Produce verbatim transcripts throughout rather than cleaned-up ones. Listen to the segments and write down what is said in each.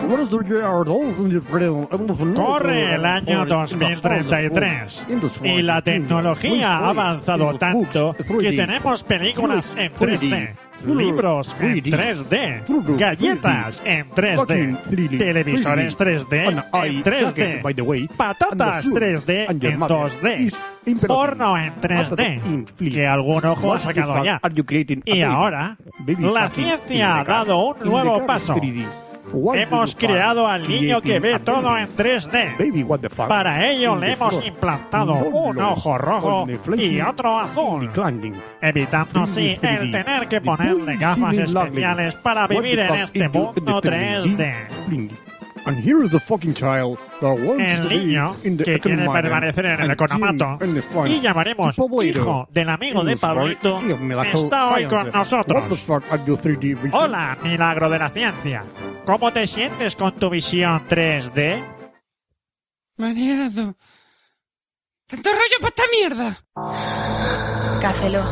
Corre el año dos mil treinta y tres y la tecnología ha avanzado tanto que tenemos películas en tres D, libros en tres D, galletas en tres D, televisores tres D en tres D, patatas tres D en dos D, porno en tres D, que algún ojo ha sacado ya. Y ahora, la ciencia ha dado un nuevo paso. Hemos creado al niño que ve todo en tres D. Para ello le hemos implantado un ojo rojo y otro azul, evitando así el tener que ponerle gafas especiales para vivir en este mundo tres D. El niño que quiere permanecer en el economato y llamaremos hijo del amigo de Pablito está hoy con nosotros. Hola, milagro de la ciencia. ¿Cómo te sientes con tu visión tres D? Mareado. ¡Tanto rollo para esta mierda! Café Lock.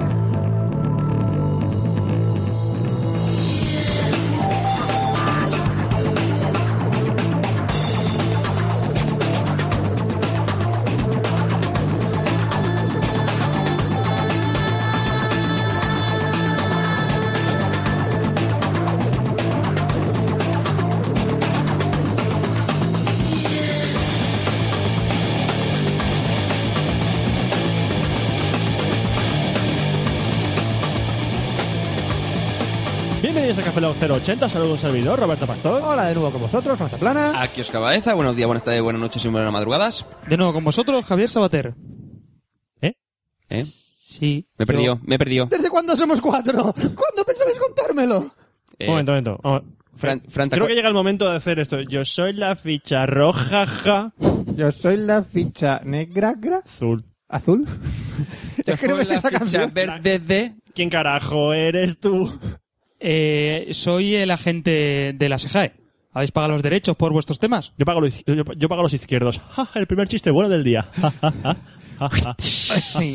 Bienvenidos a Café Lock cero ochenta, saludo a un servidor, Roberto Pastor. Hola de nuevo con vosotros, Franza Plana. Aquí Oscar Baeza, buenos días, buenas tardes, buenas noches y buenas madrugadas. De nuevo con vosotros, Javier Sabater. ¿Eh? ¿Eh? Sí. Me he perdido, yo... me he perdido. ¿Desde cuándo somos cuatro? ¿Cuándo pensabais contármelo? Eh, Un momento, un momento. Oh, Fran, Fran, Creo que llega el momento de hacer esto. Yo soy la ficha roja, ja. Yo soy la ficha negra, gra, Azul. azul. Yo Es que no soy me sé la esa ficha canción. verde de... ¿Quién carajo eres tú? Eh, soy el agente de la S G A E. ¿Habéis pagado los derechos por vuestros temas? Yo pago los, yo, yo pago los izquierdos. Ja, el primer chiste bueno del día. Ja, ja, ja. Ja, ja. Sí.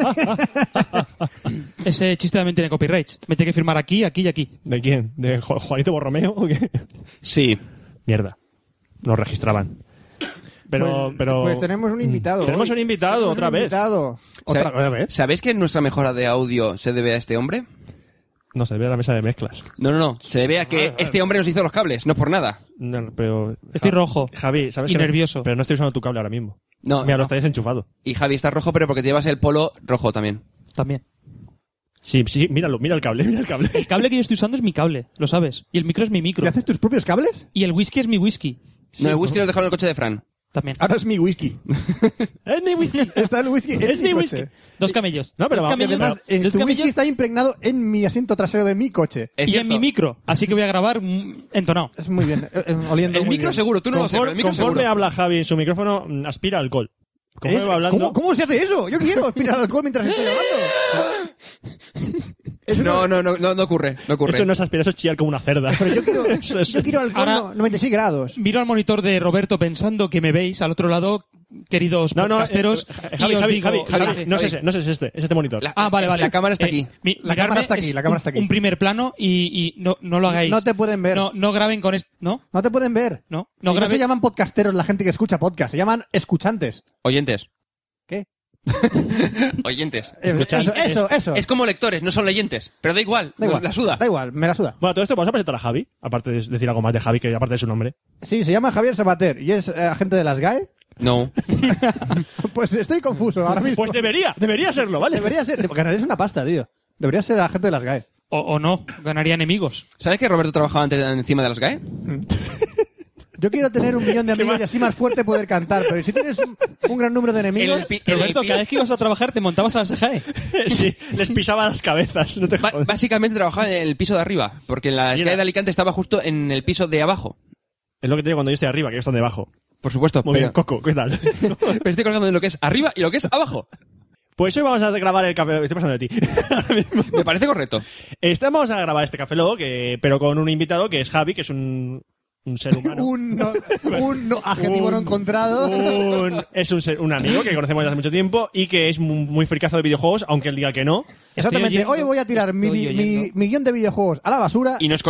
Ese chiste también tiene copyrights. Me tiene que firmar aquí, aquí y aquí. ¿De quién? ¿De Ju- Juanito Borromeo o qué? Sí. Mierda. Lo registraban. Pero, Pues- pero... pues tenemos un invitado. Tenemos hoy. un invitado, Tenemos otra un vez. Invitado. ¿Otra, ¿Sabe- otra vez? ¿Sabéis que nuestra mejora de audio se debe a este hombre? No se ve la mesa de mezclas. No, no, no. Se debe a que este hombre nos hizo los cables, no por nada. No, pero... Estoy Ja- rojo. Javi, ¿sabes Y que no- nervioso. pero no estoy usando tu cable ahora mismo. No. Mira, lo no. estáis enchufado. Y Javi está rojo, pero porque te llevas el polo rojo también. También. Sí, sí, míralo, mira el cable, mira el cable. El cable que yo estoy usando es mi cable, lo sabes. Y el micro es mi micro. ¿Te haces tus propios cables? Y el whisky es mi whisky. no, el whisky lo dejaron en el coche de Fran. También. Ahora es mi whisky. ¡Es mi whisky! Está el whisky en Es mi coche. whisky. Dos camellos. No, pero Dos vamos, Y camellos. además, el, Dos tu camellos whisky está impregnado en mi asiento trasero de mi coche. Es y cierto. en mi micro. Así que voy a grabar mm, entonado. Es muy bien, eh, eh, oliendo El muy micro bien. seguro, tú no lo sé, pero Conforme, el micro conforme seguro. habla Javi en su micrófono, mm, aspira alcohol. Como ¿Es? va hablando... ¿Cómo, ¿Cómo se hace eso? Yo quiero aspirar alcohol mientras estoy hablando. Eso No, no, no, no, no ocurre, no ocurre. Eso no es aspirar, eso es chillar como una cerda. Pero yo quiero, Eso es- yo quiero alcohol Ahora- no- noventa y seis grados. Miro al monitor de Roberto pensando que me veis al otro lado, queridos No, no, podcasteros. eh, y Javi, os Javi, digo, Javi, Javi, Javi, no es Javi. ese, no es este, es este monitor. La- Ah, vale, vale. La cámara está Eh, aquí. mi- La mirarme cámara está aquí, es la cámara un- está aquí. Un primer plano y, y no, no lo hagáis. No te pueden ver. No, no graben con esto. ¿No? No te pueden ver. No. No, No no se graben. llaman podcasteros la gente que escucha podcast, se llaman escuchantes. Oyentes. ¿Qué? Oyentes. Eh, Eso, eso, eso. Es como lectores, no son leyentes. Pero da igual, Da igual, la suda. Da igual, me la suda. Bueno, todo esto vamos a presentar a Javi, aparte de decir algo más de Javi, que aparte de su nombre. Sí, se llama Javier Sabater y es eh, agente de las G A E. No. Pues estoy confuso ahora mismo. Pues debería, debería serlo, ¿vale? Debería ser, ganarías una pasta, tío. Debería ser agente de las G A E. O, o no. Ganaría enemigos. ¿Sabes que Roberto trabajaba antes encima de las G A E? Yo quiero tener un millón de amigos y así más fuerte poder cantar, pero si tienes un, un gran número de enemigos... El pi- el Roberto, piso- cada vez que ibas a trabajar te montabas a la S G A E. Sí, les pisaba las cabezas, no te Ba- jodas. básicamente trabajaba en el piso de arriba, porque la Sí, S G A E era- de Alicante estaba justo en el piso de abajo. Es lo que te digo cuando yo estoy arriba, que ellos están debajo. Por supuesto, Muy pero, bien, Coco, ¿qué tal? pero estoy colgando de lo que es arriba y lo que es abajo. Pues hoy vamos a grabar el café... Estoy pasando de ti. Ahora mismo. Me parece correcto. Estamos a grabar este Café Lock, eh, pero con un invitado que es Javi, que es un, un ser humano. Un, no- un no- adjetivo no Un- encontrado. un- es un, ser- un amigo que conocemos desde hace mucho tiempo y que es muy, muy fricazo de videojuegos, aunque él diga que no. Exactamente. oyendo, Hoy voy a tirar mi, estoy mi- oyendo. mi millón de videojuegos a la basura ¿Y no es coña?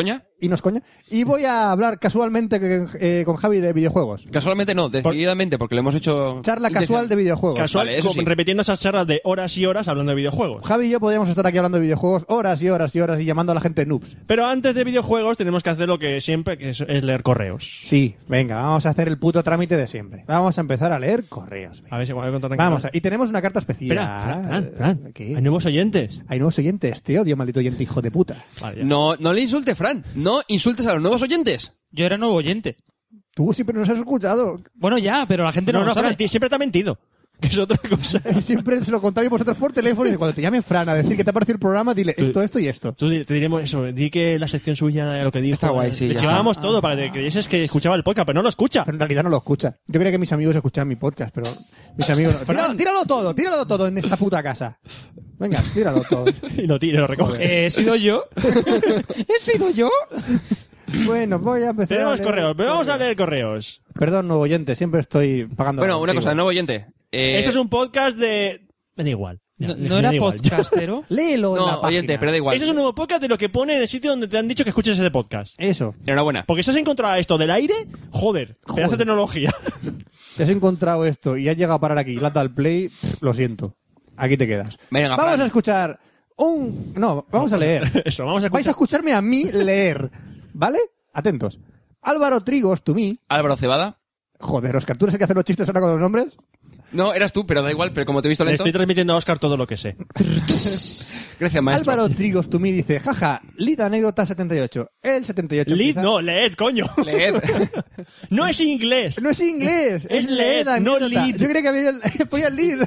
y no es coña. Y voy a hablar casualmente eh, con Javi de videojuegos. Casualmente no, decididamente, porque lo hemos hecho... Charla casual de videojuegos. Casual, Vale, eso con- sí. repitiendo esas charlas de horas y horas hablando de videojuegos. Javi y yo podríamos estar aquí hablando de videojuegos horas y horas y horas y llamando a la gente noobs. Pero antes de videojuegos tenemos que hacer lo que siempre, que es, es leer correos. Sí, venga, vamos a hacer el puto trámite de siempre. Vamos a empezar a leer correos. A ver si cuando contratan Vamos, que- a, y tenemos una carta especial. Espera, Fran, Fran, Fran. ¿Qué? Hay nuevos oyentes. Hay nuevos oyentes. Te odio, maldito oyente, hijo de puta. Vale, ya. No, no le insulte, Fran. No insultes a los nuevos oyentes. Yo era nuevo oyente. Tú siempre nos has escuchado. Bueno, ya, pero la gente no, No, lo no, sabe. Fran, ti- siempre te ha mentido. Que es otra cosa. Siempre se lo contáis vosotros por teléfono y cuando te llame Fran a decir que te ha parecido el programa, dile esto, esto y esto. Tú di- te diremos eso, di que la sección suya, lo que dijo. Está guay, sí, Le ya chivábamos todo para que creyeses que escuchaba el podcast, pero no lo escucha. Pero en realidad no lo escucha. Yo creía que mis amigos escuchaban mi podcast, pero mis amigos... no. Tíralo, tíralo todo, tíralo todo en esta puta casa. Venga, tíralo todo. Y lo tira, lo recoge. Eh, ¿He sido yo? ¿He sido yo? Bueno, voy a empezar Tenemos a leer correos, pero vamos a leer correos. Perdón, nuevo oyente, siempre estoy pagando... Bueno, lo una antiguo. cosa, nuevo oyente. Eh, Esto es un podcast de... Me da igual. Ya, ¿No, me no da era igual. podcastero? Léelo en la No, página. oyente, pero da igual. Eso es un nuevo podcast de lo que pone en el sitio donde te han dicho que escuches ese podcast. Eso. Enhorabuena. Porque si has encontrado esto del aire, joder, pedazo de tecnología. Si has encontrado esto y has llegado a parar aquí y le has dado al play, pff, lo siento. Aquí te quedas. Venga, vamos Fran. a escuchar un... No, vamos a leer. Eso, vamos a Vais a escuchar. escucharme a mí leer. ¿Vale? Atentos. Álvaro Trigos, to me. Álvaro Cebada. Joder, Oscar, ¿tú eres el que hace los chistes ahora con los nombres? No, eras tú, pero da igual, pero como te he visto Le lento... estoy transmitiendo a Oscar todo lo que sé. Gracias, maestro. Álvaro Trigos, to me dice, jaja, lead anécdota setenta y ocho. El setenta y ocho Lead, empieza- no, leed, coño. Leed. No es inglés. No es inglés, Es lead, no anécdota. lead. Yo creía que había ponía lead.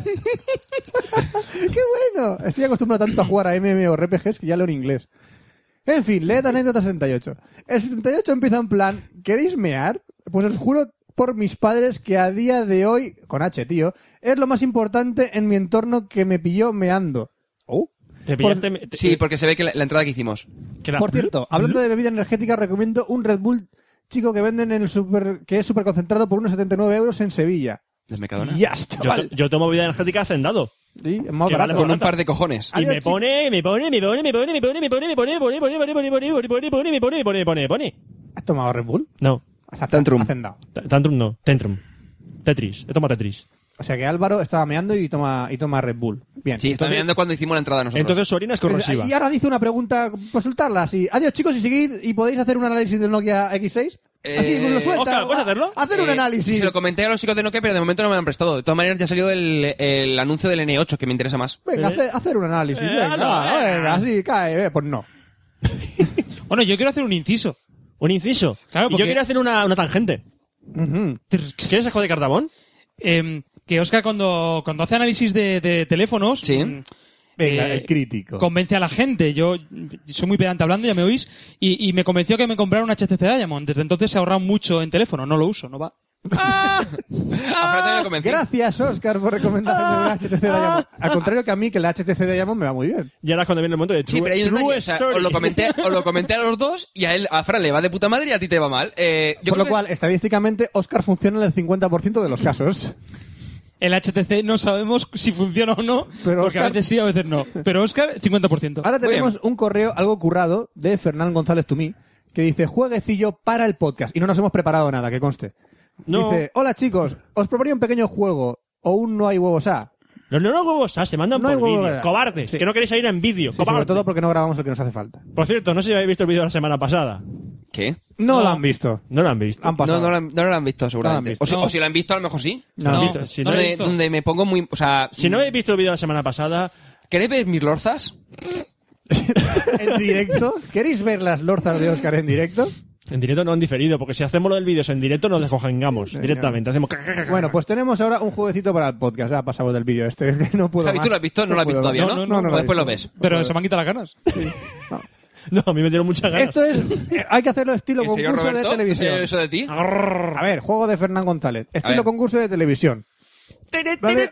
¡Qué bueno! Estoy acostumbrado tanto a jugar a MMORPGs que ya leo en inglés. En fin, leed anécdota setenta y ocho. El setenta y ocho empieza en plan, ¿queréis mear? Pues os juro por mis padres que a día de hoy, con H, tío, es lo más importante en mi entorno que me pilló meando. Oh. Te pillaste... te- Sí, porque se ve que la, la entrada que hicimos. que era- Por cierto, hablando de bebida energética, recomiendo un Red Bull chico que venden en el super, que es súper concentrado por unos setenta y nueve euros en Sevilla. ¿Del Mercadona? ¡Yas, Yo, chaval! yo tomo vida energética hacendado. Sí, es más Que vale barato. Con un barata. par de cojones. Y Adiós, me chico. pone, me pone, me pone, me pone, me pone, me pone, me pone, me pone, me pone, me pone, me pone, me pone, me pone, me pone, me pone, me pone, me pone, me pone. ¿Has tomado Red Bull? No, Tantrum. Hacendado. T- Tantrum no, Tantrum. Tetris, he tomado Tetris. O sea que Álvaro estaba meando y toma, y toma Red Bull. Bien. Sí, estaba mirando cuando hicimos la entrada nosotros. Entonces su orina es corrosiva. Y ahora dice una pregunta, consultarla así. Adiós chicos, y seguid y podéis hacer un análisis del Nokia equis seis. Así, Eh, lo suelta. Oscar, ¿puedes hacerlo? Hacer un Eh, análisis. Se lo comenté a los chicos de Nokia, pero de momento no me lo han prestado. De todas maneras, ya ha salido el, el anuncio del N ocho, que me interesa más. Venga, Eh, hacer, hacer un análisis. eh, venga, hazlo, va, venga. venga, así, cae. eh, pues no. Bueno, yo quiero hacer un inciso. Un inciso. Claro, Y porque- yo quería hacer una, una tangente. Ujú. ¿Quieres el juego de cartabón? Em, que Oscar cuando, cuando hace análisis de, de teléfonos Sí. mm, Venga, eh, el crítico. convence a la gente. Yo soy muy pedante hablando, ya me oís, y, y me convenció que me comprara un H T C Diamond. Desde entonces se ha ahorrado mucho en teléfono, no lo uso, no va. A Fran también lo convencí. Gracias, Oscar, por recomendarme un H T C Diamond. Al contrario que a mí, que el H T C Diamond me va muy bien. Y ahora es cuando viene el momento de Sí, True, pero hay un true detalle, o sea, Story. os lo comenté, os lo comenté a los dos y a él, a Fran le va de puta madre y a ti te va mal. Eh, yo Por lo creo que- cual, estadísticamente, Oscar funciona en el cincuenta por ciento de los casos. El H T C no sabemos si funciona o no, Pero porque a Oscar- veces sí, a veces no. Pero Oscar, cincuenta por ciento. Ahora Muy tenemos un correo algo currado de Fernán González Tumí que dice jueguecillo para el podcast. Y no nos hemos preparado nada, que conste. No. Dice, hola chicos, os proponía un pequeño juego o un no hay huevos a. Los no huevos ah, se mandan No hay por huevos, vídeo. ¿verdad? Cobardes, Sí. que no queréis ir en vídeo. Sí, sobre cobardes. todo porque no grabamos el que nos hace falta. Por cierto, no sé si habéis visto el vídeo de la semana pasada. ¿Qué? No, No. lo han visto. No lo han visto. Han No, pasado. no, lo han, no lo han visto seguramente. visto. O, si, No. o si lo han visto, a lo mejor sí. No lo han No, visto. Si no, no lo he Donde, visto. donde me pongo muy... O sea, si no habéis visto el vídeo de la semana pasada, ¿queréis ver mis lorzas? En directo. ¿Queréis ver las lorzas de Oscar en directo? en directo no han diferido, porque si hacemos lo del vídeo en directo nos descojengamos directamente. Hacemos... Bueno, pues tenemos ahora un jueguecito para el podcast. Ya pasamos del vídeo este, es que no puedo Javi, más. ¿tú lo has visto? No lo has visto puedo todavía, más. ¿no? no, no, no, Pues después he lo visto. ves. Pero se me han quitado las ganas. No, a mí me dieron muchas ganas. Esto es... eh, Hay que hacerlo estilo ¿En serio, concurso de Roberto? ¿En televisión. serio eso de ti? A ver, juego de Fernán González. Estilo ver. concurso de televisión. Vale.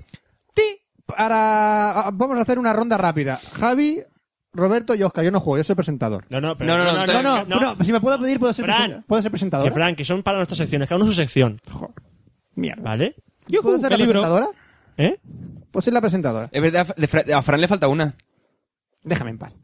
Para... Vamos a hacer una ronda rápida. Javi, Roberto y Oscar. Yo no juego, yo soy presentador. No, no, pero No, no, no, No, no, no. no, si me puedo pedir, puedo ser, Fran. presen- ¿puedo ser presentador. Que Frank, que son para nuestras secciones, cada uno su sección. Mierda. ¿Vale? ¿Puedo ser la peligro. presentadora? ¿Eh? Puedo ser la presentadora. Es verdad, de Fra- a Fran le falta una. Déjame en paz.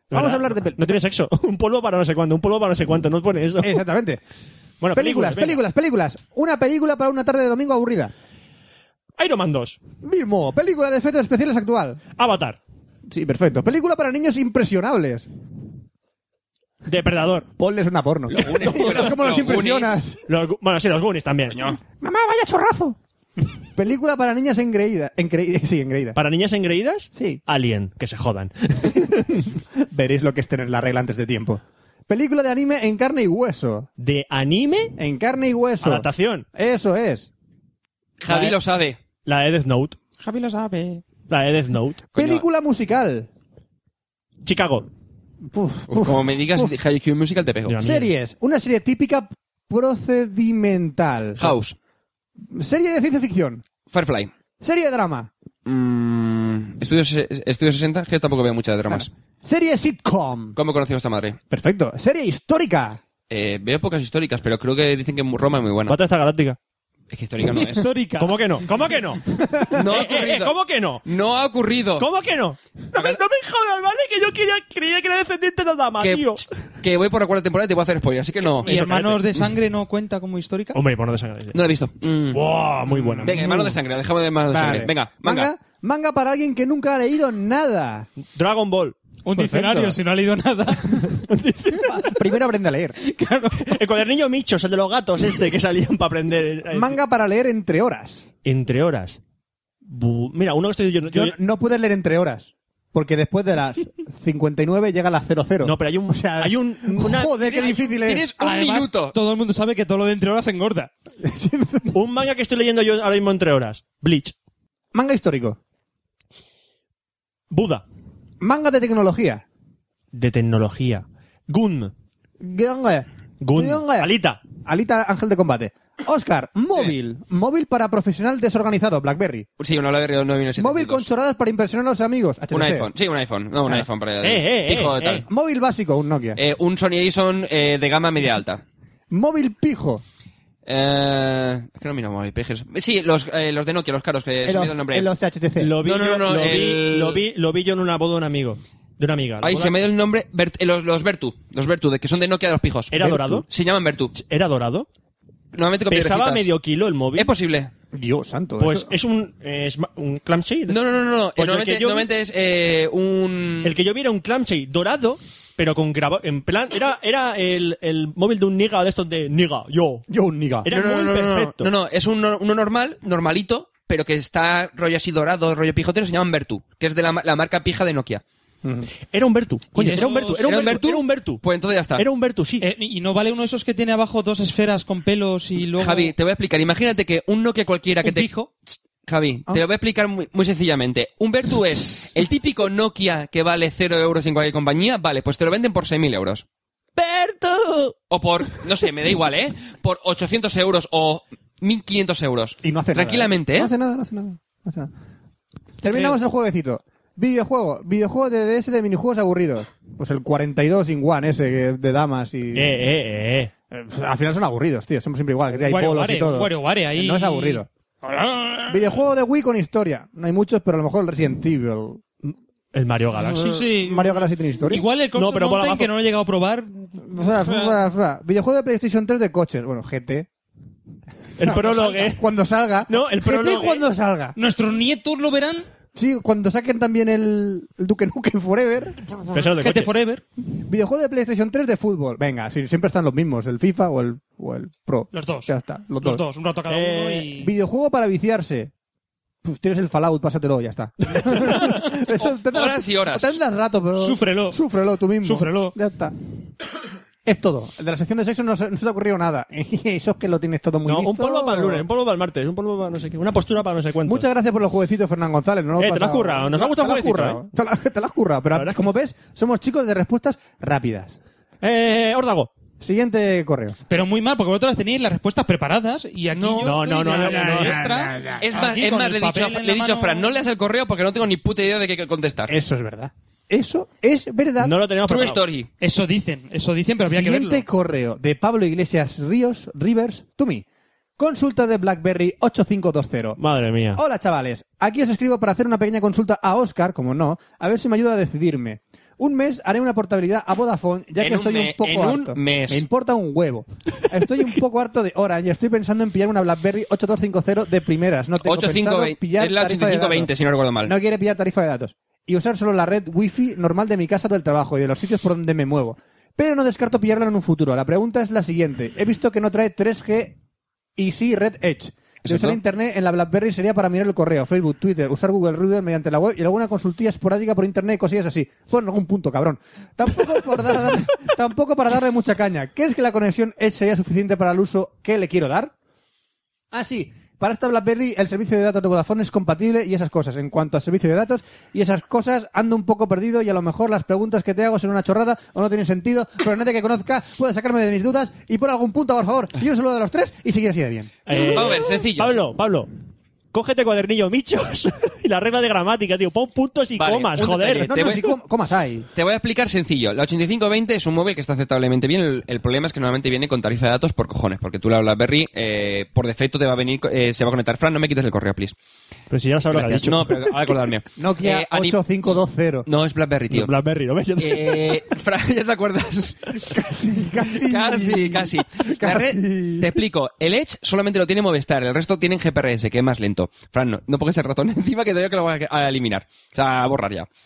Vamos a hablar de... Pel- No tiene sexo. Un polvo para no sé cuánto, un polvo para no sé cuánto. No pone eso. Exactamente. Bueno, películas, películas, películas, películas. Una película para una tarde de domingo aburrida. Iron Man dos. Mismo. Película de efectos especiales actual. Avatar. Sí, perfecto. Película para niños impresionables. Depredador. Ponles una porno. Los Goonies, tío, Verás cómo los los impresionas. Los, bueno, sí, los Goonies también. Coño. Mamá, vaya chorrazo. Película para niñas engreídas. Engreídas. Sí, engreídas. ¿Para niñas engreídas? Sí. Alien. Que se jodan. Veréis lo que es tener la regla antes de tiempo. Película de anime en carne y hueso. ¿De anime? En carne y hueso. Adaptación. Eso es. Javi La- lo sabe. La de Death Note. Javi lo sabe. La de Death Note. Coño. Película musical. Chicago. Uf, Uf, como me digas High School Musical te pego. Dios. Series. Una serie típica procedimental. House. Serie de ciencia ficción. Firefly. Serie de drama. Mm, Estudios, Estudios sesenta, que tampoco veo muchas de dramas. Serie sitcom. ¿Cómo conocí a esta madre? Perfecto. Serie histórica. Eh, veo pocas históricas, pero creo que dicen que Roma es muy buena. Battlestar Galáctica. Es que histórica no es. Histórica. ¿Cómo que no? ¿Cómo que no? No ha Eh, eh, eh, ocurrido. ¿Cómo que no? No ha ocurrido. ¿Cómo que no? No me, no me jodas, ¿vale? Que yo quería, creía que era descendiente de Adama, Que, tío. que voy por la cuarta temporada y te voy a hacer spoiler, así que no. ¿Y Eso, Hermanos cállate. de Sangre no cuenta como histórica? Hombre, por no de sangre. No la he visto. Mm. Wow, muy buena. Venga, hermano de sangre, dejamos de hermano de Vale. sangre. Venga, manga. Manga. Manga para alguien que nunca ha leído nada. Dragon Ball. Un Perfecto. diccionario, si no ha leído nada. Primero aprende a leer. Claro. El cuadernillo Michos, el de los gatos este que salían para aprender. eh, Manga para leer entre horas. Entre horas. Bu- Mira, uno que estoy yo... Yo yo- no puedes leer entre horas. Porque después de las cincuenta y nueve llega la cero cero. No, pero hay un... O sea, hay un una- joder, qué difícil es. Tienes un Además, minuto. todo el mundo sabe que todo lo de entre horas engorda. un manga que estoy leyendo yo ahora mismo entre horas. Bleach. Manga histórico. Buda. Manga de tecnología. De tecnología. Gun. Gunga. Gun. Gunga. Alita. Alita, ángel de combate. Oscar, móvil. Móvil para profesional desorganizado, BlackBerry. Sí, una BlackBerry nueve mil setecientos. Móvil con chorradas para impresionar a los amigos, H T C. Un iPhone. Sí, un iPhone. No, un Ah. iPhone para Eh, eh, pijo eh, de tal. eh. Móvil básico, un Nokia. Eh, un Sony Ericsson eh, de gama media alta. Móvil pijo. Eh, es que no miro móvil, pejes. Sí, los, eh, los de Nokia, los caros, que En se me los, dio el nombre. en los H T C. Lo vi, No, no, yo, no, lo, vi, el- lo, vi, lo vi yo en una boda de un amigo. De una amiga. La Ay, boda- se me dio el nombre. Bert- eh, los, los Vertu. Los Vertu, de, que son de Nokia de los pijos. ¿Era Vertu. dorado? Se llaman Vertu. ¿Era dorado? Normalmente con ¿Pesaba piedrecitas. medio kilo el móvil? Es posible. Dios santo. Pues eso- es un, eh, es un clamshade. No, no, no, no. no. Pues el normalmente, que yo- normalmente es eh, un... El que yo vi era un clamshade dorado, pero con grabado. En plan, era, era el, el móvil de un niga de estos de niga, yo. Yo un niga. Era no, no, muy no, no, no, perfecto. no, no, es un, uno normal, normalito, pero que está rollo así dorado, rollo pijotero, se llaman Vertu, que es de la, ma- la marca pija de Nokia. Era un Vertu. Coño, eso- era un Vertu. Era un ¿era un Vertu. Vertu? Era un Vertu. Pues entonces ya está. Era un Vertu, sí. Eh, ¿Y no vale uno de esos que tiene abajo dos esferas con pelos y luego... Javi, te voy a explicar. Imagínate que un Nokia cualquiera que un te... pijo? Javi, te lo voy a explicar muy, muy sencillamente. Un Vertu es el típico Nokia que vale cero euros en cualquier compañía. Vale, pues te lo venden por seis mil euros. ¡Vertu! O por, no sé, me da igual, ¿eh? Por ochocientos euros o mil quinientos euros. Y no hace Tranquilamente, nada. ¿eh? No hace nada, no hace nada. No hace nada. Terminamos el jueguecito. Videojuego. Videojuego de D S de minijuegos aburridos. Pues el cuarenta y dos in one ese que- de damas y... Eh, eh, eh. Eh, pues, al final son aburridos, tío. Somos siempre igual. Que hay Wario bolos Ware, y todo. Wario Ware ahí. No es aburrido. Videojuego de Wii con historia. No hay muchos, pero a lo mejor el Resident Evil. El Mario Galaxy. Sí, sí. Mario Galaxy tiene historia. Igual el No, Cross pero por Mountain, abajo- que no lo he llegado a probar. Fa, fa, fa. Videojuego de PlayStation tres de coches. Bueno, G T. El prólogo. Cuando salga. No, el G T prólogo. cuando salga. Nuestros nietos lo verán. Sí, cuando saquen también el, el Duke Nukem Forever. Pensado de G T coche. Forever. Videojuego de PlayStation tres de fútbol. Venga, sí, siempre están los mismos, el FIFA o el, o el Pro. Los dos. Ya está, los, Los dos. dos, un rato cada uno Eh, y... Videojuego para viciarse. Pues tienes el Fallout, pásatelo, ya está. Eso tendrás- Horas y horas. Tendrás rato, pero... Súfrelo. Súfrelo tú mismo. Súfrelo. Ya está. Es todo. El de la sección de sexo no se, no se ha ocurrido nada. Eso es que lo tienes todo muy No, visto. un polvo para el lunes, un polvo para el martes, un polvo para no sé qué, una postura para no sé cuánto. Muchas gracias por los jueguecitos, Fernán González. No lo Eh, he te lo has pasado- currado, nos ha gustado Te el lo has jueguecito, currado. Te lo- Te lo has currado, La pero verdad es como ves, somos chicos de respuestas rápidas. Eh, Órdago. Siguiente correo. Pero muy mal, porque vosotros tenéis las respuestas preparadas y aquí No, yo no, estoy no, no, de no, no, no, extra. Es más, Aquí es con más el le he dicho, papel a- en le he la dicho a mano. Fran, no leas el correo porque no tengo ni puta idea de qué contestar. Eso es verdad. Eso es verdad. No lo teníamos True preparado. story. Eso dicen, eso dicen, pero había que Siguiente verlo. correo de Pablo Iglesias Ríos Rivers to me. Consulta de BlackBerry ocho cinco dos cero. Madre mía. Hola chavales, aquí os escribo para hacer una pequeña consulta a Oscar, como no, a ver si me ayuda a decidirme. Un mes haré una portabilidad a Vodafone, ya En que un estoy me- un poco en un harto. mes. Me importa un huevo. Estoy un poco harto de Orange y estoy pensando en pillar una BlackBerry ocho dos cinco cero de primeras. No tengo ochenta y cinco pensado veinte. pillar Es la tarifa ochenta y de cinco veinte, datos. si no recuerdo mal. No quiere pillar tarifa de datos. Y usar solo la red Wi-Fi normal de mi casa o del trabajo y de los sitios por donde me muevo. Pero no descarto pillarla en un futuro. La pregunta es la siguiente. He visto que no trae tres G y sí Red Edge. De usar internet en la BlackBerry sería para mirar el correo, Facebook, Twitter, usar Google Reader mediante la web y alguna consultilla esporádica por internet y cosillas así. Bueno, en algún punto, cabrón. Tampoco, por dar, darle, tampoco para darle mucha caña. ¿Crees que la conexión Edge sería suficiente para el uso que le quiero dar? Ah, sí. Para esta BlackBerry el servicio de datos de Vodafone es compatible y esas cosas. En cuanto al servicio de datos y esas cosas, ando un poco perdido y a lo mejor las preguntas que te hago son una chorrada o no tienen sentido, pero nadie que conozca puede sacarme de mis dudas y por algún punto, por favor, y un saludo de los tres y seguir así de bien. Eh, Vamos a ver, sencillo. Pablo, Pablo, cógete cuadernillo michos y la regla de gramática, tío. Pon puntos y Vale, comas, un joder. detalle. No, Te no, voy- si com- comas hay. Te voy a explicar sencillo. La ochenta y cinco veinte es un móvil que está aceptablemente bien. El, el problema es que normalmente viene con tarifa de datos por cojones, porque tú la BlackBerry, eh, por defecto te va a venir, eh, se va a conectar. Fran, no me quites el correo, please. Pero si ya sabes lo que has Gracias. dicho. No, pero ahora acordarme. Nokia Eh, a ni- ocho cinco dos cero. No, es BlackBerry, tío. Blackberry, ¿no ves? Eh, Fran, ¿ya te acuerdas? Casi, casi. Casi, casi. La red- Casi. te explico. El Edge solamente lo tiene Movistar, el resto tienen G P R S, que es más lento. Fran, no, no pongas el ratón encima que te digo que lo voy a, a eliminar. O sea, a borrar ya.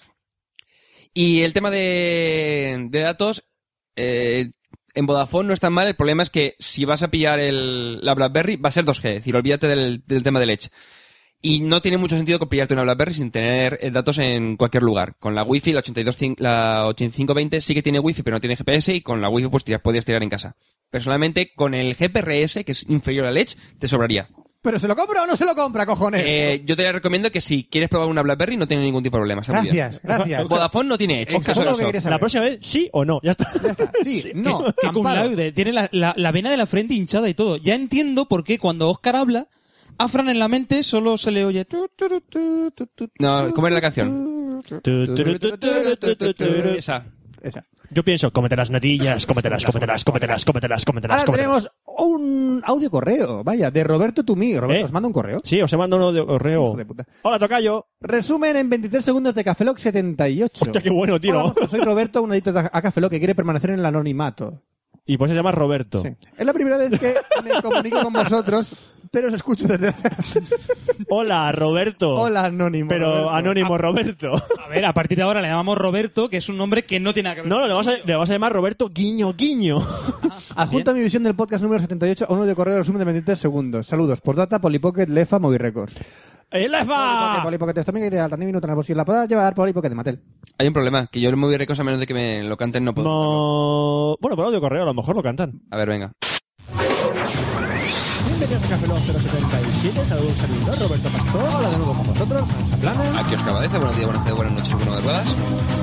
Y el tema de, de datos, eh, en Vodafone no es tan mal. El problema es que si vas a pillar el, la BlackBerry, va a ser dos G. Es decir, olvídate del, del tema del Edge. Y no tiene mucho sentido pillarte una BlackBerry sin tener eh, datos en cualquier lugar. Con la Wi-Fi, la ochenta y dos, la ochenta y cinco veinte sí que tiene Wi-Fi, pero no tiene G P S, y con la Wi-Fi pues tiras, podrías tirar en casa. Personalmente, con el G P R S, que es inferior al Edge, te sobraría. ¿Pero se lo compra o no se lo compra, cojones? Eh, yo te recomiendo que si quieres probar una BlackBerry no tiene ningún tipo de problema. Está muy bien. Gracias, gracias. Vodafone no tiene Edge. En en caso caso de de que eso. querías saber. La próxima vez, sí o no. Ya está. Ya está. Sí, no. Qué cum amparo. laude. Tiene la, la, la vena de la frente hinchada y todo. Ya entiendo por qué cuando Oscar habla, a Fran en la mente solo se le oye... tu, tu, tu, tu, tu, tu, No, ¿cómo era la canción? Tu, tu, tu, tu, tu, tu, tu, tu. Esa. Esa. Yo pienso, cómete las natillas, cómetelas, cómetelas, cómetelas, cómetelas, cómetelas, Ahora cómetelas. tenemos un audio correo, vaya, de Roberto Tumí. Roberto, ¿Eh? ¿os manda un correo? Sí, os he mandado uno de correo. Hijo de puta. Hola, tocayo. Resumen en veintitrés segundos de Cafeloc setenta y ocho. Hostia, qué bueno, tío. Hola, monstruos, soy Roberto, un adicto a Cafeloc que quiere permanecer en el anonimato. Y pues se llama Roberto. Sí. Es la primera vez que me comunico con vosotros, pero os escucho desde... Hola, Roberto. Hola, anónimo. Pero Roberto. anónimo Roberto. A ver, a partir de ahora le llamamos Roberto, que es un nombre que no tiene nada que ver. No, no, le vamos a, le vamos a llamar Roberto Guiño Guiño. Adjunto a mi visión del podcast número setenta y ocho a uno de correo de resumen de veintitrés segundos. Saludos. Por data, Polipocket, Lefa, Movie Records. ¡El Polipocket, Lefa! Polipocket, esto me ideal, también minutos en el bolsillo. La podrás llevar Polipocket de Mattel. Hay un problema, que yo el Movie Records a menos de que me lo canten no puedo. No... Bueno, por audio correo a lo mejor lo cantan. A ver, venga. Bienvenidos a Café Lock cero setenta y siete. Saludos, un servidor, Roberto Pastor. Hola de nuevo con vosotros. Vamos a Plana. Aquí os cabadece. Buenos días, buenas tardes, buenas noches, buenas madrugadas.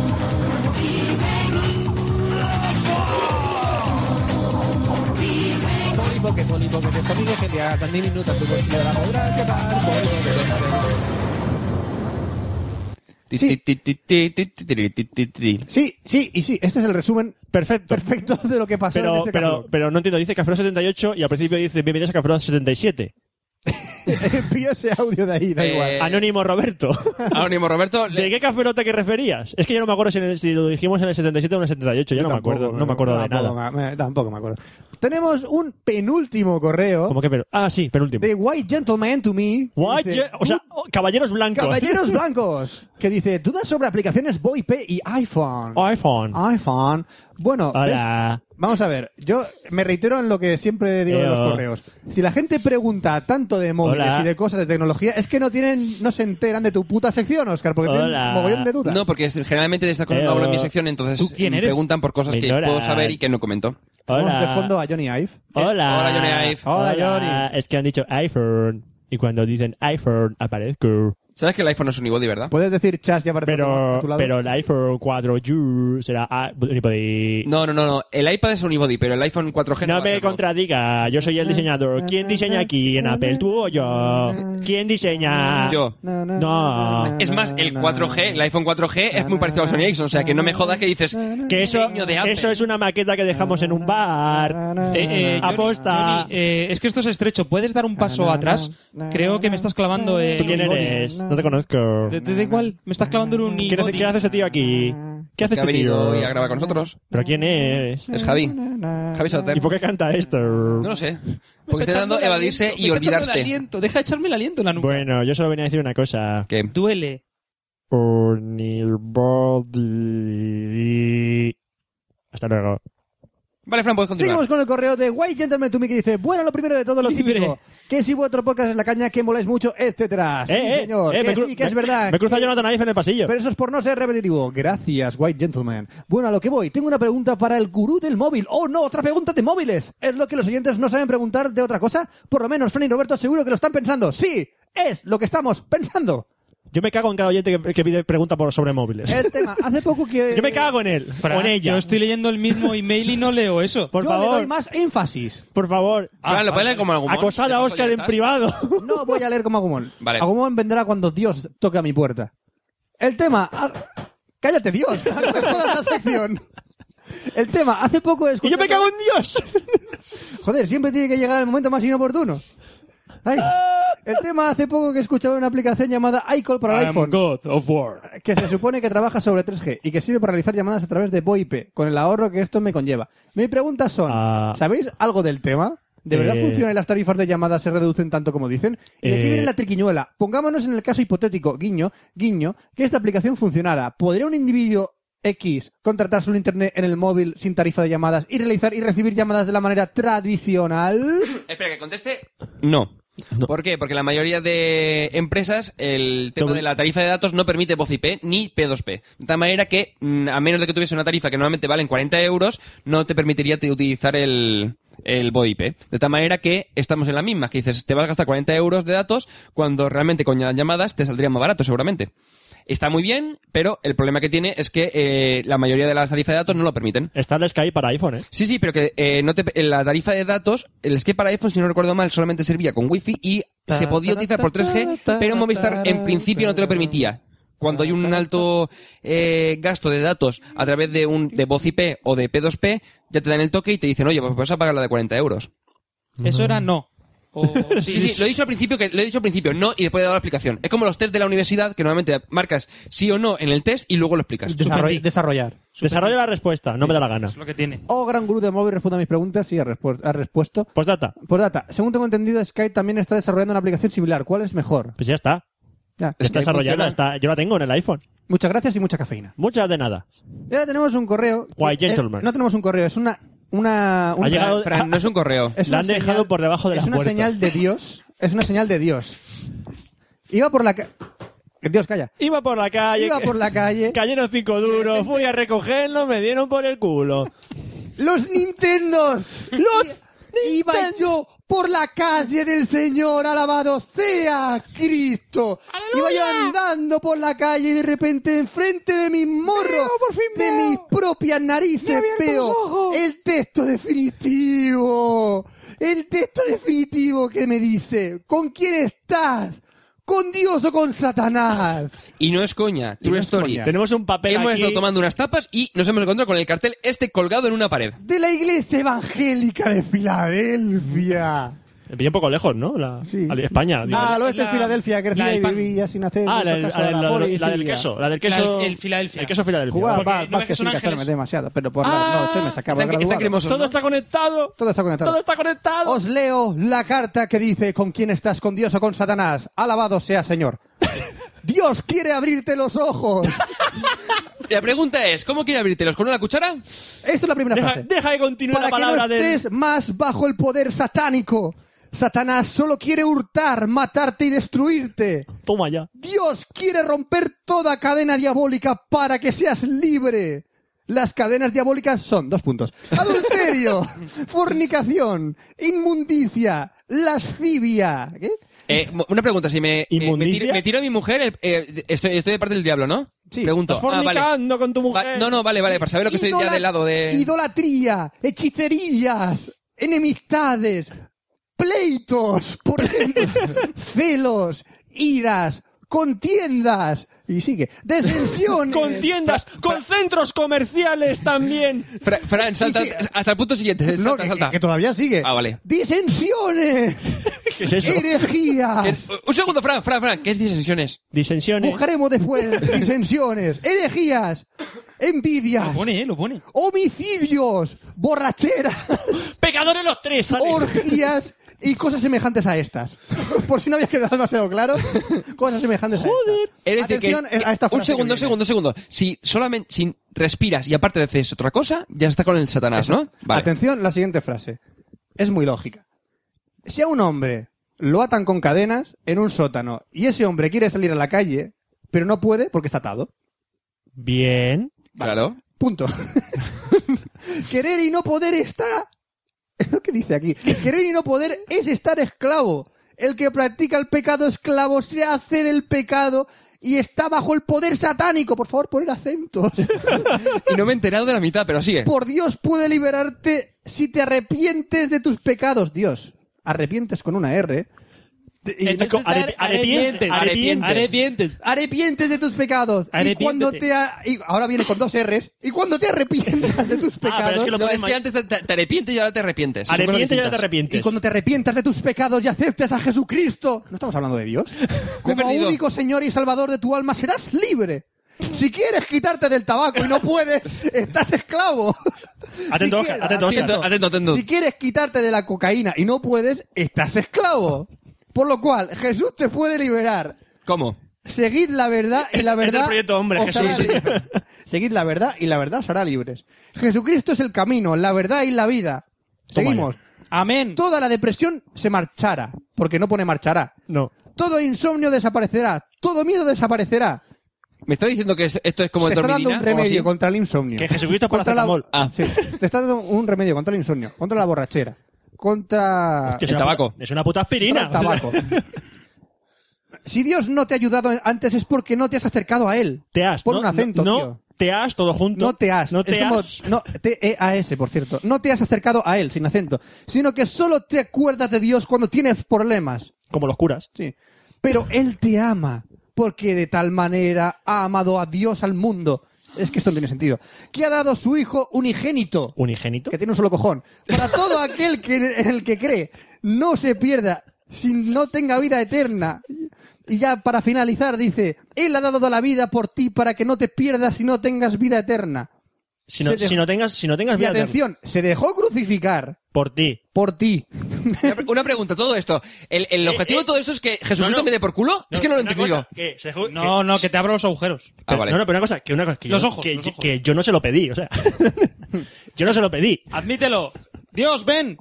Polipocket, Polipocket, esto me genial. También minutos tu bolsillo la podrás llevar Polipocket de Mattel. Sí. Ti, ti, ti, ti, ti, ti, ti, ti, ti, ti. Sí, sí, y sí, este es el resumen Perfecto. perfecto de lo que pasó en Pero, ese pero, Cafeloc. pero no entiendo. Dice Café Lock setenta y ocho y al principio dice bienvenidos a Café Lock setenta y siete. Envío ese audio de ahí, da Eh, igual. Anónimo Roberto. Anónimo Roberto. ¿De le- qué Café Lock te que referías? Es que yo no me acuerdo si, en el- si lo dijimos en el setenta y siete o en el setenta y ocho. Ya no me Tampoco, acuerdo. No me acuerdo de tampoco nada. me- me- tampoco me acuerdo. Tenemos un penúltimo correo ¿Cómo que pero? Ah, sí, penúltimo. de White Gentleman to Me. que White dice, Ge- o sea, oh, caballeros blancos. Caballeros blancos. Que dice, dudas sobre aplicaciones VoIP y iPhone. iPhone. iPhone. Bueno, ¿ves? Hola. Vamos a ver. Yo me reitero en lo que siempre digo de los Eo. correos. Si la gente pregunta tanto de móviles Hola. y de cosas de tecnología, es que no tienen, no se enteran de tu puta sección, Oscar, porque Hola. tienen mogollón de dudas. No, porque es- generalmente de estas cosas no Eo. hablo en mi sección, entonces ¿Tú quién me eres? preguntan por cosas Me que ignoras. puedo saber y que no comento. Tenemos Hola. de fondo a Johnny Ive. Hola. Hola, Johnny Ive. Hola, Johnny. Es que han dicho iPhone. Y cuando dicen iPhone, aparezco. ¿Sabes que el iPhone no es unibody, verdad? ¿Puedes decir chas ya aparece Pero, a tu lado? pero el iPhone cuatro G será ah, unipody. No, no, no, no. El iPad es unibody, pero el iPhone cuatro G no, No va a me serlo. contradiga, yo soy el diseñador. ¿Quién diseña aquí en Apple? ¿Tú o yo? ¿Quién diseña? Yo. No. Es más, el cuatro G, el iPhone cuatro G es muy parecido al Sony Ericsson, o sea que no me jodas que dices Que eso, diseño de Apple. eso es una maqueta que dejamos en un bar. Eh, eh, Johnny, Aposta. Johnny, eh, es que esto es estrecho. ¿Puedes dar un paso atrás? Creo que me estás clavando eh, ¿Tú quién Unibody. eres? No te conozco. Te, te da igual, me estás clavando en un ¿Qué, hace, ¿Qué hace ese tío aquí? ¿Qué hace Que ha este venido tío? y a grabar con nosotros. ¿Pero quién es? Es Javi. Javi Soter. ¿Y por qué canta esto? No lo sé. Porque está dando evadirse y me está echando el olvidarse. aliento. Deja de echarme el aliento en la nuca. Bueno, yo solo venía a decir una cosa. ¿Qué? Duele. Unibody. Hasta luego. Vale, Fran, puedes continuar. Seguimos con el correo de White Gentleman to Me que dice, bueno, lo primero de todo lo Libre. típico, que si vuestro podcast es la caña, que moláis mucho, etcétera. Sí, Eh, eh, señor, eh, que me cru- sí, que es me- verdad. Me cruza que- Jonathan Ive en el pasillo. Pero eso es por no ser repetitivo. Gracias, White Gentleman. Bueno, a lo que voy. Tengo una pregunta para el gurú del móvil. ¡Oh, no! ¡Otra pregunta de móviles! ¿Es lo que los oyentes no saben preguntar de otra cosa? Por lo menos Fran y Roberto seguro que lo están pensando. ¡Sí! Es lo que estamos pensando. Yo me cago en cada oyente que, que pide pregunta por, sobre móviles. El tema. Hace poco que... Yo me cago en él. Fran, o en ella. yo estoy leyendo el mismo email y no leo eso. Por Yo favor. le doy más énfasis. Por favor. Fran, ¿lo puedes leer como Agumon? Acosad De a paso, Oscar ya en estás. privado. No voy a leer como Agumon. Vale. Agumon vendrá cuando Dios toque a mi puerta. El tema... ha- Cállate, Dios. No me jodas la sección. El tema. Hace poco ¡Y escuché... yo me cago en Dios! Joder, siempre tiene que llegar el momento más inoportuno. Ay. El tema, hace poco que escuchaba una aplicación llamada iCall para el I'm iPhone, God of War. que se supone que trabaja sobre tres G y que sirve para realizar llamadas a través de V O I P, con el ahorro que esto me conlleva. Mis preguntas son, Ah. ¿sabéis algo del tema? ¿De verdad Eh. funciona y las tarifas de llamadas se reducen tanto como dicen? ¿Y de aquí Eh. viene la triquiñuela? Pongámonos en el caso hipotético, guiño, guiño, que esta aplicación funcionara. ¿Podría un individuo X contratar solo internet en el móvil sin tarifa de llamadas y realizar y recibir llamadas de la manera tradicional? Espera, que conteste. No. ¿Por qué? Porque la mayoría de empresas el tema Doble- de la tarifa de datos no permite voz I P ni P dos P. De tal manera que, mm, a menos de que tuviese una tarifa que normalmente valen cuarenta euros, no te permitiría te- utilizar el, el V O I P. De tal manera que estamos en la misma, que dices, te vas a gastar cuarenta euros de datos cuando realmente con las llamadas te saldría más barato seguramente. Está muy bien, pero el problema que tiene es que eh, la mayoría de las tarifas de datos no lo permiten. Está el Skype para iPhone, ¿eh? Sí, sí, pero que eh, no te, en la tarifa de datos, el Skype para iPhone, si no recuerdo mal, solamente servía con Wi-Fi y se podía utilizar por tres G, pero Movistar en principio no te lo permitía. Cuando hay un alto eh, gasto de datos a través de un de voz I P o de P dos P, ya te dan el toque y te dicen, oye, pues vas a pagar la de cuarenta euros. Eso era no. O Sí, sí, lo he dicho al principio, que lo he dicho al principio, no, y después he dado la explicación. Es como los test de la universidad, que normalmente marcas sí o no en el test y luego lo explicas. Desarroll- Suspendí. desarrollar. Desarrolla la respuesta, no me da la gana. Es lo que tiene. Oh, gran gurú de móvil, responda a mis preguntas. Sí, ha, respu- ha respuesto. Postdata. Por data, según tengo entendido, Skype también está desarrollando una aplicación similar. ¿Cuál es mejor? Pues ya está. Ya. Es Está que desarrollada. funciona. Está, yo la tengo en el iPhone. Muchas gracias y mucha cafeína. Muchas de nada. Y ahora tenemos un correo. White Eh, gentleman. no tenemos un correo, es una... una, una Ha llegado- Fran, no es un correo. es La una han dejado por debajo de Es la una puerta. señal de Dios. Es una señal de Dios. Iba por la calle... Dios, calla. Iba por la calle. Iba por la calle. Cayeron cinco duros. Fui a recogerlo, me dieron por el culo. ¡Los Nintendos! ¡Los Iba yo por la calle del Señor, alabado sea Cristo. Iba yo andando por la calle y de repente enfrente de mis morros, de mis propias narices, veo el texto definitivo. El texto definitivo que me dice, ¿con quién estás? ¿Con Dios o con Satanás? Y no es coña, Y true no es story. coña. Tenemos un papel Hemos aquí. estado tomando unas tapas y nos hemos encontrado con el cartel este colgado en una pared. De la Iglesia Evangélica de Filadelfia. Me pillé un poco lejos, ¿no? La, Sí. a España. digo. Ah, al oeste de la- Filadelfia, crecía la del y pan. vivía sin hacer Ah, mucho la, del- caso la a del- la la del- policía. la del queso. La del queso. La- el Filadelfia. El queso Filadelfia. Jugaba Porque más, no más ves que que sin son casarme ángeles. demasiado, pero por Ah, la noche me sacaba está- está graduado. cremoso. Todo está conectado. Todo está conectado. Todo está conectado. Os leo la carta que dice ¿con quién estás, con Dios o con Satanás? Alabado sea Señor. Dios quiere abrirte los ojos. La pregunta es, ¿cómo quiere abrírtelos? ¿Con una cuchara? Esto es la primera Deja, frase. deja que continúe Para la que no palabra de. estés más bajo el poder satánico. Satanás solo quiere hurtar, matarte y destruirte. Toma ya. Dios quiere romper toda cadena diabólica para que seas libre. Las cadenas diabólicas son, dos puntos, adulterio, fornicación, inmundicia, lascivia. ¿Qué? Eh, mo- una pregunta, si me, me, me ¿Inmundicia? tiro, me tiro a mi mujer, eh, eh, estoy, estoy de parte del diablo, ¿no? Sí. Pregunto. Estás Ah, vale. fornicando con tu Va- mujer. no, no, vale, vale, para saber lo que estoy ya Idola- del lado de... Idolatría, hechicerías, enemistades, pleitos, por ejemplo, celos, iras, contiendas, y sigue, desensiones. Con tiendas, con centros comerciales también. Fra- Fran, salta Sí, sí. hasta el punto siguiente. No, Salta, que, salta. que todavía sigue. Ah, vale. Disensiones, ¿Qué es eso? herejías. Un segundo, Fran, Fran, Fran, ¿qué es disensiones? Disensiones. Buscaremos después disensiones, herejías, envidias, Lo pone, ¿eh? Lo pone. homicidios, borracheras, Pecadores los tres, ¿sabes? orgías y cosas semejantes a estas. Por si no había quedado demasiado claro, cosas semejantes a estas. Es decir, Atención que, a esta un frase segundo, que un segundo, un segundo. Si solamente si respiras y aparte haces otra cosa, ya está con el Satanás, ¿no? Vale. Atención, la siguiente frase. Es muy lógica. Si a un hombre lo atan con cadenas en un sótano y ese hombre quiere salir a la calle, pero no puede porque está atado. Bien. Claro. Punto. Querer y no poder está... Es lo que dice aquí. Querer y no poder es estar esclavo. El que practica el pecado esclavo se hace del pecado y está bajo el poder satánico. Por favor, poner acentos. Y no me he enterado de la mitad, pero sigue. Por Dios puede liberarte si te arrepientes de tus pecados. Dios, arrepientes con una R. Y- Entonces, Are- arrepientes, arrepientes. Arrepientes. Arrepientes de tus pecados. Y Arrepiéntete. cuando te... a- y ahora viene con dos R's. Y cuando te arrepientas de tus Ah, pero pecados... es que lo No, pone es que mal. antes te, te- te arrepientes y ahora te arrepientes. Son cosas Arrepientes y ahora te distintas. arrepientes. Y cuando te arrepientas de tus pecados y aceptes a Jesucristo, no estamos hablando de Dios, como perdido. único Señor y Salvador de tu alma, serás libre. Si quieres quitarte del tabaco y no puedes, estás esclavo. Atento, Si quieres- atento, Oscar. Atento, atento, atento. Si quieres quitarte de la cocaína y no puedes, estás esclavo. Por lo cual, Jesús te puede liberar. ¿Cómo? Seguid la verdad y la Es del verdad proyecto Hombre, os hará Jesús. libres. Seguid la verdad y la verdad os hará libres. Jesucristo es el camino, la verdad y la vida. Toma Seguimos. Amén. Toda la depresión se marchará, porque no pone marchará. No. Todo insomnio desaparecerá, todo miedo desaparecerá. ¿Me está diciendo que es- esto es como te el está dando dormidina? un remedio o así? contra el insomnio. Que Jesucristo es Contra la- paracetamol. Ah. Sí, te está dando un remedio contra el insomnio, contra la borrachera, contra Hostia, es El una tabaco. puta- Es una puta contra aspirina. el tabaco. Si Dios no te ha ayudado antes es porque no te has acercado a Él. Te has. Pon no, un acento, no, tío. no, te has todo junto. No te has. No es te como, has. no, T E A S, por cierto. No te has acercado a Él, sin acento. Sino que solo te acuerdas de Dios cuando tienes problemas. Como los curas. Sí. Pero Él te ama, porque de tal manera ha amado a Dios al mundo. Es que esto no tiene sentido. Que ha dado su Hijo unigénito, Unigénito. que tiene un solo cojón, para todo aquel que, en el que cree, no se pierda, si no tenga vida eterna. Y ya para finalizar dice, Él ha dado la vida por ti para que no te pierdas y no tengas vida eterna. Si no, se dejó- si no tengas, si no tengas Y vida eterna. atención, se dejó crucificar Por ti. por ti. Una, pre- una pregunta, todo esto. ¿El, el Eh, objetivo eh. de todo esto es que Jesucristo No, no. me dé por culo? es que no lo he una entendido. cosa, que se ju- No, que- no, que te abro los agujeros. Ah, pero- vale. No, no, pero una cosa, que una cosa, que Los yo, ojos, que, los ojos. que yo no se lo pedí, o sea. Yo no se lo pedí. Admítelo. Dios, ven.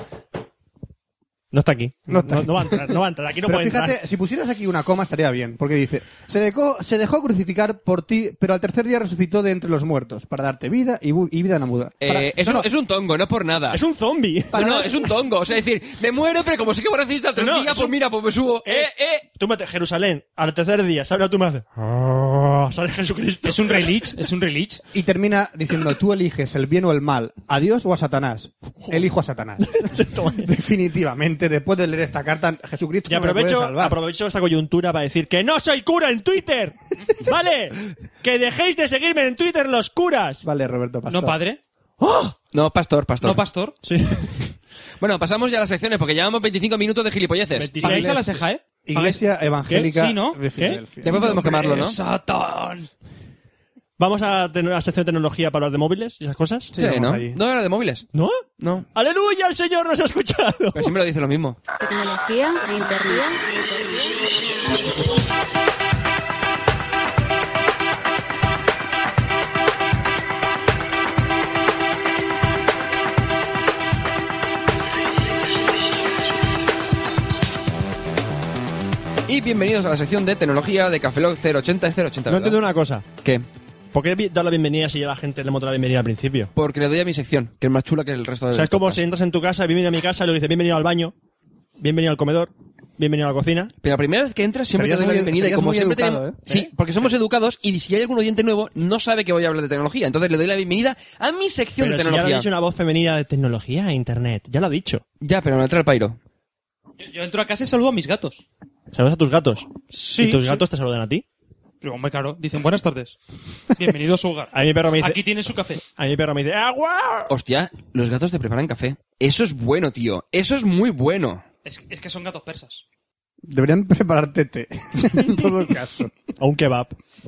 No está aquí. No está no va a entrar, no va a entrar. Aquí no Pero puede fíjate, entrar. si pusieras aquí una coma estaría bien, porque dice, se dejó, se dejó crucificar por ti, pero al tercer día resucitó de entre los muertos, para darte vida y, bu- y vida muda. Eh, Para- es, no, un, no, es un tongo, no por nada. Es un zombie. No, no, es un tongo. O sea, decir, me muero, pero como sé que voy a necesitar tres No, días, es pues un- mira, pues me subo. Eh, Es- eh. Tú metes Jerusalén al tercer día, sale a tu madre. Oh, sale Jesucristo. Es un relich, es un relich. Y termina diciendo, tú eliges el bien o el mal, a Dios o a Satanás. Elijo a Satanás. Definitivamente, después de leer esta carta, Jesucristo Y no me puede aprovecho, salvar. aprovecho esta coyuntura para decir que no soy cura en Twitter. ¿Vale? Que dejéis de seguirme en Twitter los curas. Vale, Roberto Pastor. No, padre. No, pastor, pastor. No, pastor. Sí. Bueno, pasamos ya a las secciones porque llevamos veinticinco minutos de gilipolleces. veintiséis. ¿Pagáis a la ceja, eh? Iglesia Evangélica Sí, ¿no? de Filadelfia. Después podemos quemarlo, ¿no? Satán. Vamos a tener la sección de tecnología para hablar de móviles y esas cosas. Sí, Sí, vamos ¿no? allí. No era de móviles. ¿No? No. ¡Aleluya! El Señor nos ha escuchado. Pero siempre lo dice lo mismo. Tecnología e internet. Y bienvenidos a la sección de tecnología de Cafelog cero ochenta y cero ochenta. No ¿verdad? entiendo una cosa. ¿Qué? ¿Por qué dar la bienvenida si ya la gente le hemos dado la bienvenida al principio? Porque le doy a mi sección, que es más chula que el resto de O sea, es como podcast. si entras en tu casa, bienvenido a mi casa, y le dices bienvenido al baño, bienvenido al comedor, bienvenido a la cocina. Pero la primera vez que entras siempre te Serías doy la muy- bienvenida y serías como muy siempre educado, tenemos... ¿eh? Sí, porque somos educados y si hay algún oyente nuevo no sabe que voy a hablar de tecnología. Entonces le doy la bienvenida a mi sección Pero de si ya lo ha tecnología. dicho una voz femenina de tecnología e internet. Ya lo ha dicho. Ya, pero me trae el pairo. Yo, yo entro a casa y saludo a mis gatos. Saludos a tus gatos. Sí. ¿Y tus sí. gatos te saludan a ti? Pero, hombre, claro. Dicen, buenas tardes. Bienvenido a su hogar. A mí mi perro me dice... Aquí tiene su café. A mí mi perro me dice... ¡Agua! Hostia, los gatos te preparan café. Eso es bueno, tío. Eso es muy bueno. Es, es que son gatos persas. Deberían preparar tete, en todo caso. O un kebab.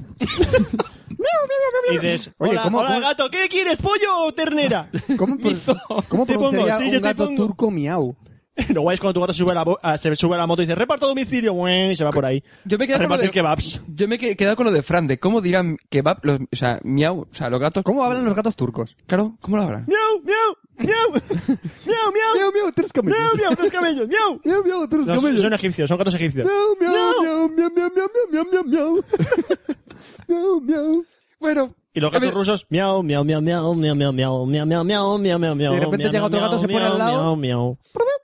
Y dices, Oye, hola, ¿cómo- hola, cómo- gato, ¿qué quieres, pollo o ternera? ¿Cómo, pro- Listo. ¿cómo Te pongo, pronunciaría sí, un yo te gato pongo. turco miau? Lo guay es cuando tu gato sube a la, bo- a- se sube a la moto y dice, reparto a domicilio, y se va por ahí. Yo me he A quedado con lo repartir de, kebabs. yo me he que- quedado con lo de Fran, de cómo dirán kebab, los, o sea, miau, o sea, los gatos. ¿Cómo hablan los gatos turcos? Claro, ¿cómo lo hablan? Miau, miau, miau, miau, miau, Miau, miau, tres camellos. miau, miau, tres camellos, miau. Miau, miau, tres No, camellos. son egipcios, son gatos egipcios. Miau, miau, miau, miau, miau, miau, miau, miau, miau. Miau, miau. Bueno. Y los a ver, gatos rusos, miau, miau, miau, miau, miau, miau, miau, miau, miau, miau, miau, miau, miau. Y de repente miau, llega otro miau, gato, se pone al lado. Miau, miau.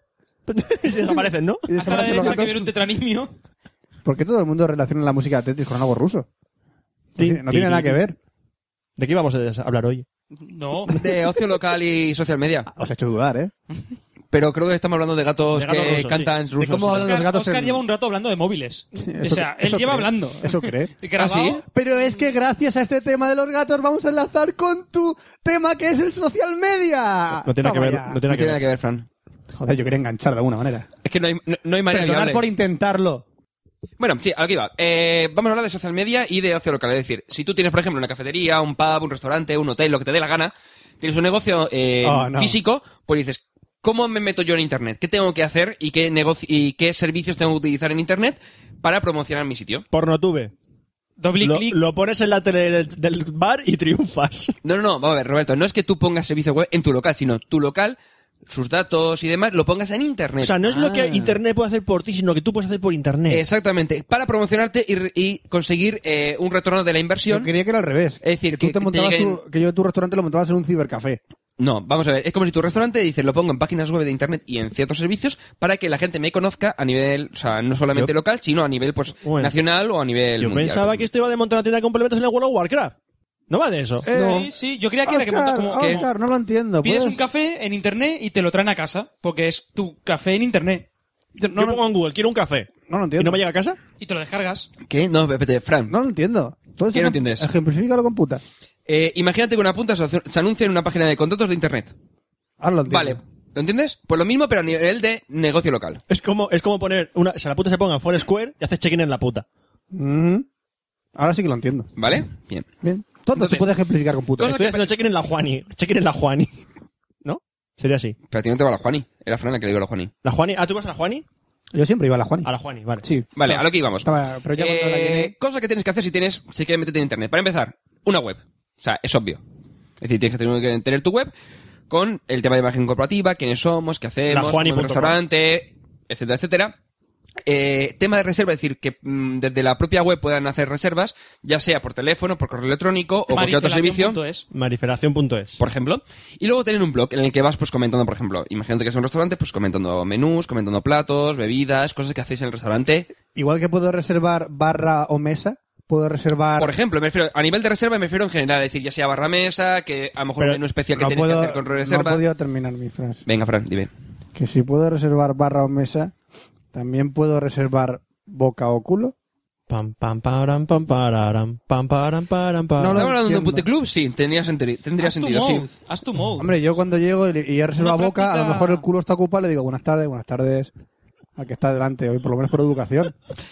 Y se desaparecen, ¿no? Y Hasta la desaparecen los derecha que gatos. viene un tetranimio. ¿Por qué todo el mundo relaciona la música de Tetris con algo ruso? No Tin, tiene- no tiene tin, nada que tin. ver. ¿De qué vamos a hablar hoy? No. de ocio local y social media. Os ha hecho dudar, ¿eh? Pero creo que estamos hablando de gatos, De gatos que rusos, cantan sí. rusos. De cómo hablan los Oscar, gatos Oscar en- lleva un rato hablando de móviles. o Eso- sea, él eso lleva cree. hablando. Eso cree. ¿Grabado? ¿Ah, sí? Pero es que gracias a este tema de los gatos vamos a enlazar con tu tema que es el social media. No tiene nada que Toma ver, ya. no No tiene tiene nada nada que que ver, Fran. Joder, yo quería enganchar de alguna manera. Es que no hay, no, no hay manera Perdonar viable. por intentarlo. Bueno, sí, a lo que iba. Eh, vamos a hablar de social media y de ocio local. Es decir, si tú tienes, por ejemplo, una cafetería, un pub, un restaurante, un hotel, lo que te dé la gana, tienes un negocio eh, Oh, no. físico, pues dices, ¿cómo me meto yo en Internet? ¿Qué tengo que hacer y qué, negocio y qué servicios tengo que utilizar en Internet para promocionar mi sitio? Pornotube. Doble Lo, clic. lo pones en la tele del, del bar y triunfas. No, no, no, vamos a ver, Roberto, no es que tú pongas servicio web en tu local, sino tu local, sus datos y demás, lo pongas en Internet. O sea, no es lo que Ah. Internet puede hacer por ti, sino que tú puedes hacer por Internet. Exactamente, para promocionarte y, re- y conseguir eh, un retorno de la Yo inversión. quería que era al revés. Es decir, que, que- tú te que montabas te lleguen- tu- que yo tu restaurante lo montabas en un cibercafé. No, vamos a ver, es como si tu restaurante dices, lo pongo en páginas web de Internet y en ciertos servicios para que la gente me conozca a nivel, o sea, no solamente Yo- local, sino a nivel pues Bueno. nacional o a nivel Yo mundial. pensaba que esto iba de montar una tienda de complementos en el World of Warcraft. ¿No va de eso? Eh, Sí, sí, yo creía que era que monta Oscar, como... ¿Qué? Oscar, no lo entiendo. Pides ¿puedes? un café en internet y te lo traen a casa, porque es tu café en internet. Yo- Yo no, no, pongo en Google, quiero un café. no lo ¿Y entiendo. no me llega a casa? Y te lo descargas. ¿Qué? No, espérate, Fran. No lo entiendo. ¿Puedes ¿Qué no ejem- entiendes? Ejemplifícalo con puta. Eh, imagínate que una punta se se anuncia en una página de contratos de Internet. Ahora lo entiendo. Vale, ¿lo entiendes? Pues lo mismo, pero a nivel de negocio local. Es como, es como poner una, o sea, la puta se ponga en Foursquare y haces check-in en la puta. Ujú. Ahora sí que lo entiendo. ¿Vale? Bien. Bien. Todo Entonces, se puede ejemplificar con puta. cosas Estoy que- haciendo check-in en la Juani. Check-in en la Juani. ¿No? Sería así. Pero a ti no te va la Juani. Era Fran la que le digo a la Juani. ¿La Juani? Ah, ¿tú vas a la Juani? Yo siempre iba a la Juani. A la Juani, vale. Sí. Vale, a lo que íbamos. Estaba- pero ya cuando la Eh, llené- Cosa que tienes que hacer si tienes, si quieres meterte en Internet. Para empezar, una web. O sea, es obvio. Es decir, tienes que tener, que tener tu web con el tema de imagen corporativa, quiénes somos, qué hacemos, Lajuani cómo es el punto com. restaurante, etcétera, etcétera. Eh, tema de reserva, es decir, que mm, desde la propia web puedan hacer reservas, ya sea por teléfono, por correo electrónico o cualquier otro servicio. Maricelación.es. Mariferación punto es. Por ejemplo, y luego tener un blog en el que vas pues comentando, por ejemplo, imagínate que es un restaurante, pues comentando menús, comentando platos, bebidas, cosas que hacéis en el restaurante. Igual que puedo reservar barra o mesa, puedo reservar... Por ejemplo, me refiero, a nivel de reserva me refiero en general, es decir, ya sea barra mesa, que a lo mejor Pero un menú especial que no tienes puedo, que hacer con no he reserva. podido terminar mi frase. Venga, Fran, dime. Que si puedo reservar barra o mesa, también puedo reservar boca o culo. Pam, pam, param, pam, pararam, pam, param, param, param. No lo ¿Estamos hablando de un entiendo. puticlub? Sí, tendría, senti- tendría Haz tu sentido, sí. mouth. Haz tu mouth. Hombre, yo cuando llego y y he reservado Una boca, a lo práctica- mejor el culo está ocupado, le digo buenas tardes, buenas tardes al que está delante hoy, por lo menos por educación.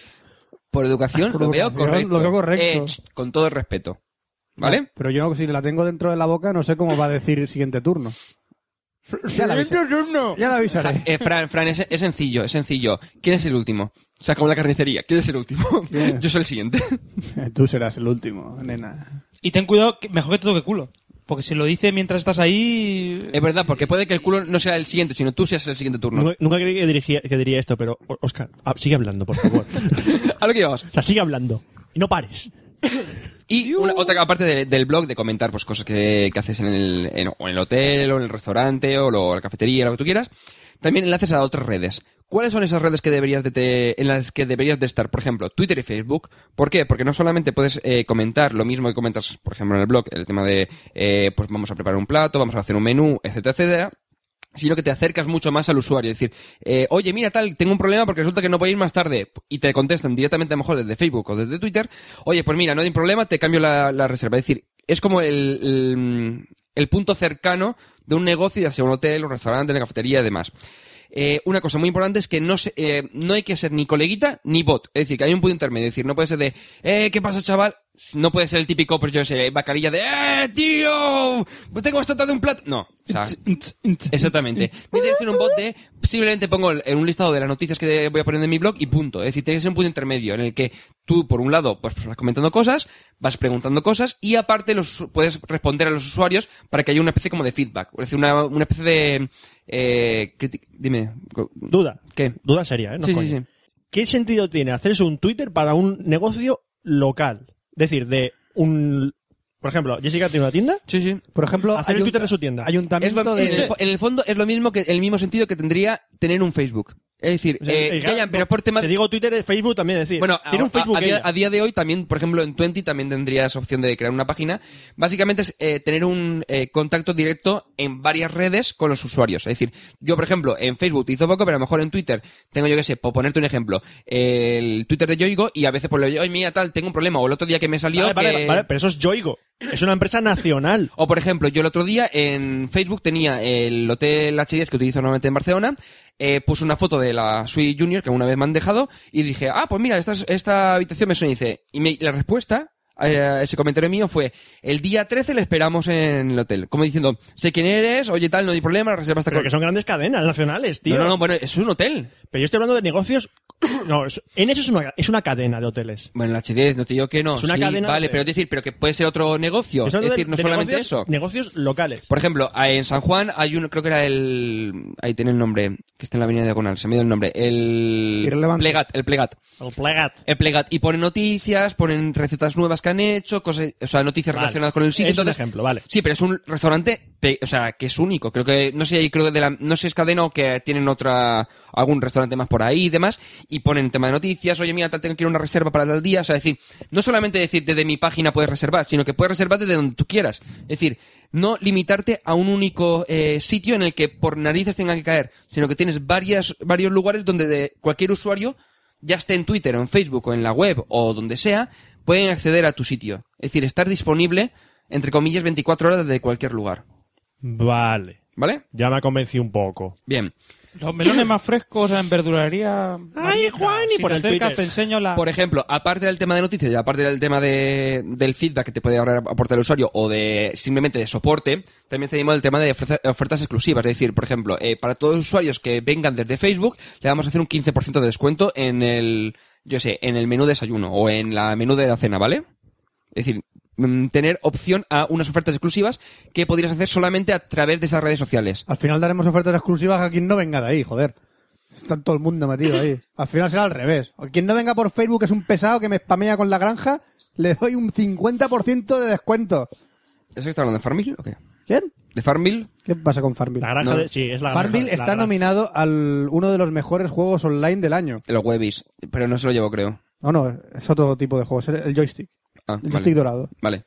Por educación Por lo veo educación, correcto. lo veo correcto. Eh, ch, con todo el respeto. ¿Vale? Pero yo si la tengo dentro de la boca, no sé cómo va a decir el siguiente turno. Ya la avisaré. Ya la avisaré. Eh, Fran, Fran, es, es sencillo, es sencillo. ¿Quién es el último? O sea, como la carnicería. ¿Quién es el último? Bien. Yo soy el siguiente. Tú serás el último, nena. Y ten cuidado, que mejor que te toque culo. Porque si lo dice mientras estás ahí... Es verdad, porque puede que el culo no sea el siguiente, sino tú seas el siguiente turno. Nunca, nunca creí que, dirigía- que diría esto, pero, O- Oscar, ah, sigue hablando, por favor. A lo que llevamos. O sea, sigue hablando. Y no pares. Y una, otra aparte de- del blog, de comentar pues cosas que, que haces en el, en, o en el hotel, o en el restaurante, o lo- la cafetería, lo que tú quieras. También enlaces a otras redes. ¿Cuáles son esas redes que deberías de te- en las que deberías de estar? Por ejemplo, Twitter y Facebook. ¿Por qué? Porque no solamente puedes eh, comentar lo mismo que comentas, por ejemplo, en el blog, el tema de, eh, pues vamos a preparar un plato, vamos a hacer un menú, etcétera, etcétera, sino que te acercas mucho más al usuario. Es decir, eh, oye, mira tal, tengo un problema porque resulta que no puedo ir más tarde. Y te contestan directamente a lo mejor desde Facebook o desde Twitter. Oye, pues mira, no hay problema, te cambio la, la reserva. Es decir, es como el, el, el punto cercano de un negocio, ya sea un hotel, un restaurante, una cafetería y demás. eh, una cosa muy importante es que no se, eh, no hay que ser ni coleguita ni bot. Es decir, que hay un punto intermedio. Es decir, no puede ser de, eh, ¿qué pasa, chaval? No puede ser el típico, pues yo sé, bacarilla de, ¡eh, tío! Pues tengo esta tarde un plato. No, o sea, exactamente. Tiene que ser un bot de, simplemente pongo en un listado de las noticias que voy a poner en mi blog y punto. Es decir, tiene que ser un punto intermedio en el que tú, por un lado, pues vas comentando cosas, vas preguntando cosas y aparte los puedes responder a los usuarios para que haya una especie como de feedback. Es decir, una, una especie de, eh, criti- dime. Duda. ¿Qué? Duda seria, ¿eh? No sí, coño. sí, sí. ¿Qué sentido tiene hacerse un Twitter para un negocio local? Es decir, de un... Por ejemplo, Jessica tiene una tienda. Sí, sí. Por ejemplo, Hacer el ayun- Twitter de su tienda. Es Ayuntamiento lo- de... en, el, fo- en el fondo es lo mismo que el mismo sentido que tendría tener un Facebook. Es decir, O sea, eh, eh, ya, ya, no, pero por temas... Si digo Twitter, es Facebook también, es decir, Bueno, tiene a, un Facebook a- a día, ella. a día de hoy también, por ejemplo, en Twenty también tendrías opción de crear una página. Básicamente es eh, tener un eh, contacto directo en varias redes con los usuarios. Es decir, yo, por ejemplo, en Facebook utilizo poco, pero a lo mejor en Twitter tengo, yo qué sé, por ponerte un ejemplo, el Twitter de Yoigo y a veces pues le digo, oye, mira, tal, tengo un problema. O el otro día que me salió Vale, vale, que... vale, pero eso es Yoigo. Es una empresa nacional. O, por ejemplo, yo el otro día en Facebook tenía el Hotel H diez que utilizo normalmente en Barcelona, eh, puse una foto de la Suite Junior que una vez me han dejado y dije, ah, pues mira, esta, esta habitación me suena y dice, y me- la respuesta a ese comentario mío fue, el día trece le esperamos en el hotel. Como diciendo, sé quién eres, oye tal, no hay problema, la reserva está Pero con... que son grandes cadenas nacionales, tío. No, no, no, bueno, es un hotel. Pero yo estoy hablando de negocios... No, es- en eso es una, es una cadena de hoteles. Bueno, el H diez, no te digo que no. Es una sí, cadena vale, de- pero es decir, pero que puede ser otro negocio. Estoy Es hablando decir, de- no de solamente negocios, eso. Negocios locales. Por ejemplo, en San Juan hay uno, creo que era el... Ahí tiene el nombre, que está en la avenida Diagonal, se me dio el nombre. El... Irrelevante. Plegat, el Plegat. El plegat. El Plegat. Y ponen noticias, ponen recetas nuevas que han hecho, cosas, o sea, noticias Vale. relacionadas con el sitio. Es un Entonces, ejemplo, vale. Sí, pero es un restaurante, pe- o sea, que es único. Creo que, no sé, creo que de la, no sé si es cadena o que tienen otra, algún restaurante más por ahí y demás, y ponen tema de noticias, oye, mira, tal, tengo que ir a una reserva para tal día, o sea, es decir, no solamente decir desde mi página puedes reservar, sino que puedes reservar desde donde tú quieras. Es decir, no limitarte a un único eh, sitio en el que por narices tenga que caer, sino que tienes varias, varios lugares donde de cualquier usuario, ya esté en Twitter o en Facebook o en la web o donde sea, pueden acceder a tu sitio. Es decir, estar disponible, entre comillas, veinticuatro horas desde cualquier lugar. Vale. ¿Vale? Ya me ha convencido un poco. Bien. Los melones más frescos en verduraría... Ay, Juan, y si por te el acercas, Twitter. te enseño la... Por ejemplo, aparte del tema de noticias y aparte del tema de, del feedback que te puede ahora aportar el usuario o de simplemente de soporte, también tenemos el tema de ofrece- ofertas exclusivas. Es decir, por ejemplo, eh, para todos los usuarios que vengan desde Facebook, le vamos a hacer un quince por ciento de descuento en el, yo sé, en el menú desayuno o en la menú de la cena, ¿vale? Es decir, mm, tener opción a unas ofertas exclusivas que podrías hacer solamente a través de esas redes sociales. Al final daremos ofertas exclusivas a quien no venga de ahí, joder. Está todo el mundo metido ahí. Al final será al revés. A quien no venga por Facebook es un pesado que me spamea con la granja, le doy un cincuenta por ciento de descuento. ¿Eso que está hablando de Farmville o qué? ¿Quién? ¿De Farmville? ¿Qué pasa con Farmville? La granja No. de... Sí, es la granja. Farmville la está granja. nominado al uno de los mejores juegos online del año. De los Webis, pero no se lo llevo, creo. No, no, es otro tipo de juego, es el el joystick. Ah, El vale. joystick dorado. Vale.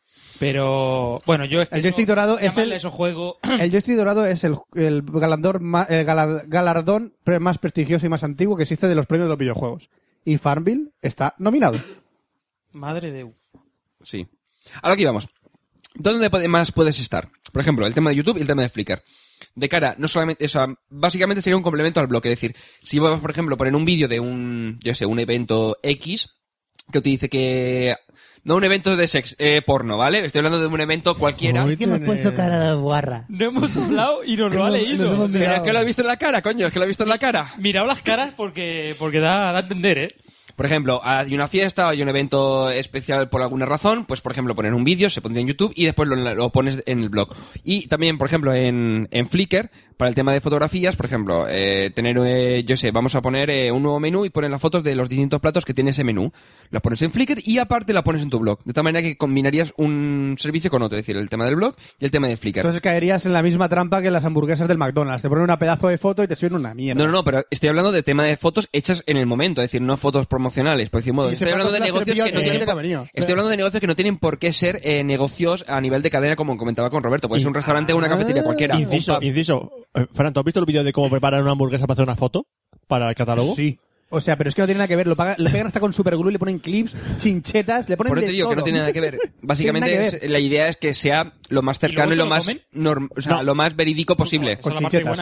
Pero, bueno, yo es que El joystick eso- dorado es llamarle el- eso juego... El joystick dorado es el, el, galardón ma- el gala- galardón pre- más prestigioso y más antiguo que existe de los premios de los videojuegos. Y Farmville está nominado. Madre de... Sí. Ahora aquí vamos. ¿Dónde puede- más puedes estar? Por ejemplo, el tema de YouTube y el tema de Flickr. De cara, no solamente, o sea, básicamente sería un complemento al blog. Es decir, si vas, por ejemplo, a poner un vídeo de un, yo sé, un evento X, que te dice que... No un evento de sex, eh, porno, ¿vale? Estoy hablando de un evento cualquiera. Es que hemos puesto cara de guarra. No hemos hablado y nos lo ha Hemos- leído. nos hemos O sea, Pero es mirado. que lo he visto en la cara, coño, es que lo he visto en la cara. Mirad las caras porque, porque da, da a entender, ¿eh? Por ejemplo, hay una fiesta, hay un evento especial por alguna razón, pues por ejemplo poner un vídeo, se pondría en YouTube y después lo, lo pones en el blog. Y también, por ejemplo, en, en Flickr, para el tema de fotografías, por ejemplo, eh, tener, eh, yo sé, vamos a poner eh, un nuevo menú y poner las fotos de los distintos platos que tiene ese menú. Las pones en Flickr y aparte la pones en tu blog. De tal manera que combinarías un servicio con otro, es decir, el tema del blog y el tema de Flickr. Entonces caerías en la misma trampa que las hamburguesas del McDonald's. Te ponen una pedazo de foto y te suben una mierda. No, no, no, pero estoy hablando de tema de fotos hechas en el momento, es decir, no fotos promocionales, por decir modo. Y ese Estoy hablando de plato se lo ha negocios que no servido tienen el cliente por- que ha venido. estoy hablando de negocios que no tienen por qué ser eh, negocios a nivel de cadena, como comentaba con Roberto. Puede ser un restaurante o una cafetería cualquiera. Inciso, Un pub. inciso. Eh, Fran, ¿tú has visto el vídeo de cómo preparar una hamburguesa para hacer una foto? ¿Para el catálogo? Sí. O sea, pero es que no tiene nada que ver. Lo, paga- lo pegan hasta con superglue, le ponen clips, chinchetas, le ponen Por eso de te digo que todo. no tiene nada que ver. Básicamente Tiene nada que es- la idea es que sea lo más cercano y, luego lo se lo más comen? norm- o sea, No. lo más verídico posible. Esa Con es la parte chinchetas, buena. sí.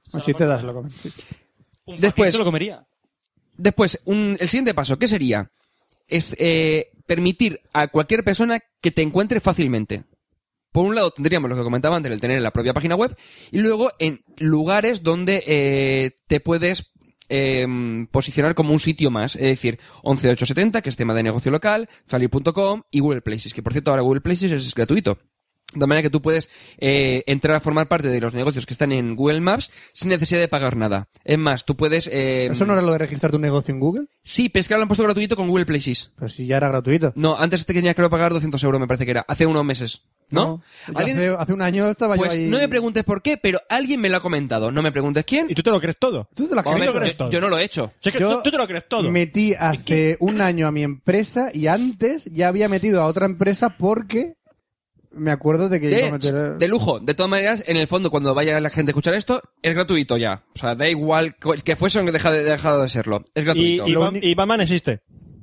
Un chiste das, lo comes. Sí. Un Después- Después se lo comería. Después, un- el siguiente paso, ¿qué sería? Es eh, permitir a cualquier persona que te encuentre fácilmente. Por un lado tendríamos lo que comentaba antes, el tener en la propia página web, y luego en lugares donde eh, te puedes eh, posicionar como un sitio más, es decir, once ocho setenta, que es tema de negocio local, salir punto com y Google Places, que por cierto ahora Google Places es gratuito. De manera que tú puedes eh, entrar a formar parte de los negocios que están en Google Maps sin necesidad de pagar nada. Es más, tú puedes... Eh, ¿Eso no era lo de registrar tu negocio en Google? Sí, pero es que ahora lo han puesto gratuito con Google Places. Pero si ya era gratuito. No, antes te tenías que pagar doscientos euros, me parece que era, hace unos meses. ¿No? Yo ¿Alguien? Hace, hace un año estaba Pues yo ahí... no me preguntes por qué, pero alguien me lo ha comentado. No me preguntes quién. ¿Y tú te lo crees todo? ¿Tú te lo has Hombre, creído? lo crees yo, todo. yo no lo he hecho. Si es que Yo tú, tú te lo crees todo. Metí hace un año a mi empresa y antes ya había metido a otra empresa porque me acuerdo de que iba a De, meter... de lujo. De todas maneras, en el fondo, cuando vaya la gente a escuchar esto, es gratuito ya. O sea, da igual que fuese o que deja de, dejado de serlo. Es Y, gratuito. y, Lo Ba- uni- y Batman existe.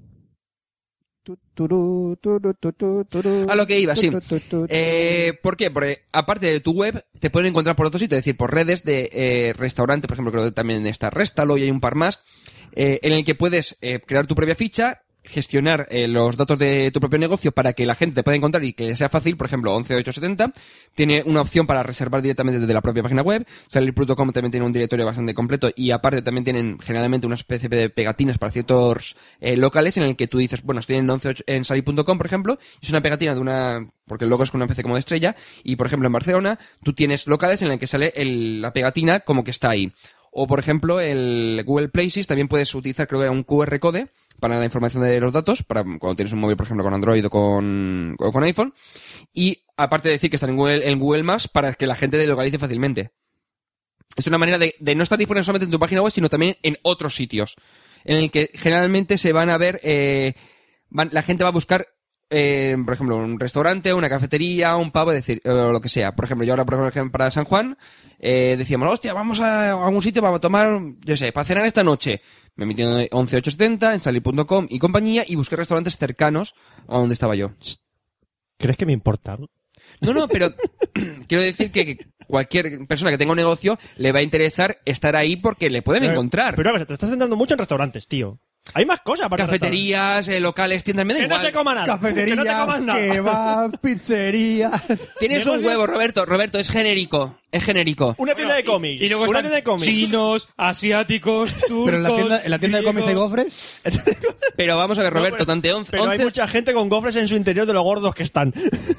Tu, turú, turú, tu, tu, turú, A lo que iba, sí. tu, tu, tu, tu. Eh, ¿Por qué? Porque aparte de tu web, te pueden encontrar por otro sitio, es decir, por redes de eh, restaurante, por ejemplo, creo que también está Restalo y hay un par más, eh, en el que puedes eh, crear tu propia ficha, gestionar eh, los datos de tu propio negocio para que la gente te pueda encontrar y que le sea fácil. Por ejemplo, once ocho setenta tiene una opción para reservar directamente desde la propia página web. Salir punto com también tiene un directorio bastante completo y aparte también tienen generalmente una especie de pegatinas para ciertos eh, locales en el que tú dices, bueno, estoy en, once, en salir punto com, por ejemplo, y es una pegatina de una... porque el logo es con una especie como de estrella y, por ejemplo, en Barcelona tú tienes locales en el que sale el, la pegatina como que está ahí. O, por ejemplo, el Google Places también puedes utilizar, creo que era un Q R code para la información de los datos, para cuando tienes un móvil, por ejemplo, con Android o con, o con iPhone. Y, aparte de decir que están en Google, en Google Maps, para que la gente te localice fácilmente. Es una manera de, de no estar disponible solamente en tu página web, sino también en otros sitios. En el que generalmente se van a ver, eh, van, la gente va a buscar Eh, por ejemplo, un restaurante, una cafetería, un pub, decir, eh, o lo que sea. Por ejemplo, yo ahora, por ejemplo, para San Juan, eh, decíamos, hostia, vamos a algún sitio para tomar, yo sé, para cenar esta noche. Me metí en once ocho setenta, en salir punto com y compañía, y busqué restaurantes cercanos a donde estaba yo. ¿Crees que me importa? No, no, pero quiero decir que cualquier persona que tenga un negocio le va a interesar estar ahí porque le pueden Pero- encontrar. Pero a ver, te estás centrando mucho en restaurantes, tío. Hay más cosas para Cafeterías, eh, locales, tiendas, me da Que no igual. se coma nada. Cafeterías, Que no te comas nada. kebab, pizzerías... Tienes un negocios- huevo, Roberto. Roberto, es genérico. Es genérico. Una tienda de cómics. Y luego una están tienda de cómics. chinos, asiáticos, turcos... Pero en la tienda, en la tienda de cómics hay griegos. gofres. Pero vamos a ver, No, Roberto, pero- tanto once, Pero hay once- mucha gente con gofres en su interior de lo gordos que están.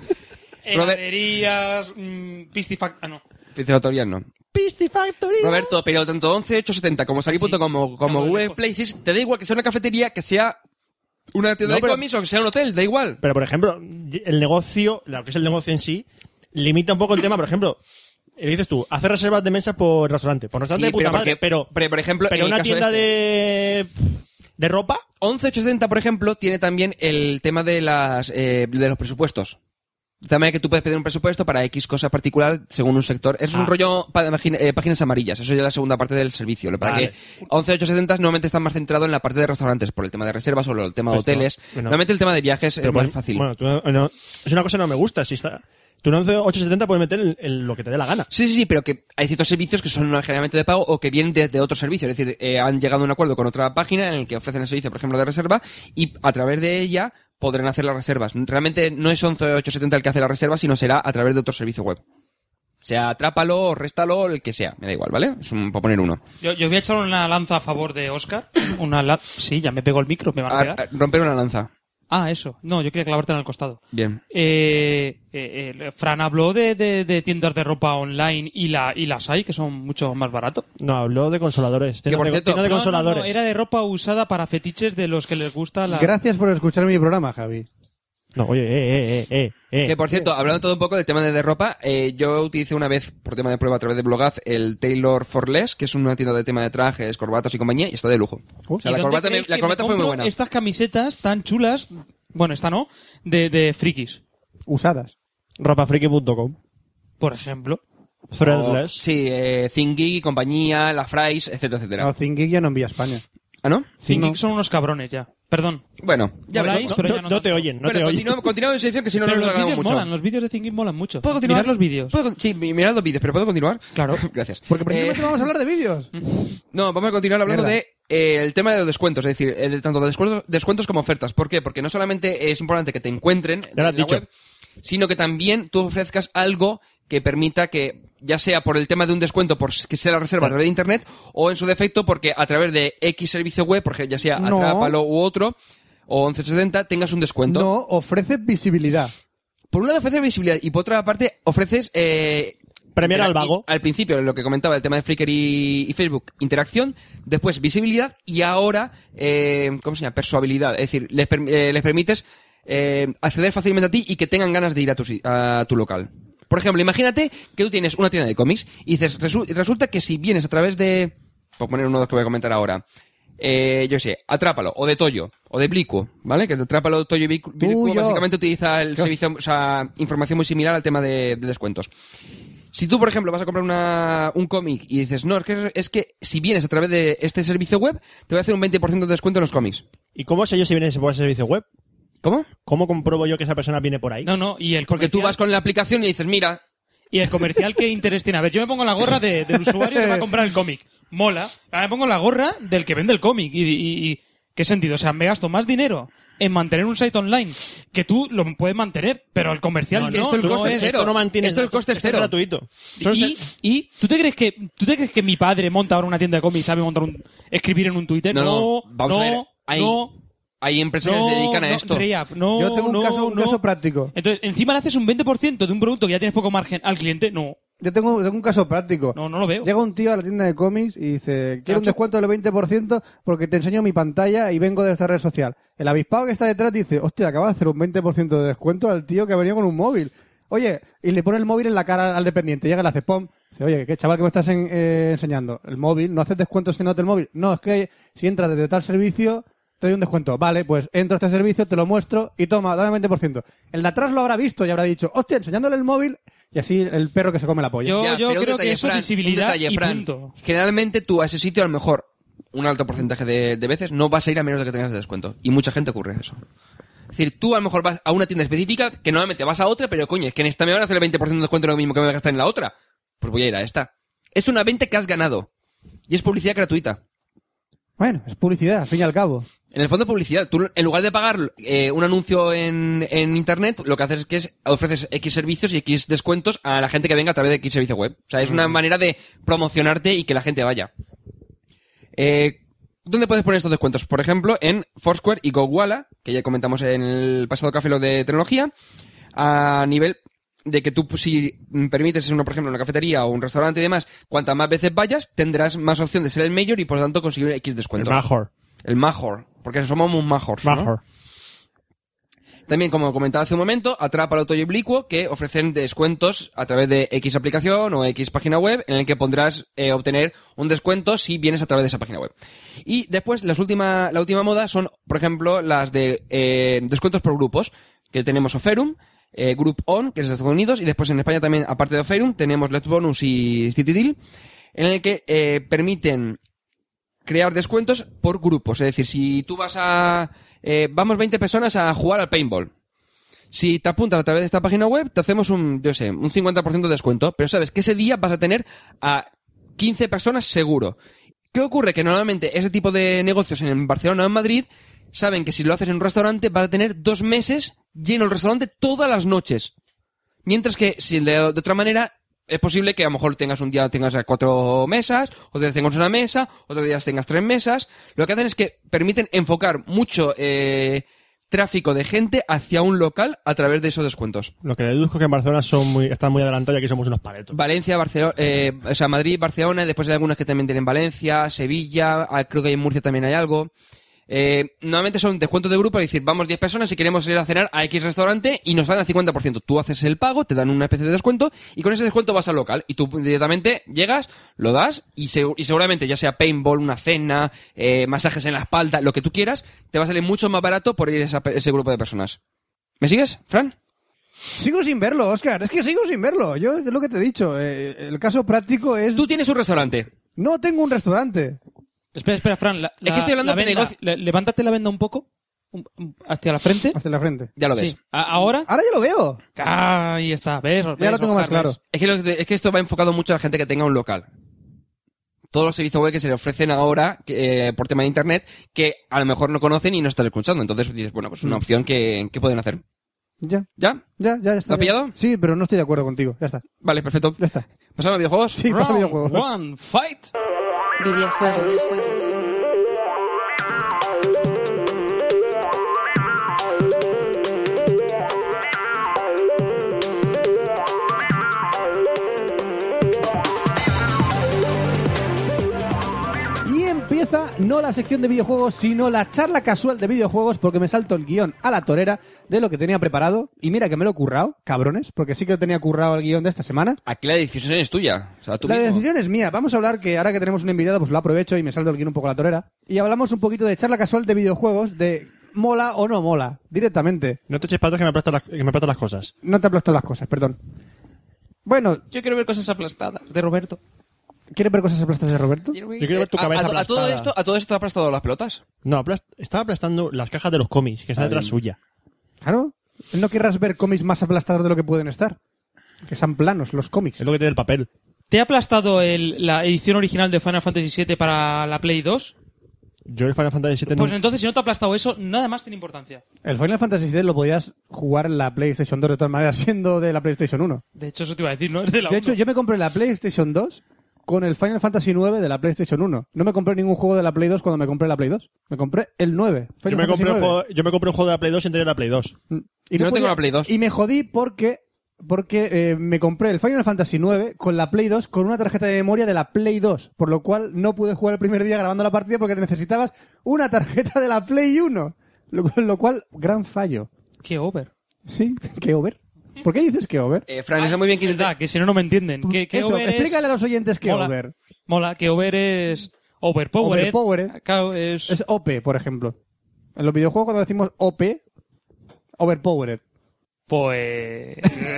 Heladerías, mmm, piscifac... Ah, no. Piscifactorías no. Piscifactory. Roberto, pero tanto once ocho setenta como salir punto com como, como Claro, Google lejos. Places, te da igual que sea una cafetería, que sea una tienda No, de pero- cómics o que sea un hotel, da igual. Pero, por ejemplo, el negocio, lo que es el negocio en sí, limita un poco el tema. Por ejemplo, eh, dices tú, hacer reservas de mesa por restaurante. Por restaurante Sí, de puta pero madre, porque- pero, pero, por ejemplo, pero en el una caso tienda este- de... de ropa... once ocho setenta, por ejemplo, tiene también el tema de las eh, de los presupuestos. De tal manera que tú puedes pedir un presupuesto para X cosa particular según un sector. Eso es Ah. un rollo pa- página- eh, páginas amarillas. Eso ya es la segunda parte del servicio. Lo para Vale. que once ocho setenta normalmente está más centrado en la parte de restaurantes por el tema de reservas o el tema de Pues no, hoteles. bueno. Normalmente el tema de viajes Pero es más pues, fácil. Bueno, tú no- no- es una cosa que no me gusta. Si está, tú en once ocho setenta puedes meter en, en lo que te dé la gana. Sí, sí, sí, pero que hay ciertos servicios que son generalmente de pago o que vienen de, de otro servicio. Es decir, eh, han llegado a un acuerdo con otra página en el que ofrecen el servicio, por ejemplo, de reserva y a través de ella podrán hacer las reservas. Realmente no es once ocho setenta el que hace la reserva, sino será a través de otro servicio web. Sea Atrápalo o Réstalo, el que sea. Me da igual, ¿vale? Es un, para poner uno. Yo, yo voy a echar una lanza a favor de Oscar. Una la- Sí, ya me pegó el micro, me van a A- pegar. a- romper una lanza. Ah, eso. No, yo quería clavarte en el costado. Bien. Eh, eh, eh, Fran habló de, de- de tiendas de ropa online y, la, y las hay, que son mucho más barato. No, habló de consoladores. Tienda por de, cierto- tienda de No, no, consoladores. no, era de ropa usada para fetiches de los que les gusta la... Gracias por escuchar mi programa, Javi. No, oye, eh, eh, eh, eh. Que por cierto, hablando todo un poco del tema de, de ropa, eh, yo utilicé una vez, por tema de prueba a través de Blogaz, el Tailor for Less, que es una tienda de tema de trajes, corbatas y compañía, y está de lujo. O sea, ¿Y la dónde corbata, me- creéis la que corbata me fue muy compro buena. Estas camisetas tan chulas, bueno, esta no, de, de frikis, Usadas. Ropafriki punto com. por ejemplo. Threadless. O- sí, eh, Thingy, compañía, la Fries, etcétera, etcétera. No, ThinkGeek ya no envía a España. ¿Ah, no? ThinkGeek No. son unos cabrones ya. Perdón. Bueno, ya Moláis, veremos. pero No, ya no no te tanto. oyen, no Bueno, te oyen. continuamos, continuamos en sección que si no Pero nos los alargamos vídeos mucho. molan, los vídeos de ThinkGeek molan mucho. ¿Puedo continuar? Mirad los vídeos. ¿Puedo- Sí, mirad los vídeos, pero ¿puedo continuar? Claro. Gracias. Porque precisamente Eh, vamos a hablar de vídeos. No, vamos a continuar hablando Mierda. de eh, el tema de los descuentos, es decir, eh, de tanto los descuentos, descuentos como ofertas. ¿Por qué? Porque no solamente es importante que te encuentren Ya lo has en la dicho. web, sino que también tú ofrezcas algo que permita que, ya sea por el tema de un descuento, por que sea la reserva a través de internet, o en su defecto porque a través de X servicio web, porque ya sea No. Atrápalo u otro, o once setenta, tengas un descuento. No, ofrece visibilidad. Por un lado ofreces visibilidad y por otra parte ofreces... Eh, Premiar intera- al vago. y- Al principio, lo que comentaba, el tema de Flickr y, y Facebook, interacción, después visibilidad y ahora, eh, ¿cómo se llama? Persuabilidad. Es decir, les, per- eh, les permites eh, acceder fácilmente a ti y que tengan ganas de ir a tu, si- a tu local. Por ejemplo, imagínate que tú tienes una tienda de cómics y dices, resu- resulta que si vienes a través de... Por poner uno de los que voy a comentar ahora. Eh, yo sé, Atrápalo, o de Toyo, o de Bliku, ¿vale? Que Atrápalo, Toyo y Bliku, Bliku Tuyo. básicamente utiliza el ¿Qué os- servicio, o sea, información muy similar al tema de, de descuentos. Si tú, por ejemplo, vas a comprar una, un cómic y dices, no, es que, es que si vienes a través de este servicio web, te voy a hacer un veinte por ciento de descuento en los cómics. ¿Y cómo sé yo si viene por ese servicio web? ¿Cómo? ¿Cómo compruebo yo que esa persona viene por ahí? No, no, y el Porque tú comercial- vas con la aplicación y dices, mira, ¿Y el comercial qué interés tiene? A ver, yo me pongo la gorra de- del usuario que va a comprar el cómic. Mola. Ahora me pongo la gorra del que vende el cómic. Y, y- y- ¿qué sentido? O sea, me gasto más dinero en mantener un site online que tú lo puedes mantener, pero el comercial No, no, esto el no coste es. es cero. Esto no mantiene. Esto el coste es esto cero. gratuito. Son Y, se- y ¿tú te crees que tú te crees que mi padre monta ahora una tienda de cómics y sabe montar un escribir en un Twitter? No, No, no, vamos no, a ver. Hay, no, hay empresas no, que se dedican a no, esto. Reyab, no, Yo tengo un, no, caso, un no. caso práctico. Entonces, encima le haces un veinte por ciento de un producto que ya tienes poco margen al cliente. No, Yo tengo, tengo un caso práctico. no, no lo veo. Llega un tío a la tienda de cómics y dice, quiero un Cacho. descuento del veinte por ciento porque te enseño mi pantalla y vengo de esta red social. El avispado que está detrás dice, hostia, acaba de hacer un veinte por ciento de descuento al tío que ha venido con un móvil. Oye, y le pone el móvil en la cara al dependiente. Llega y le hace pom. Dice, oye, ¿qué chaval que me estás en- eh, enseñando? El móvil, ¿no haces descuento enseñándote el móvil? No, es que si entras desde tal servicio, te doy un descuento. Vale, pues entro a este servicio, te lo muestro y toma, dame veinte por ciento. El de atrás lo habrá visto y habrá dicho, hostia, enseñándole el móvil y así el perro que se come la polla. Yo- Ya, pero un creo que detalle, eso, Fran, visibilidad un detalle, y Fran. punto. Generalmente tú a ese sitio a lo mejor un alto porcentaje de, de veces no vas a ir a menos de que tengas de descuento. Y mucha gente ocurre eso. Es decir, tú a lo mejor vas a una tienda específica que normalmente vas a otra, pero coño, es que en esta me van a hacer el veinte por ciento de descuento lo mismo que me voy a gastar en la otra. Pues voy a ir a esta. Es una venta que has ganado. Y es publicidad gratuita. Bueno, es publicidad, al fin y al cabo. En el fondo publicidad, tú en lugar de pagar eh, un anuncio en, en internet, lo que haces es que es, ofreces X servicios y X descuentos a la gente que venga a través de X servicio web. O sea, es una manera de promocionarte y que la gente vaya. Eh, ¿Dónde puedes poner estos descuentos? Por ejemplo, en Foursquare y GoWalla, que ya comentamos en el pasado café lo de tecnología, a nivel de que tú, pues, si permites, uno, por ejemplo, una cafetería o un restaurante y demás, cuantas más veces vayas, tendrás más opción de ser el mayor y por lo tanto conseguir X El descuentos. mejor. El major, porque somos muy majors, ¿no? Mejor. También, como comentaba hace un momento, Atrápalo, Toyo y Bliku, que ofrecen descuentos a través de X aplicación o X página web, en el que podrás eh, obtener un descuento si vienes a través de esa página web. Y después, las última, la última moda son, por ejemplo, las de eh, descuentos por grupos, que tenemos Oferum, eh, Group On, que es de Estados Unidos, y después en España también, aparte de Oferum, tenemos Let's Bonus y CityDeal, en el que eh, permiten crear descuentos por grupos. Es decir, si tú vas a... Eh, vamos veinte personas a jugar al paintball. Si te apuntas a través de esta página web, te hacemos un, yo sé, un cincuenta por ciento de descuento. Pero sabes que ese día vas a tener a quince personas seguro. ¿Qué ocurre? Que normalmente ese tipo de negocios en Barcelona o en Madrid saben que si lo haces en un restaurante vas a tener dos meses lleno el restaurante todas las noches. Mientras que si de, de otra manera... Es posible que a lo mejor tengas un día tengas cuatro mesas, otro día tengas una mesa, otro día tengas tres mesas. Lo que hacen es que permiten enfocar mucho eh, tráfico de gente hacia un local a través de esos descuentos. Lo que deduzco es que en Barcelona son muy, están muy adelantados y aquí somos unos paletos. Valencia, Barcelona, eh, o sea, Madrid, Barcelona, y después hay algunas que también tienen Valencia, Sevilla, ah, creo que en Murcia también hay algo. Eh, normalmente son descuentos de grupo, es decir, vamos diez personas y queremos ir a cenar a X restaurante y nos dan el cincuenta por ciento. Tú haces el pago, te dan una especie de descuento y con ese descuento vas al local y tú directamente llegas, lo das y, se- y seguramente ya sea paintball, una cena, eh, masajes en la espalda, lo que tú quieras, te va a salir mucho más barato por ir a esa- ese grupo de personas. ¿Me sigues, Fran? Sigo sin verlo, Óscar, es que sigo sin verlo. Yo, es lo que te he dicho, eh, el caso práctico es... Tú tienes un restaurante. No tengo un restaurante. Espera, espera, Fran. La, Es que estoy hablando la de venda, negocio. le- levántate la venda un poco. un- un- Hacia la frente. Hacia la frente. Ya lo ves. Sí. A- ahora. Ahora ya lo veo. Ahí está. ¿Ves? Ya lo tengo más claro. Es que, lo que- es que esto va enfocado mucho a la gente que tenga un local. Todos los servicios web que se le ofrecen ahora que, eh, por tema de internet que a lo mejor no conocen y no están escuchando. Entonces dices, bueno, pues una opción que, que pueden hacer. Ya, ¿Ya? ya, ya está. ¿Lo has pillado? Sí, pero no estoy de acuerdo contigo. Ya está. Vale, perfecto. Ya está. ¿Pasamos a videojuegos? Sí, pasa Round videojuegos. one, fight. Videojuegos. Y empieza no la sección de videojuegos, sino la charla casual de videojuegos, porque me salto el guión a la torera de lo que tenía preparado. Y mira que me lo he currado, cabrones, porque sí que tenía currado el guión de esta semana. Aquí la decisión es tuya. O sea, tú La mismo. decisión es mía. Vamos a hablar que ahora que tenemos un invitado, pues lo aprovecho y me salto el guión un poco a la torera. Y hablamos un poquito de charla casual de videojuegos, de mola o no mola, directamente. No te eches patas que me aplastan las, que me aplastan las cosas. No te aplasto las cosas, perdón. Bueno, Yo quiero ver cosas aplastadas de Roberto. ¿quieres ver cosas aplastadas de Roberto? Quiero ver- Yo quiero ver tu A- cabeza a, a, aplastada. todo esto, ¿A todo esto te ha aplastado las pelotas? No, aplast- estaba aplastando las cajas de los cómics, que están Ah, detrás bien. suya. Claro. No querrás ver cómics más aplastados de lo que pueden estar. Que sean planos los cómics. Es lo que tiene el papel. ¿Te ha aplastado el, la edición original de Final Fantasy siete para la Play dos? Yo el Final Fantasy siete Pues no... entonces, si no te ha aplastado eso, nada más tiene importancia. El Final Fantasy siete lo podías jugar en la PlayStation dos de todas maneras, siendo de la PlayStation uno. De hecho, eso te iba a decir, ¿no? Es de la De hecho, uno. yo me compré la PlayStation dos con el Final Fantasy nueve de la PlayStation uno. No me compré ningún juego de la Play dos cuando me compré la Play dos. Me compré el nueve. Final Yo me, Fantasy compré un nueve. juego, yo me compré un juego de la Play dos sin tener la Play dos. Y Yo no tengo podía- la Play dos. Y me jodí porque, porque eh, me compré el Final Fantasy nueve con la Play dos con una tarjeta de memoria de la Play dos. Por lo cual no pude jugar el primer día grabando la partida porque necesitabas una tarjeta de la Play uno. Lo, lo cual, gran fallo. Qué over. Sí, ¿qué over? ¿Por qué dices que over? Eh, Fran, está muy bien que intenta- Verdad, que si no, no me entienden. ¿Qué, qué Eso, over es? explícale a los oyentes que Mola. over. Mola, que over es... Overpowered. Overpowered. Claro, es... Es O P, por ejemplo. En los videojuegos cuando decimos O P, overpowered. Pues...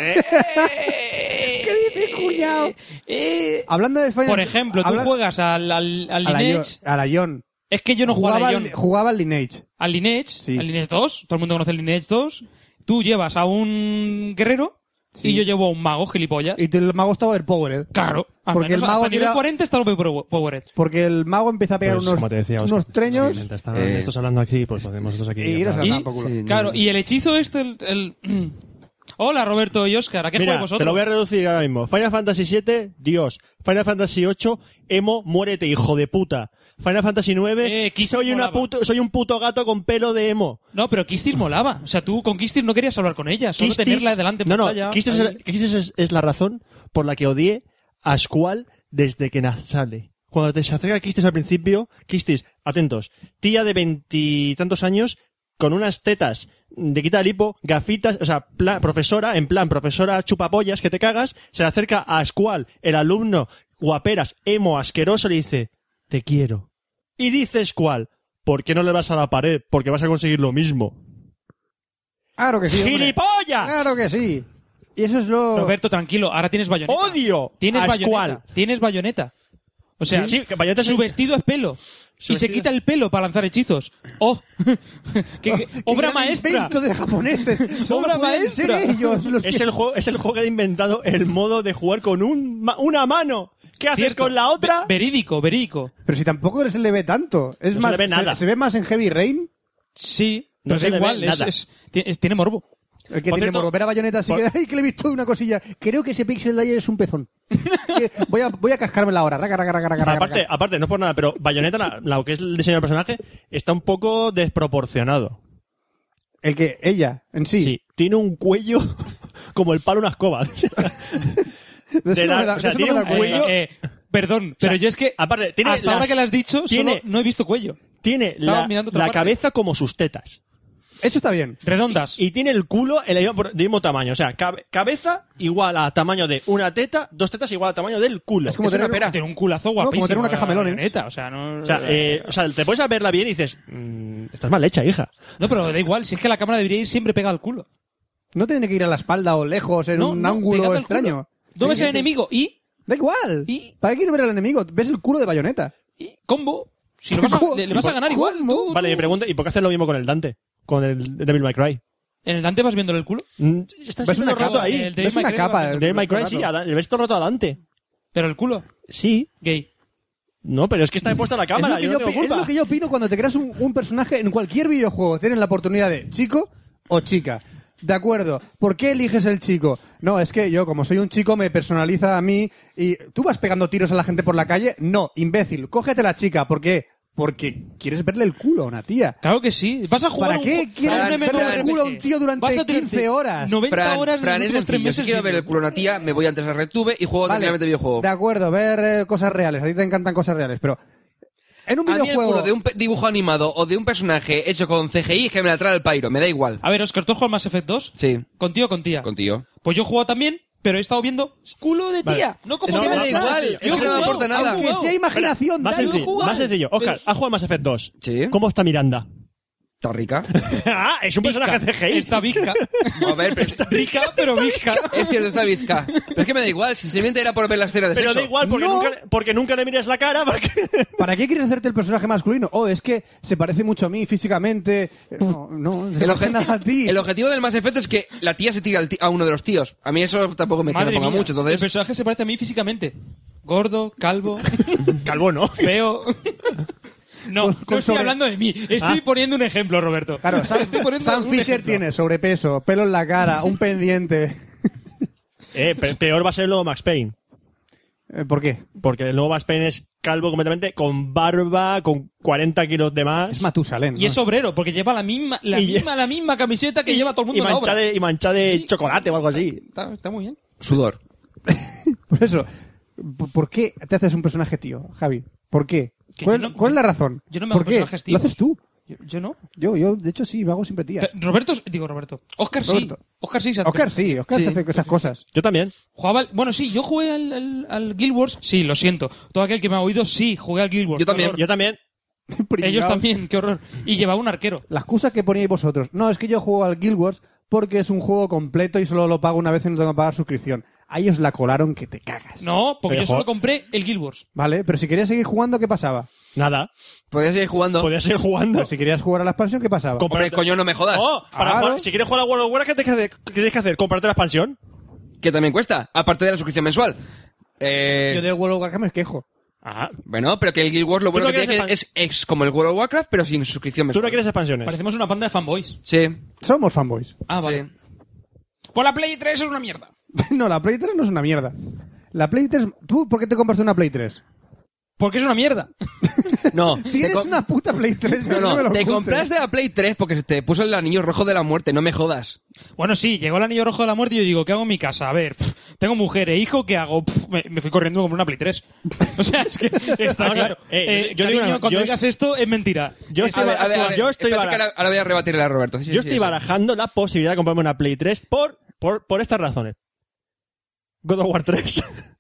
¿Qué dices, cuñado? Eh, Hablando de Final Por ejemplo, tú habla- juegas al, al, al a la Lineage... Ion- a la Ion. Es que yo no jugaba jugaba, al al, Lion. jugaba al Lineage. Al Lineage, Sí. al Lineage dos, todo el mundo conoce el Lineage dos. Tú llevas a un guerrero Sí. y yo llevo a un mago, gilipollas. Y el mago está overpowered. Claro, al Porque menos el mago hasta nivel tira- cuarenta está overpowered. Porque el mago empieza a pegar Pues, unos, como te decía, unos Óscar, treños. sí, mientras están Eh. estos hablando aquí, pues podemos nosotros aquí. Y iros a hablar. la- Y, por culo. Sí, no. claro, y el hechizo este, el... el- Hola, Roberto y Óscar, ¿a qué Mira, jugáis vosotros? te lo voy a reducir ahora mismo. Final Fantasy siete, Dios. Final Fantasy ocho, Emo, muérete, hijo de puta. Final Fantasy nueve, Eh, Kiss soy, una molaba. puto, soy un puto gato con pelo de emo. No, pero Kistis molaba. O sea, tú con Kistis no querías hablar con ella, solo Kistis- tenerla delante en No, no, pantalla. Kistis, Ahí. es, Kistis es, es la razón por la que odié a Squall desde que na- sale. Cuando te se acerca Kistis al principio, Kistis, atentos, tía de veintitantos años, con unas tetas de quita el hipo, gafitas, o sea, pla- profesora, en plan, profesora chupapollas que te cagas, se le acerca a Squall, el alumno guaperas, emo, asqueroso, le dice, te quiero. Y dice Squall, ¿por qué no le vas a la pared? Porque vas a conseguir lo mismo. Claro que sí, hombre. ¡Gilipollas! Claro que sí. Y eso es lo... Roberto, tranquilo, ahora tienes bayoneta. ¡Odio Tienes a bayoneta. Squall! Tienes bayoneta. O sea, Sí, sí, que Bayonetta es su un- vestido es pelo. Su y se vestido quita es- el pelo para lanzar hechizos. ¡Oh! ¡Qué, qué- ¡Qué obra gran maestra! invento de japoneses! Solo Obra pueden maestra. ser ellos los Es que- el, juego, es el juego que ha inventado el modo de jugar con un, ma- una mano. ¿Qué haces Cierto. con la otra? Ve- verídico, verídico. Pero si tampoco se le ve tanto. Es No se más, le ve nada. Se, ve más en Heavy Rain. Sí, No pero se da le ve igual, es, nada. es- tiene, es- tiene morbo. El que Por tiene cierto- morbo. Ver a Bayonetta así por- que... ¡Ay, que le he visto una cosilla! Creo que ese Pixel Layer es un pezón. Que voy, a, voy a cascármela ahora. Raca, raca, raca, raca, raca. Aparte, aparte, no es por nada, pero Bayonetta, la, la que es el diseño del personaje, está un poco desproporcionado. El que... Ella, en sí. Sí, tiene un cuello como el palo de una escoba. De eso de no la- me da- o sea, eso no tiene me da un cuenta. cuello- Eh, eh, perdón, pero sea, yo es que aparte, tiene hasta ahora las- que lo has dicho, tiene- solo no he visto cuello. Tiene Estaba la, mirando otra la parte. cabeza como sus tetas. Eso está bien. Redondas. Y tiene el culo el mismo, del mismo tamaño. O sea, cabe- cabeza igual a tamaño de una teta, dos tetas igual a tamaño del culo. Es como Es una tener- pera. Tiene un culazo No, como guapísimo. tener una caja la melones. bayoneta, o sea, no... O sea, eh, o sea, te puedes a verla bien y dices, "Mm, estás mal hecha, hija. No, pero da igual, si es que la cámara debería ir siempre pegada al culo. No tiene que ir a la espalda o lejos en No, un no, ángulo pegado al extraño. culo. No ves el enemigo y... Da igual. Y- ¿Para qué quiero ver al enemigo? Ves el culo de Bayonetta. y combo. Si lo vas a, le, le vas a ganar igual. Tú, Vale, me pregunto, ¿y por qué haces lo mismo con el Dante? Con el Devil May Cry. ¿En el Dante vas viéndole el culo? Mm, Estás ¿Ves todo una el rato capa? ahí. El ¿Ves Devil una May Cry capa? va- El Devil May Cry, todo el sí, rato. a- le ves todo el rato a Dante. ¿Pero el culo? Sí. Gay. No, pero es que está puesta la cámara, es, lo que yo yo no tengo opi- es culpa. lo que yo opino cuando te creas un, un personaje en cualquier videojuego. Tienes la oportunidad de chico o chica. De acuerdo. ¿Por qué eliges el chico? No, es que yo, como soy un chico, me personaliza a mí y... ¿Tú vas pegando tiros a la gente por la calle? No, imbécil. Cógete la chica. ¿Por qué? Porque quieres verle el culo a una tía. Claro que sí. Vas a jugar ¿Para un qué ju- quieres a un verle MMORPG? el culo a un tío durante Vas a tirarte quince horas? noventa Fran, horas Fran, de es los últimos tres sencillo. meses. Si quiero ver el viendo. culo a una tía, me voy antes a RedTube y juego Vale, tranquilamente videojuego. de acuerdo, ver eh, cosas reales. A ti te encantan cosas reales, pero... En un A mí el videojuego... culo de un pe- dibujo animado o de un personaje hecho con C G I es que me la trae el pairo, me da igual. A ver, Oscar, ¿tú has jugado al Mass Effect dos? Sí, ¿Contigo o con tía? contigo. Pues yo he jugado también, pero he estado viendo culo de tía. No como Es que tía. me da no, igual, no, es yo que he no me jugado, aporta nada. aunque Que sea imaginación, Más da sencillo, igual. más sencillo. Oscar, ¿has jugado Mass Effect dos? Sí. ¿Cómo está Miranda? Está rica. ah, es un personaje C G I. Está bizca. A ver, pero está Rica, pero bizca. Es cierto, está bizca. Pero es que me da igual, si simplemente era por ver la escena de Pero sexo. da igual, porque, No. nunca, porque nunca le mires la cara. Porque... ¿Para qué quieres hacerte el personaje masculino? Oh, es que se parece mucho a mí físicamente. No, no, se El, parece obje- nada a ti. el objetivo del Mass Effect es que la tía se tira al ti- a uno de los tíos. A mí eso tampoco me, que me Madre ponga mía, mucho, el entonces... personaje se parece a mí físicamente. Gordo, calvo, Calvo, ¿no? feo. No, Con- no con estoy sobre- hablando de mí. Estoy Ah. poniendo un ejemplo, Roberto. Claro, Sam, Estoy poniendo Sam un Fisher ejemplo. tiene sobrepeso, pelo en la cara, un pendiente. Eh, pe- peor va a ser el nuevo Max Payne. Eh, ¿Por qué? Porque el nuevo Max Payne es calvo completamente, con barba, con cuarenta kilos de más. Es Matusalén. Y ¿no? es obrero, porque lleva la misma, la Y- misma, la misma camiseta que lleva todo el mundo y en la mancha obra. de, y mancha de chocolate o algo así. Está, está muy bien. Sudor. Por eso, ¿por por qué te haces un personaje tío, Javi? ¿Por qué? Que ¿Cuál, yo no- cuál es la razón? yo no me hago ¿Por qué? personajes tíos. Lo haces tú. Yo, yo no. Yo, yo, de hecho, sí, me hago siempre tías. Pero Roberto, digo Roberto. Oscar sí. Roberto. Oscar sí. se hace- Oscar sí, Oscar Sí. se hace esas cosas. Yo también. Jugaba al- bueno, sí, yo jugué al, al, al Guild Wars. Sí, lo siento. Todo aquel que me ha oído, sí, jugué al Guild Wars. Yo Qué también. horror. Yo también. Ellos Pringaos. también, qué horror. Y llevaba un arquero. La excusa que poníais vosotros. No, es que yo juego al Guild Wars porque es un juego completo y solo lo pago una vez y no tengo que pagar suscripción. A ellos la colaron que te cagas. No, porque Pero yo solo jo- compré el Guild Wars. Vale, pero si querías seguir jugando, ¿qué pasaba? Nada. Podrías seguir jugando. Podría seguir jugando. Pero si querías jugar a la expansión, ¿qué pasaba? Com- Hombre, coño, no me jodas. Oh, para Claro. jugar- si quieres jugar a World of Warcraft, ¿qué tienes que hacer? ¿Qué tienes que hacer? ¿Comprarte la expansión? Que también cuesta, aparte de la suscripción mensual. Eh, Yo de World of Warcraft me quejo. Ah, Bueno, pero que el Guild Wars lo bueno no que tiene quieres que es, es como el World of Warcraft, pero sin suscripción tú mensual. no quieres expansiones. Parecemos una panda de fanboys. Sí, Somos fanboys. Ah, vale. sí. Pues la Play tres es una mierda. No, la Play tres no es una mierda. La Play tres... ¿Tú por qué te compraste una Play tres? Porque es una mierda. No, te Tienes co- una puta Play tres. no, me no, lo te ocultes. compraste la Play tres porque se te puso el anillo rojo de la muerte, no me jodas. Bueno, sí, llegó el anillo rojo de la muerte y yo digo, ¿qué hago en mi casa? A ver, pf, tengo mujer e hijo, ¿qué hago? Pf, me, me fui corriendo como una Play tres. O sea, es que está Vamos a claro. ver, eh, Eh, yo digo cariño, una- cuando yo digas esto, es mentira. Yo estoy, A ver, a ver, a ba- ver, yo estoy, espérate bara- que ahora, ahora voy a rebatirle a Roberto. Sí, sí, yo sí, estoy sí. barajando la posibilidad de comprarme una Play tres por, por, por estas razones. God of War tres.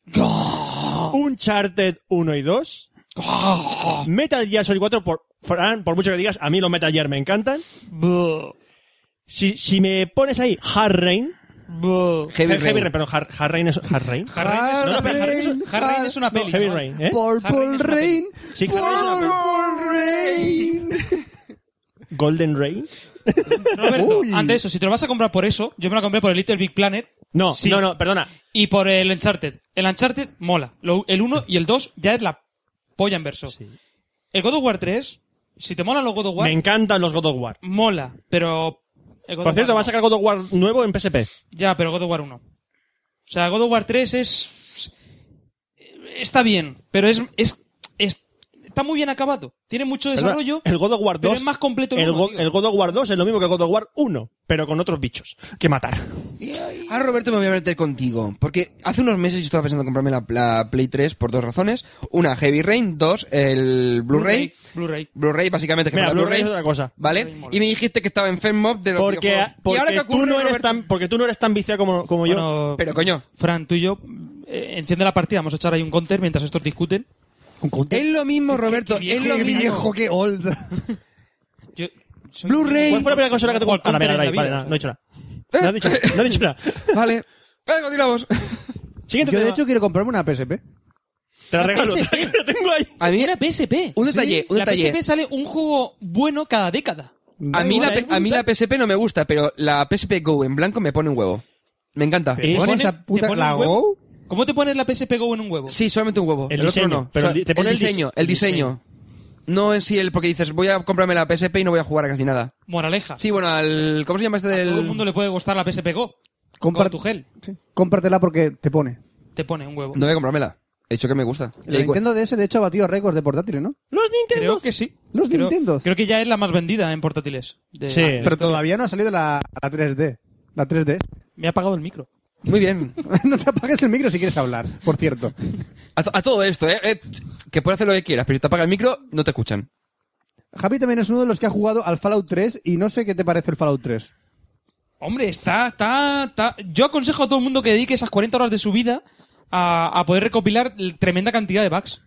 Uncharted uno y dos. Metal Gear Solid cuatro, por, Fran, por mucho que digas, a mí los Metal Gear me encantan. Buh, Si, si me pones ahí Hard Rain, buh. Heavy Heavy Rain. Rain, perdón, Hard, Hard Rain es Hard Rain. Hard Rain es- No, no, pero Hard Rain es- Rain, Hard Rain es una peli. Heavy chaval. Rain, ¿eh? Hard Rain Purple es una Rain. Sí, Hard Rain es una Purple Rain. Golden Rain. Roberto, Uy. ante eso, si te lo vas a comprar por eso, yo me la compré por el Little Big Planet. No, Sí. no, no, perdona. Y por el Uncharted. El Uncharted mola. Lo- el uno y el dos ya es la polla en verso. El God of War tres, si te molan los God of War, Me encantan los God of War. mola, pero... el God Por of cierto, War va a no. sacar God of War nuevo en P S P. Ya, pero God of War uno. O sea, God of War tres es... Está bien, pero es... es, es- está muy bien acabado. Tiene mucho desarrollo, El God of War pero dos. es más completo el el, uno, Go- tío. el God of War dos es lo mismo que el God of War uno, pero con otros bichos que matar. Ahora, Roberto, me voy a meter contigo. Porque hace unos meses yo estaba pensando en comprarme la, la Play tres por dos razones. Una, Heavy Rain. Dos, el Blu-ray. Blu-ray. Blu-ray, básicamente, que Mira, para Blu-ray Blu-ray. es otra cosa. ¿Vale? Y me dijiste que estaba enfermo de los Porque, videojuegos. ¿Y porque ahora qué tú ocurre, no eres Roberto? tan, porque tú no eres tan viciado como, como yo. Bueno, Pero, coño, Fran, tú y yo, eh, enciende la partida, vamos a echar ahí un counter mientras estos discuten. Un counter. es lo mismo, Roberto. qué es viejo, lo Qué mismo. viejo, qué old. Yo, soy- Blu-ray. ¿Cuál fue la primera consola que te Juego al compraste? Ah, counter vale, en la vale, vale, vida, no, no he dicho nada. No he dicho nada. No he dicho nada. Vale. Venga, continuamos. Siguiente Yo, de tema. hecho, quiero comprarme una P S P. Te la Una regalo, P S P. te la tengo ahí. A mí, Una P S P. un detalle, un la detalle. P S P sale un juego bueno cada década. A mí, la, igual, P- a mí la P S P no me gusta, pero la P S P Go en blanco me pone un huevo. Me encanta. ¿Te Es- pones pone- esa puta te pone la un huevo. Go? ¿Cómo te pones la P S P Go en un huevo? Sí, solamente un huevo. El El, diseño, otro no. pero O sea, el di- te pone el el dise- diseño, el el diseño. diseño. No en sí el porque dices, voy a comprarme la P S P y no voy a jugar a casi nada. Moraleja. Sí, bueno, al ¿cómo se llama este A del todo el mundo le puede gustar la P S P Go. Compar- Con tu gel. Sí. Cómpratela porque te pone. Te pone un huevo. No voy a comprármela. He dicho que me gusta. La Eh, Nintendo D S, de hecho, ha batido récords de portátiles, ¿no? Los Nintendo. Creo que sí. Los creo, Nintendos. Creo que ya es la más vendida en portátiles. De- Sí. de la Pero historia. todavía no ha salido la, la tres D. La tres D. Me ha apagado el micro. Muy bien. No te apagues el micro si quieres hablar, por cierto. A, to- a todo esto, ¿eh? eh, Que puedes hacer lo que quieras, pero si te apaga el micro, no te escuchan. Javi también es uno de los que ha jugado al Fallout tres y no sé qué te parece el Fallout tres. Hombre, está, está, está... Yo aconsejo a todo el mundo que dedique esas cuarenta horas de su vida a, a poder recopilar tremenda cantidad de bugs.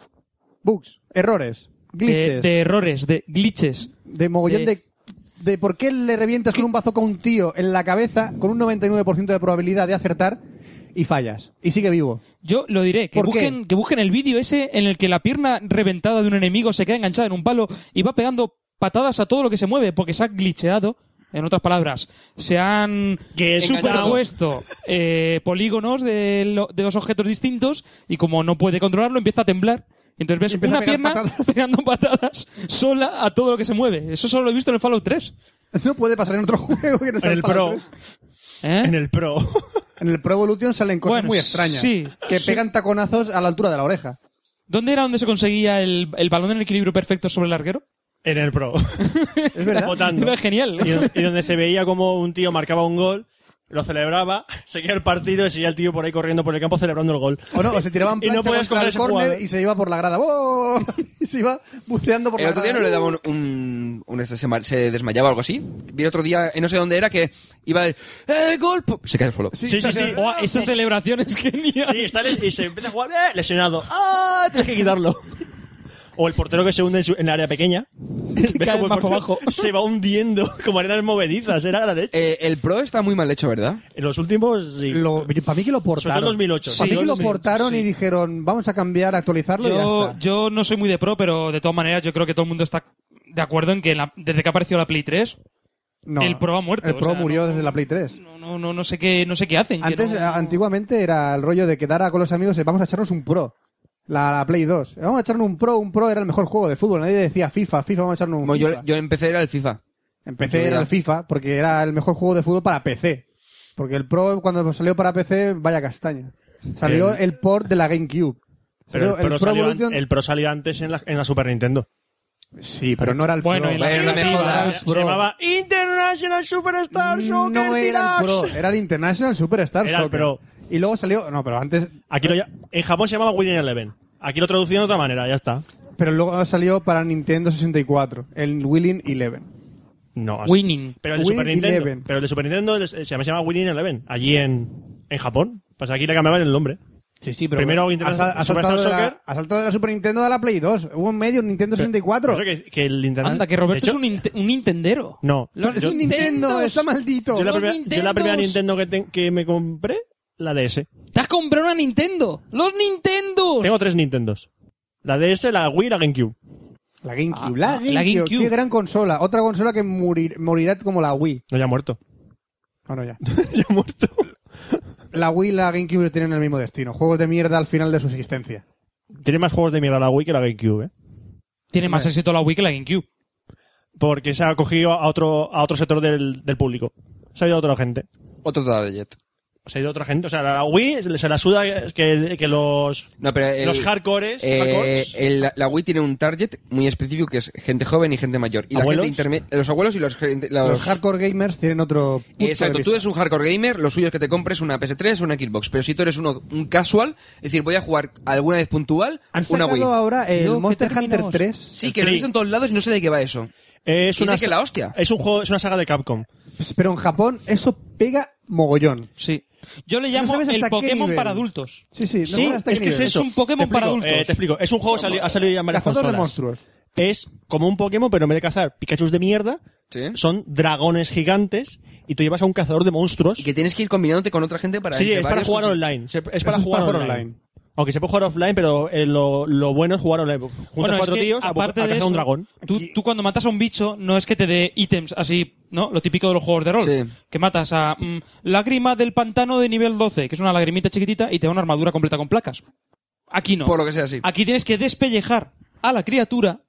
Bugs, errores, De, glitches, de errores, de glitches. de mogollón de- de... de por qué le revientas con un bazooka a un tío en la cabeza con un noventa y nueve por ciento de probabilidad de acertar y fallas. Y sigue vivo. Yo lo diré, que ¿Por qué? busquen, que busquen el vídeo ese en el que la pierna reventada de un enemigo se queda enganchada en un palo y va pegando patadas a todo lo que se mueve porque se ha glitcheado. En otras palabras, se han Que es superpuesto eh, polígonos de, lo- de dos objetos distintos y como no puede controlarlo empieza a temblar. Entonces ves Y empieza a una pegar pierna patadas. pegando patadas sola a todo lo que se mueve. Eso solo lo he visto en el Fallout tres. No puede pasar en otro juego que no sea En el Fallout Pro. tres. ¿Eh? En el Pro. En el Pro Evolution salen cosas Bueno, muy extrañas. sí, que sí. pegan taconazos a la altura de la oreja. ¿Dónde era donde se conseguía el, el balón en equilibrio perfecto sobre el larguero? En el Pro. Es verdad. Votando. Era genial. Y, don- y donde se veía como un tío marcaba un gol, lo celebraba, seguía el partido y seguía el tío por ahí corriendo por el campo celebrando el gol. O no, o se tiraban Y no plancha podías contra coger el ese córner jugador. y se iba por la grada. ¡Oh! Y se iba buceando por El la otro día no grada. le daba un... un, un- este, se, ma- se desmayaba o algo así. Vi el otro día, eh, no sé dónde era, que iba el... ¡Eh, gol! Pum, se cae solo. Sí, sí, sí. Buah, esa celebración es genial. Sí, está le- y se empieza a jugar, ¡eh! Lesionado. ¡Ah! Tienes que quitarlo. O el portero que se hunde en, su- en el área pequeña. Ves cae como el más portero abajo. Se va hundiendo como arenas movedizas. Era la leche. Eh, el Pro está muy mal hecho, ¿verdad? En los últimos, sí. Lo- para mí que lo Sobre todo portaron. en dos mil ocho. Para Sí, mí que lo dos mil ocho, portaron y sí. dijeron, vamos a cambiar, actualizarlo y ya Yo, está. yo no soy muy de pro, pero de todas maneras yo creo que todo el mundo está de acuerdo en que la- desde que apareció la Play tres, No, el Pro ha muerto. El o Pro sea, murió no- desde la Play tres. No, no, no, no sé qué, no sé qué hacen. que Antes, no- eh, antiguamente era el rollo de quedar a- con los amigos, eh, vamos a echarnos un Pro. La, la Play dos. Vamos a echarnos un Pro, un Pro era el mejor juego de fútbol. Nadie decía FIFA, FIFA, vamos a echarnos un Bueno, FIFA. yo, yo empecé era el FIFA. Empecé era el FIFA porque era el mejor juego de fútbol para P C. Porque el Pro, cuando salió para P C, vaya castaña. Salió El- el port de la GameCube. Pero Salió el, Pro salió an- Evolution- el Pro salió antes en la, en la Super Nintendo. Sí, pero no era el Bueno, Pro. y la Bueno, no me creativa- jodas. Era el Se Pro. llamaba International Superstar Soccer No era el Pro, Deluxe. era el International Superstar Era el Soccer. Pro. Y luego salió, no, pero antes, Aquí lo, ya- en Japón se llamaba Winning Eleven. Aquí lo traducían de otra manera, ya está. pero luego salió para Nintendo sesenta y cuatro, el Winning Eleven. No, así- Winning. Pero el de Win Super Nintendo. Eleven. Pero el de Super Nintendo es- se llama, se llama Winning Eleven. Allí en, en Japón. Pues aquí le cambiaban el nombre. Sí, sí, Primero ha, International sal- ha saltado Superstar de la, Soccer. ha saltado de la Super Nintendo a la Play dos. Hubo en medio un Nintendo sesenta y cuatro. Por eso que, que el Internet. Anda, que Roberto de hecho, es un, ninte- un Nintendero. No. Los Es yo, un Nintendo, Nintendos. está maldito. yo la los primera, yo la primera Nintendos. Nintendo que, te- que me compré, la D S. ¿Te has comprado una Nintendo? ¡Los Nintendos! Tengo tres Nintendos. La D S, la Wii y la GameCube. La GameCube, Ah, la, ah, GameCube, la GameCube. qué gran consola. Otra consola que morir- morirá como la Wii. No, ya ha muerto. Bueno, ya. ya ha muerto. La Wii y la GameCube tienen el mismo destino. Juegos de mierda al final de su existencia. Tiene más juegos de mierda la Wii que la GameCube, ¿eh? Tiene más Vale. éxito la Wii que la GameCube. Porque se ha cogido a otro, a otro sector del, del público. Se ha ido a otra gente. Otro Target. Se ha ido a otra gente. O sea, la Wii se, se la suda que, que los, No, pero el- los hardcores. Eh, hardcores el- la, la Wii tiene un target muy específico que es gente joven y gente mayor. Y ¿Abuelos? la gente intermedia, los abuelos y los, gente- los- Los hardcore gamers tienen otro punto Exacto, de tú vista. eres un hardcore gamer, lo suyo es que te compres una P S tres o una Xbox, pero si tú eres uno, un casual, es decir, voy a jugar alguna vez puntual, Han una sacado Wii. ahora el Tío, ¿qué Monster Hunter términos? tres. Sí, que lo he visto en todos lados y no sé de qué va eso. es dice una, que la hostia. Es un juego, es una saga de Capcom. Pero en Japón eso pega mogollón. Sí. Yo le No llamo sabes hasta el qué Pokémon nivel. para adultos. Sí, sí. No Sí, sabes hasta es qué que es nivel. eso. Es un Pokémon Te para explico, adultos. eh, te explico. Es un juego, sali- ha salido ya en varias Cazador de consolas. monstruos. Es como un Pokémon, pero en vez de cazar Pikachus de mierda, ¿Sí? son dragones gigantes y tú llevas a un cazador de monstruos. Y que tienes que ir combinándote con otra gente para Sí, entre es para varios jugar cosas. online. Se- Es Eso para es jugar para jugar online. online. Aunque se puede jugar offline, pero eh, lo, lo bueno es jugar online. Juntas Bueno, es cuatro que, tíos a, aparte a de cazar eso, un dragón. Tú, tú cuando matas a un bicho, no es que te dé ítems así, ¿no? Lo típico de los juegos de rol. Sí. Que matas a mm, lágrima del pantano de nivel doce, que es una lagrimita chiquitita, y te da una armadura completa con placas. Aquí no. Por lo que sea, sí. Aquí tienes que despellejar a la criatura.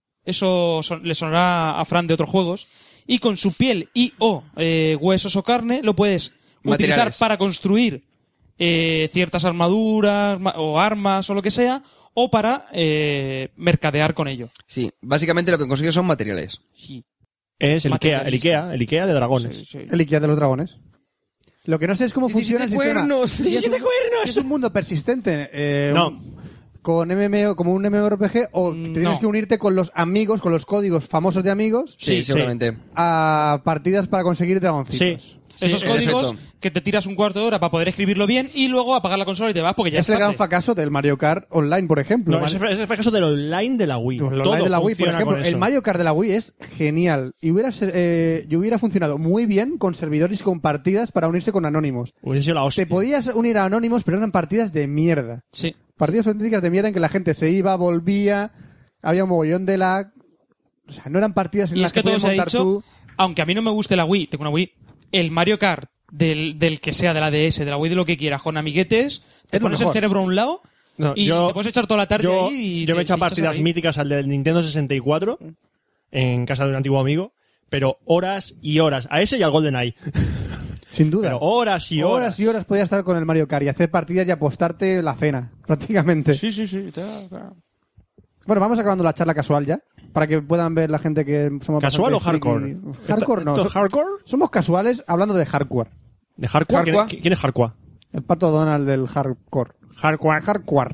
Eso son- le sonará a Fran de otros juegos. Y con su piel y o eh, huesos o carne lo puedes utilizar Materiales. para construir eh, ciertas armaduras ma- o armas o lo que sea, o para eh, mercadear con ello. Sí, básicamente lo que consigues son materiales. Sí. Es el Ikea, el Materialista. Ikea, el Ikea de dragones. Sí, sí. El Ikea de los dragones. Lo que no sé es cómo funciona el diecisiete sistema. cuernos. Si es un- ¡diecisiete cuernos! si es un mundo persistente. eh, No. un- con M M O, como un MMORPG, o Mm, te tienes no. que unirte con los amigos, con los códigos famosos de amigos, Sí, Sí, seguramente. a partidas para conseguir dragoncitos. Sí. Esos Sí, códigos exacto. que te tiras un cuarto de hora para poder escribirlo bien y luego apagar la consola y te vas porque ya Es el tarde. gran fracaso del Mario Kart Online, por ejemplo. No, ese fue ese fue el caso del online de la Wii. Pues el Todo online de la Wii, por funciona ejemplo, con el eso. Mario Kart de la Wii es genial y hubiera, ser- eh, y hubiera funcionado muy bien con servidores y con partidas para unirse con anónimos. Hubiese sido la hostia. Te podías unir a anónimos, pero eran partidas de mierda. Sí. Partidas auténticas de mierda en que la gente se iba, volvía, había un mogollón de lag. O sea, no eran partidas en Y las es que que todo podías se ha montar dicho, tú. aunque a mí no me guste la Wii, tengo una Wii, el Mario Kart del, del que sea, de la D S, de la Wii, de lo que quieras, con amiguetes, te Es lo pones el mejor. cerebro a un lado No, y yo- te puedes echar toda la tarde yo, ahí y yo me he te echado pinchas partidas ahí. míticas al del Nintendo sesenta y cuatro en casa de un antiguo amigo, pero horas y horas. A ese y al GoldenEye. Sin duda. Pero horas y horas. Horas y horas podías estar con el Mario Kart y hacer partidas y apostarte la cena, prácticamente. Sí, sí, sí. te- claro. Bueno, vamos acabando la charla casual ya, para que puedan ver la gente que somos ¿Casual o bastante hardcore? friki. Hardcore no. ¿Esto so- es hardcore? Somos casuales hablando de hardcore. ¿De hardcore? ¿Quién, Hardcore. quién es hardcore? El pato Donald del hardcore. Hardcore. Hardcore.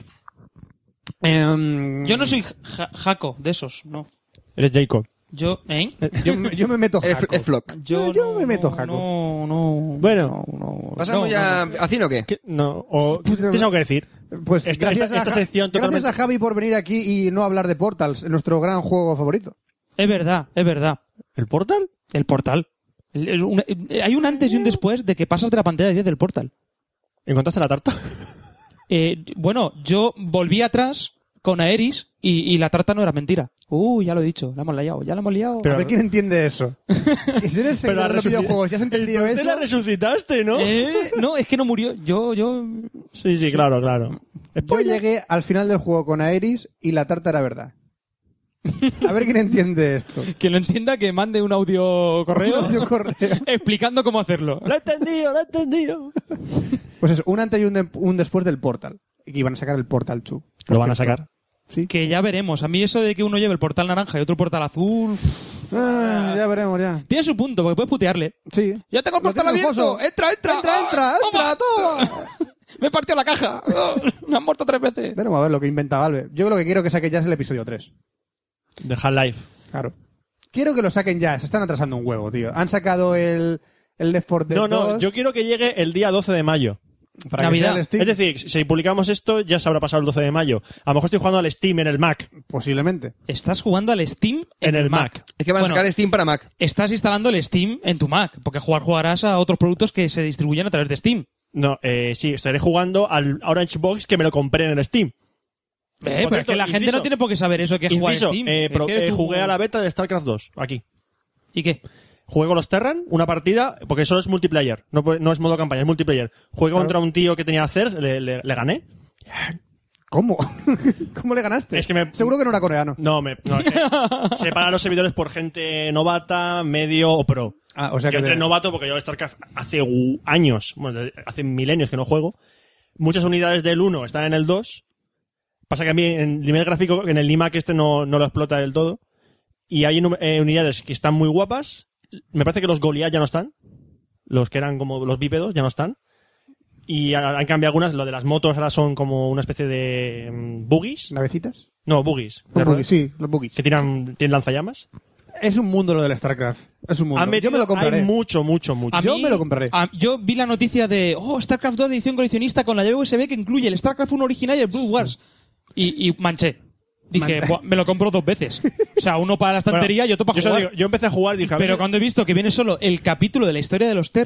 Em, Yo no soy ja- jaco de esos, no. Eres Jacob. Yo, ¿eh? Yo, me- yo me meto Es, jaco. es flock. Yo, yo no, me meto no, jaco. No, no. Bueno. no, no, ¿Pasamos no, ya no, no. a cine o qué? ¿Qué? No, o, ¿tienes algo que decir? Pues Esta- gracias, esta- esta a, Ja- sección gracias totalmente- a Javi por venir aquí y no hablar de Portals, nuestro gran juego favorito. Es verdad, es verdad. ¿El Portal? El Portal. El- el- una- eh, hay un antes y un después de que pasas de la pantalla de diez del Portal. ¿Encontraste la tarta? Eh, bueno, yo volví atrás con Aeris y, y la tarta no era mentira. Uh, ya lo he dicho, la hemos liado, ya la hemos liado. Pero- A ver quién entiende eso. Y si eres seguidor la de los resuci- videojuegos y has entendido Entonces eso, la resucitaste, ¿no? Eh, no, es que no murió. Yo, yo. Sí, sí, claro, claro. yo llegué al final del juego con Aeris y la tarta era verdad. A ver quién entiende esto. Que lo entienda, que mande un audio correo Un audio correo. explicando cómo hacerlo. Lo he entendido, lo he entendido. Pues es un antes y un, de- un después del Portal. Y iban a sacar el Portal dos. Lo van a sacar. Sí. Que ya veremos. A mí eso de que uno lleve el portal naranja y otro portal azul. Ah, ya veremos, ya. Tiene su punto, porque puedes putearle. Sí. ¡Ya tengo el Lo portal tiene el abierto! foso. ¡Entra, entra! Entra, entra, ¡Ah, entra, toma! toma. ¡Me he partido la caja! ¡Oh! ¡Me han muerto tres veces! Veremos a ver lo que inventa Valve. Yo lo que quiero que saque ya es el episodio tres. De Half-Life. Claro. Quiero que lo saquen ya. Se están atrasando un huevo, tío. Han sacado el, el Left four Dead No, no, dos. yo quiero que llegue el día doce de mayo. Para que Navidad. sea el Steam. Es decir, si publicamos esto, ya se habrá pasado el doce de mayo. A lo mejor estoy jugando al Steam en el Mac. Posiblemente. Estás jugando al Steam en, En el Mac. Es que van a Bueno, sacar Steam para Mac. Estás instalando el Steam en tu Mac, porque jugar jugarás a otros productos que se distribuyen a través de Steam. No, eh, sí, estaré jugando al Orange Box que me lo compré en el Steam. Eh, pero es cierto, que la gente inciso. no tiene por qué saber eso, que es jugar Inciso, Steam. eh, Es pro- que eh, tú- jugué a la beta de StarCraft dos, aquí. ¿Y qué? Jugué con los Terran, una partida, porque solo es multiplayer, no, puede- no es modo campaña, es multiplayer. Jugué contra un tío que tenía Cers, le, le- le gané. ¿Cómo? ¿Cómo le ganaste? Es que me- Seguro que no era coreano. No, me, no, es que separan los servidores por gente novata, medio o pro. Ah, o sea Yo que... entré novato porque yo StarCraft hace u- años, bueno, de- hace milenios que no juego. Muchas unidades del uno están en el dos. Pasa que a mí en el nivel gráfico, en el iMac este no, no lo explota del todo. Y hay nu- eh, unidades que están muy guapas. Me parece que los Goliath ya no están. Los que eran como los bípedos ya no están. Y ha- han cambiado algunas. Lo de las motos ahora son como una especie de mm, buggies. ¿Navecitas? No, buggies. de Los ruedas, buggies, sí, los buggies. Que tiran, tienen lanzallamas. Es un mundo lo del StarCraft. Es un mundo. Han metido- Yo me lo compraré. Hay mucho, mucho, mucho. A Yo mí- me lo compraré. a- yo vi la noticia de, oh, StarCraft dos edición coleccionista con la llave U S B que incluye el StarCraft uno original y el Blue Wars. Y, y manché. Dije, Manché. "Buah, me lo compro dos veces. O sea, uno para la estantería Bueno, y otro para yo, solo jugar. digo, yo empecé a jugar y dije, a ver Pero si- cuando he visto que viene solo el capítulo de la historia de los Terran,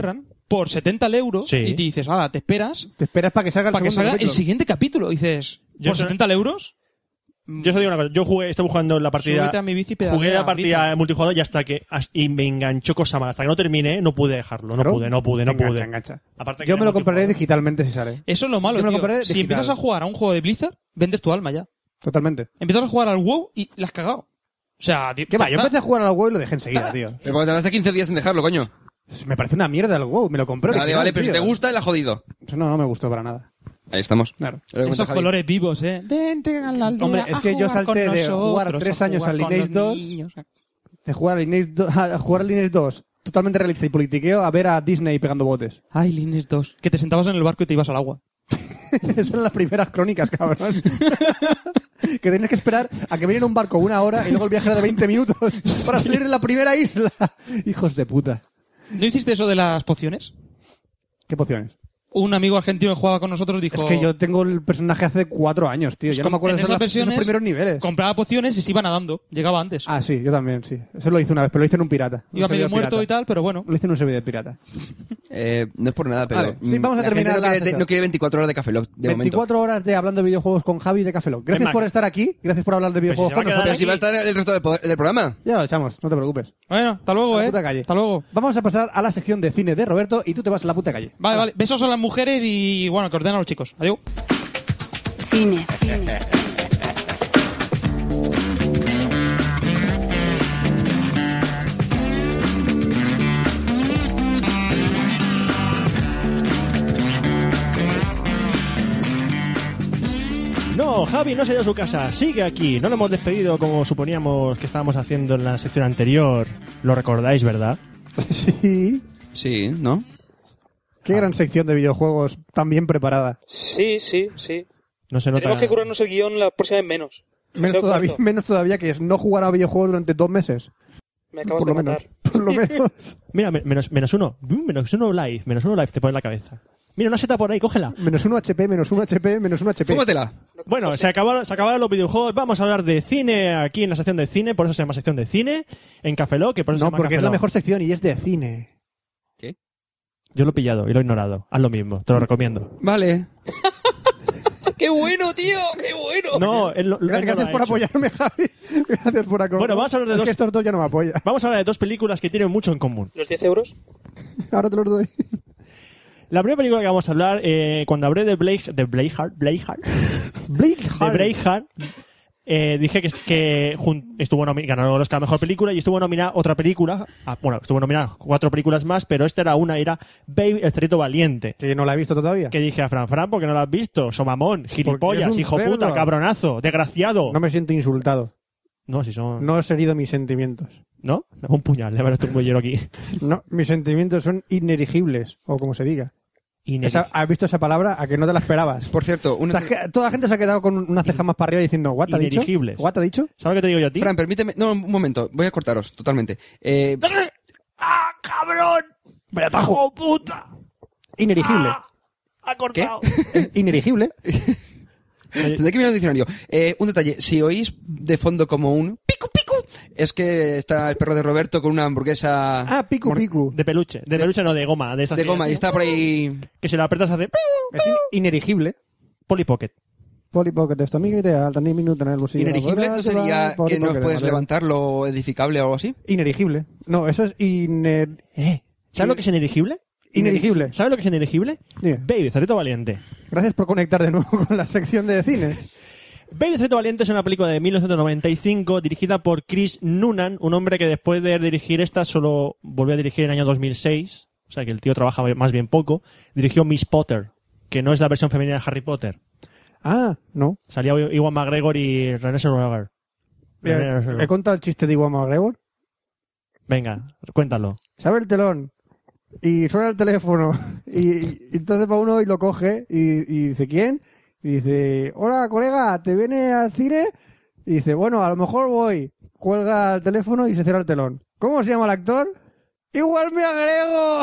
por setenta euros Sí. y te dices, ah, te esperas Te esperas para que salga el para que segundo salga el capítulo. siguiente capítulo. Y dices, Yo ¿por sé- setenta euros? Yo os digo una cosa, yo jugué, estuve jugando la partida, Súbete a mi bici y pedalea, jugué la partida bici. multijugador y hasta que, as- y me enganchó cosa mala. Hasta que no terminé, no pude dejarlo, no Claro. pude, no pude, no Engancha, pude. engancha. Aparte que Yo era me lo compraré multijugador. digitalmente si sale. Eso es lo malo, Yo me lo tío. compraré Si digital. empiezas a jugar a un juego de Blizzard, vendes tu alma ya. Totalmente. Empiezas a jugar al WoW y la has cagado. O sea, tío, ¿Qué va? ya Yo está. empecé a jugar al WoW y lo dejé enseguida, tío. Pero porque tardaste quince días en dejarlo, coño. Me parece una mierda el WoW. Me lo compré Vale, original, vale, pero si tío. te gusta, la ha jodido. Eso no, no me gustó para nada. Ahí estamos. Claro. Lo que cuenta Esos Javi. colores vivos, ¿eh? Vente a la aldea Hombre, es a que yo jugar salté con de nosotros, jugar tres a años jugar al con Lineage los dos. niños. De jugar al Lineage dos, a jugar al Lineage dos totalmente realista y politiqueo a ver a Disney pegando botes. Ay, Lineage dos. Que te sentabas en el barco y te ibas al agua. Esas son las primeras crónicas, cabrón. Que tienes que esperar a que viene un barco una hora y luego el viaje era de veinte minutos para salir de la primera isla. Hijos de puta. ¿No hiciste eso de las pociones? ¿Qué pociones? Un amigo argentino que jugaba con nosotros dijo... Es que yo tengo el personaje hace cuatro años, tío. Yo no me acuerdo de en esos, esas esos versiones primeros niveles. compraba pociones y se iba nadando. Llegaba antes. Ah, sí, yo también, sí. Eso lo hice una vez, pero lo hice en un pirata. Iba Un medio servidor muerto pirata. y tal, pero bueno. Lo hice en un servidor pirata. Eh, no es por nada, pero... Vale, sí, mm, vamos a la terminar gente no la quiere, sección. no quiere veinticuatro horas de Café Lock, de veinticuatro horas de hablando de videojuegos con Javi de Café Lock. Gracias Venga. por estar aquí. Gracias por hablar de videojuegos se va a con quedar momento. Pero nosotros. si va a estar el resto del, poder- del programa. Ya lo echamos, no te preocupes. Bueno, hasta luego, A la ¿eh? puta calle. Hasta luego. Vamos a pasar a la sección de cine de Roberto y tú te vas a la puta calle. Vale, vale. Besos a las mujeres y, bueno, que ordenen a los chicos. Adiós. Cine. Cine. No, Javi no se ha ido a su casa, sigue aquí. No lo hemos despedido como suponíamos que estábamos haciendo en la sección anterior. Lo recordáis, ¿verdad? Sí. Sí, ¿no? Qué gran sección de videojuegos tan bien preparada. Sí, sí, sí. No se nota. Tenemos que curarnos el guión la próxima vez menos. Menos Creo todavía, cuarto. menos todavía que es no jugar a videojuegos durante dos meses. Me acabas Por de lo menos. matar. Por lo menos. Mira, me- menos, menos uno. Mm, Menos uno live. Menos uno live te pone en la cabeza. Mira, una seta por ahí, cógela. Menos uno H P, menos uno H P, menos uno H P. Fúmatela. Bueno, se acabaron, se acabaron los videojuegos. Vamos a hablar de cine aquí en la sección de cine. Por eso se llama sección de cine. En Café Lock, que por eso se No, llama porque Café es la Lock. mejor sección y es de cine. ¿Qué? Yo lo he pillado y lo he ignorado. Haz lo mismo, te lo recomiendo. Vale. ¡Qué bueno, tío! ¡Qué bueno! No, él, lo- él no Gracias, lo ha por hecho. apoyarme, Javi. Gracias por acompañarme. Bueno, vamos a hablar de es dos- que estos dos ya no me apoyan. Vamos a hablar de dos películas que tienen mucho en común. ¿Los diez euros? Ahora te los doy. La primera película que vamos a hablar, eh, cuando hablé de Blade, de Braveheart, Braveheart, Blade de Braveheart, eh, dije que, que jun- estuvo nomi- ganó el Oscar a Mejor Película y estuvo nominada otra película, ah, bueno, estuvo nominada cuatro películas más, pero esta era una, era Babe, el cerrito valiente. Que no la he visto todavía. Que dije a Fran, Fran, ¿por qué no la has visto? Somamón, Porque gilipollas, es un hijo cerdo. puta, cabronazo, desgraciado. No me siento insultado. No, si son... No he herido mis sentimientos. ¿No? Un puñal, le verás tu cuellero aquí. No, mis sentimientos son inerigibles, o como se diga. Ineri- Esa- ¿Has visto esa palabra? A que no te la esperabas. Por cierto, una... Te has que- Toda la gente se ha quedado con una ceja más para arriba diciendo, ¿what te ha dicho? Inerigibles. ¿What te ha dicho? ¿Sabes lo que te digo yo a ti? Fran, permíteme... No, un momento. Voy a cortaros totalmente. Eh, ¡Ah, cabrón! ¡Vaya tajo, puta! Inerigible. ¡Ha cortado! Eh, Inerigible. tendré que mirar el diccionario. Eh, un detalle. Si oís de fondo como un picu picu, es que está el perro de Roberto con una hamburguesa Ah, picu mor- picu. De peluche. De peluche no, de goma. De, esas de que- goma y está por ahí... Que si la apretas hace... Es in- inerigible. Polly Pocket. Polly Pocket, esto amiga y te alta ni minuto en el bolsillo. Inerigible La no bola, sería Polly que no Pocket, puedes vale. levantarlo edificable o algo así. Inerigible. No, eso es iner... ¿Eh? ¿Sabes lo que es inerigible? inerigible. ¿Sabes lo que es inerigible? Dime. Baby, cerrito valiente. Gracias por conectar de nuevo con la sección de cine. Baby, cerrito valiente es una película de mil novecientos noventa y cinco dirigida por Chris Noonan, un hombre que después de dirigir esta solo volvió a dirigir en el año dos mil seis. O sea que el tío trabaja más bien poco. Dirigió Miss Potter, que no es la versión femenina de Harry Potter. Ah, no. Salía Iwan McGregor y René Zellweger. René Mira, Zellweger. he contado el chiste de Iwan McGregor. Venga, cuéntalo. Se abre el telón y suena el teléfono y, y entonces va uno y lo coge y, y dice, ¿quién? Y dice, hola colega, ¿te viene al cine? Y dice, bueno, a lo mejor voy. Cuelga el teléfono y se cierra el telón. ¿Cómo se llama el actor? ¡Igual me agrego!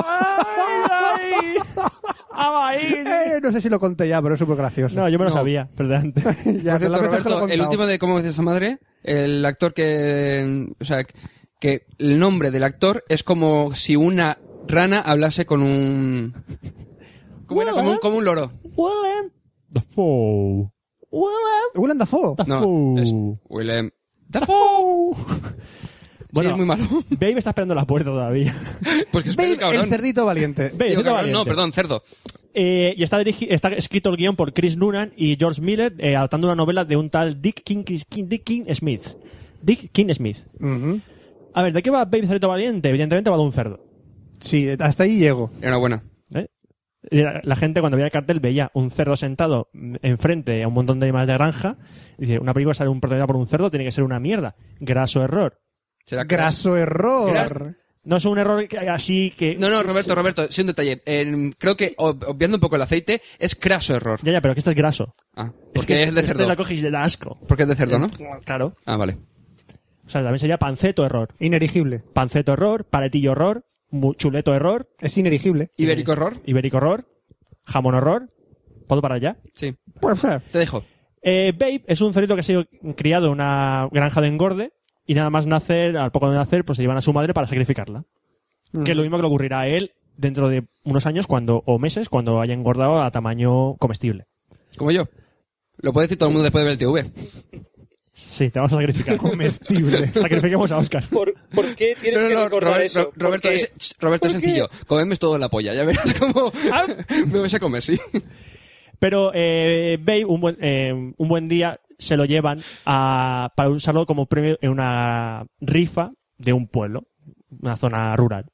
Eh, no sé si lo conté ya, pero es súper gracioso. No, yo me lo No. sabía, pero de antes. Ya, Por pero cierto, las veces que lo he Roberto, el contado. último de Cómo decía esa madre, el actor que... O sea, que el nombre del actor es como si una rana hablase con un... ¿Cómo era? Como un, como un loro. Willem Dafoe. Willem Willem Dafoe. No, es Willem Dafoe. Bueno, Sí, es muy malo. Babe está esperando la puerta todavía. Pues que espera el Babe, el cabrón. cerdito valiente. Babe, Digo, cerdito cabrón, no, valiente. perdón, cerdo. Eh, y está, dirigi- está escrito el guión por Chris Noonan y George Miller, eh, adaptando una novela de un tal Dick King, King- Dick King Smith. Dick King Smith. Ujú. A ver, ¿de qué va Babe Cerdito Valiente? Evidentemente va de un cerdo. Sí, hasta ahí llego. Enhorabuena. ¿eh? Y La, la gente cuando veía el cartel veía un cerdo sentado enfrente a un montón de animales de granja. Y dice, una película sale un protagonista por un cerdo, tiene que ser una mierda. Graso error. ¿Será que- Graso error. Gra- No es un error que- así que... No, no, Roberto, Roberto, sí un detalle. Eh, creo que, ob- obviando un poco el aceite, es craso error. Ya, ya, pero que este es graso. Ah, Es porque que es de este cerdo. la coges y te da asco. Porque es de cerdo, ¿no? Claro. Ah, vale. O sea, también sería panceto error. Inerigible. Panceto error, paletillo error, mu- chuleto error, Es inerigible. ¿Ibérico error? ibérico error, jamón error. ¿Puedo para allá? Sí. Pues, eh, Te dejo. Eh, Babe es un cerdito que ha sido criado en una granja de engorde y nada más nacer, al poco de nacer, pues se llevan a su madre para sacrificarla. Que es lo mismo que le ocurrirá a él dentro de unos años cuando o meses cuando haya engordado a tamaño comestible. Como yo. Lo puede decir todo el mundo después de ver el T V. Sí, te vamos a sacrificar. comestible. Sacrifiquemos a Oscar. ¿Por, ¿por qué tienes No, que no, no, recordar Robert- eso? Ro- Roberto, Porque- es, ch, Roberto es ¿por qué? sencillo. Comedme todo en la polla, ya verás cómo Ah. me vais a comer, sí. Pero eh, Babe, un buen, eh, un buen día se lo llevan a, para usarlo como premio en una rifa de un pueblo, una zona rural.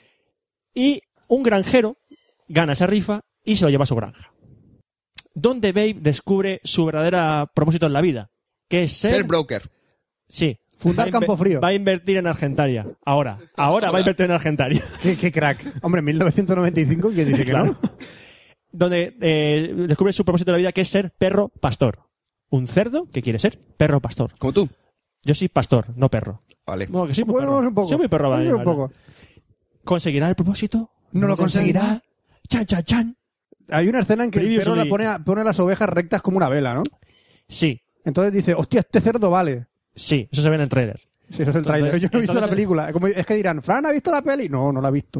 Y un granjero gana esa rifa y se lo lleva a su granja. Donde Babe descubre su verdadero propósito en la vida, que es ser... Ser broker. sí. Fundar Va a inver- Campo Frío. Va a invertir en Argentaria. Ahora. Ahora va a invertir en Argentaria. qué, qué crack. Hombre, mil novecientos noventa y cinco, ¿quién dice que Claro. no? Donde eh, descubre su propósito de la vida, que es ser perro pastor. Un cerdo que quiere ser perro pastor. Como tú. Yo soy pastor, no perro. Vale. Bueno, que soy muy Bueno, perro. vamos un poco. Soy muy perro, Vamos vale, un vale. poco. ¿Conseguirá el propósito? No lo conseguirá. Chan, chan, chan. Hay una escena en que el perro Previously. la pone, a- pone las ovejas rectas como una vela, ¿no? Sí, Entonces dice, hostia, este cerdo vale. sí, eso se ve en el trailer. Sí, eso es el tráiler. Entonces- Yo no he visto entonces- la película. Como- es que dirán, ¿Fran ha visto la peli? No, no la ha visto.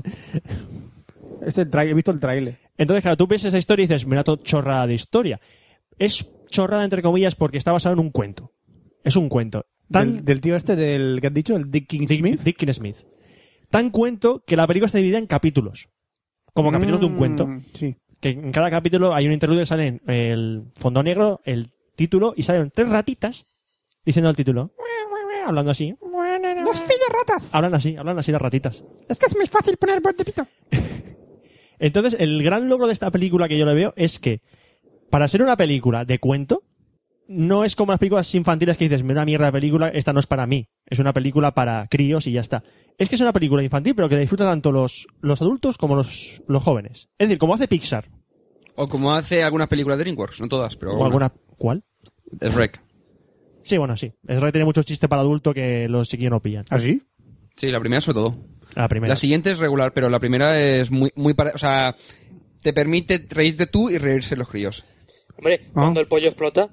Es el trai- he visto el tráiler. Entonces, claro, tú ves esa historia y dices, mira, todo chorrada de historia. Es chorrada, entre comillas, porque está basado en un cuento. Es un cuento. Tan, Del, del tío este, del que has dicho, el Dick King Dick, Smith. Dick King Smith. Tan cuento que la película está dividida en capítulos. Como capítulos de un Mm, cuento. Sí. Que en cada capítulo hay un interludio que sale el fondo negro, el título, y salen tres ratitas diciendo el título. Hablando así. ¡Los de ratas! Hablan así, hablan así las ratitas. Es que es muy fácil poner voz de pito. Entonces, el gran logro de esta película que yo le veo es que, para ser una película de cuento, no es como las películas infantiles que dices, mira una mierda de película, esta no es para mí. Es una película para críos y ya está. Es que es una película infantil, pero que disfrutan tanto los, los adultos como los, los jóvenes. Es decir, como hace Pixar. O como hace algunas películas de DreamWorks, no todas, pero O alguna... ¿Cuál? Es Rec. Sí, bueno, sí. Es verdad que tiene muchos chistes para adulto que los chiquillos no pillan. ¿Ah, sí? Sí, la primera sobre todo. La primera. La siguiente es regular, pero la primera es muy, muy para... O sea, te permite reírte tú y reírse los críos. Hombre, Ah. cuando el pollo explota,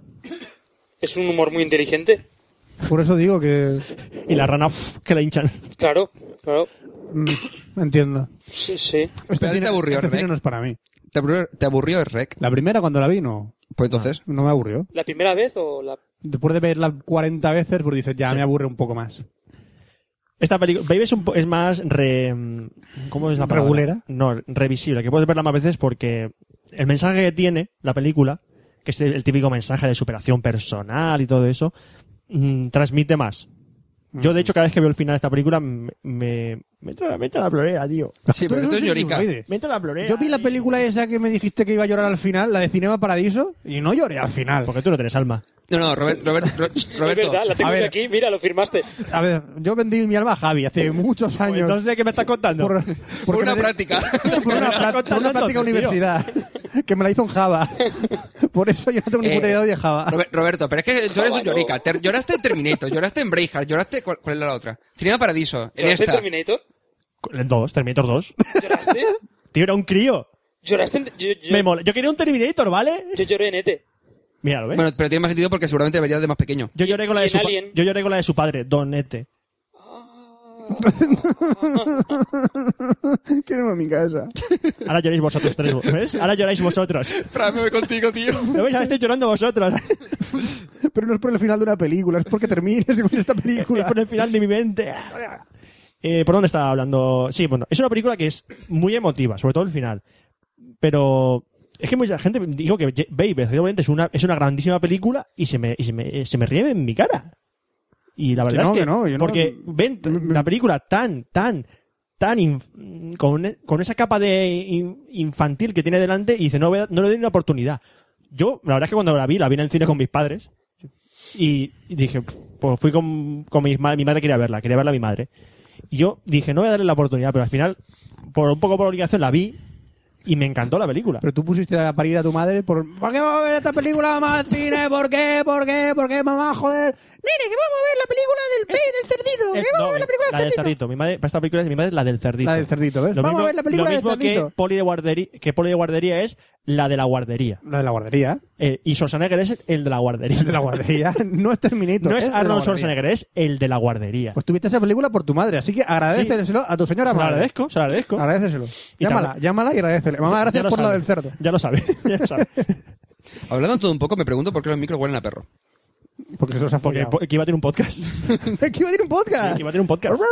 es un humor muy inteligente. Por eso digo que... Y la rana uf, que la hinchan. Claro, claro. mm, entiendo. Sí, sí. Este Pero a ti te cine, aburrió, este cine Rec. no es para mí. ¿Te aburrió, te aburrió el Rec? La primera cuando la vi, no. Pues entonces... No me aburrió. ¿La primera vez o la...? Después de verla cuarenta veces, pues dices, ya Sí. me aburre un poco más. Esta película, Baby es, un po- es más re, ¿cómo es la palabra? ¿Regulera? No, revisible, que puedes verla más veces porque el mensaje que tiene la película, que es el típico mensaje de superación personal y todo eso, mm, transmite más. Yo, de hecho, cada vez que veo el final de esta película, me, me, me entra, me entra la plorera, tío. Sí, Tú pero eres esto un es llorica. sinusoide. Me entra la plorera. Yo vi la tío. película esa que me dijiste que iba a llorar al final, la de Cinema Paradiso, y no lloré al final. Porque tú no tienes alma. No, no, Robert, Robert, Ro- Es Roberto... verdad, la tengo a ver. aquí, mira, lo firmaste. A ver, yo vendí mi alma a Javi hace muchos Pues años. entonces, ¿qué me estás contando? por, Por porque una me de- práctica. por una, pra- por una práctica Tío. universidad que me la hizo en Java. Por eso yo no tengo ni puta Eh, idea de Java. Robe- Roberto, pero es que tú eres un Java, no. llorica. Te- lloraste en Terminator, lloraste en Braveheart, lloraste... ¿Cuál, cuál era la otra? Cinema Paradiso. En ¿Lloraste en esta. Terminator? El dos, Terminator dos. ¿Lloraste? Tío, era un crío. ¿Lloraste en...? Yo, yo, Me mola. Yo quería un Terminator, ¿vale? yo lloré en E T. Míralo, ¿ves? Bueno, pero tiene más sentido porque seguramente verías de más pequeño. Yo lloré con la de ¿Y su en pa- Alien? yo lloré con la de su padre, Don Ete. Quiero irme a mi casa. Ahora lloráis vosotros tres, ¿ves? Ahora lloráis vosotros. Fran, me voy contigo, tío. ¿Lo veis? Ahora estáis llorando vosotros. Pero no es por el final de una película, es porque termines con esta película. Es por el final de mi mente. Eh, ¿Por dónde estaba hablando? Sí, bueno, es una película que es muy emotiva, sobre todo el final. Pero es que mucha gente dijo que Babe es una, es una grandísima película y se me, y se me, se me ríe en mi cara. Y la verdad Que no, es que, que no, yo no- porque ven t- la película tan, tan, tan inf- con, con esa capa de in- infantil que tiene delante y dice, no, voy a- no le doy una oportunidad. Yo, la verdad es que cuando la vi, la vi en el cine con mis padres y, y dije, pues fui con, con mi, ma- mi madre quería verla, quería verla a mi madre. Y yo dije, no voy a darle la oportunidad, pero al final, por un poco por obligación, la vi y me encantó la película. Pero tú pusiste a parir a tu madre por... ¿Por qué vamos a ver esta película, mamá, al cine? ¿Por qué? ¿Por qué? ¿Por qué, mamá? Joder. Nene, que vamos a ver la película del pez, del cerdito. Es- Que vamos no, a ver la película la del del cerdito. cerdito. Mi madre, para esta película, mi madre es la del cerdito. La del cerdito, ¿ves? Lo Vamos mismo, a ver la película lo del mismo cerdito. que Poli de guardería, que Poli de guardería es la de la guardería. La de la guardería. Eh, y Schwarzenegger es el de la guardería. El de la guardería. No es Terminator. No es de la Arnold guardería. Schwarzenegger, es el de la guardería. Pues tuviste esa película por tu madre, así que agradeceselo a tu señora se lo madre. agradezco, se lo agradezco. Agradeceselo. Y Llámala, también- llámala y agradecele. Mamá, Ya gracias lo por lo sabe. del cerdo. Ya lo sabe, ya lo sabe. Hablando todo un poco, me pregunto por qué los micros huelen a perro. Porque se los ha Porque follado. po- que iba a tener un podcast. ¡Que iba a ir un podcast! Que iba a tener un podcast.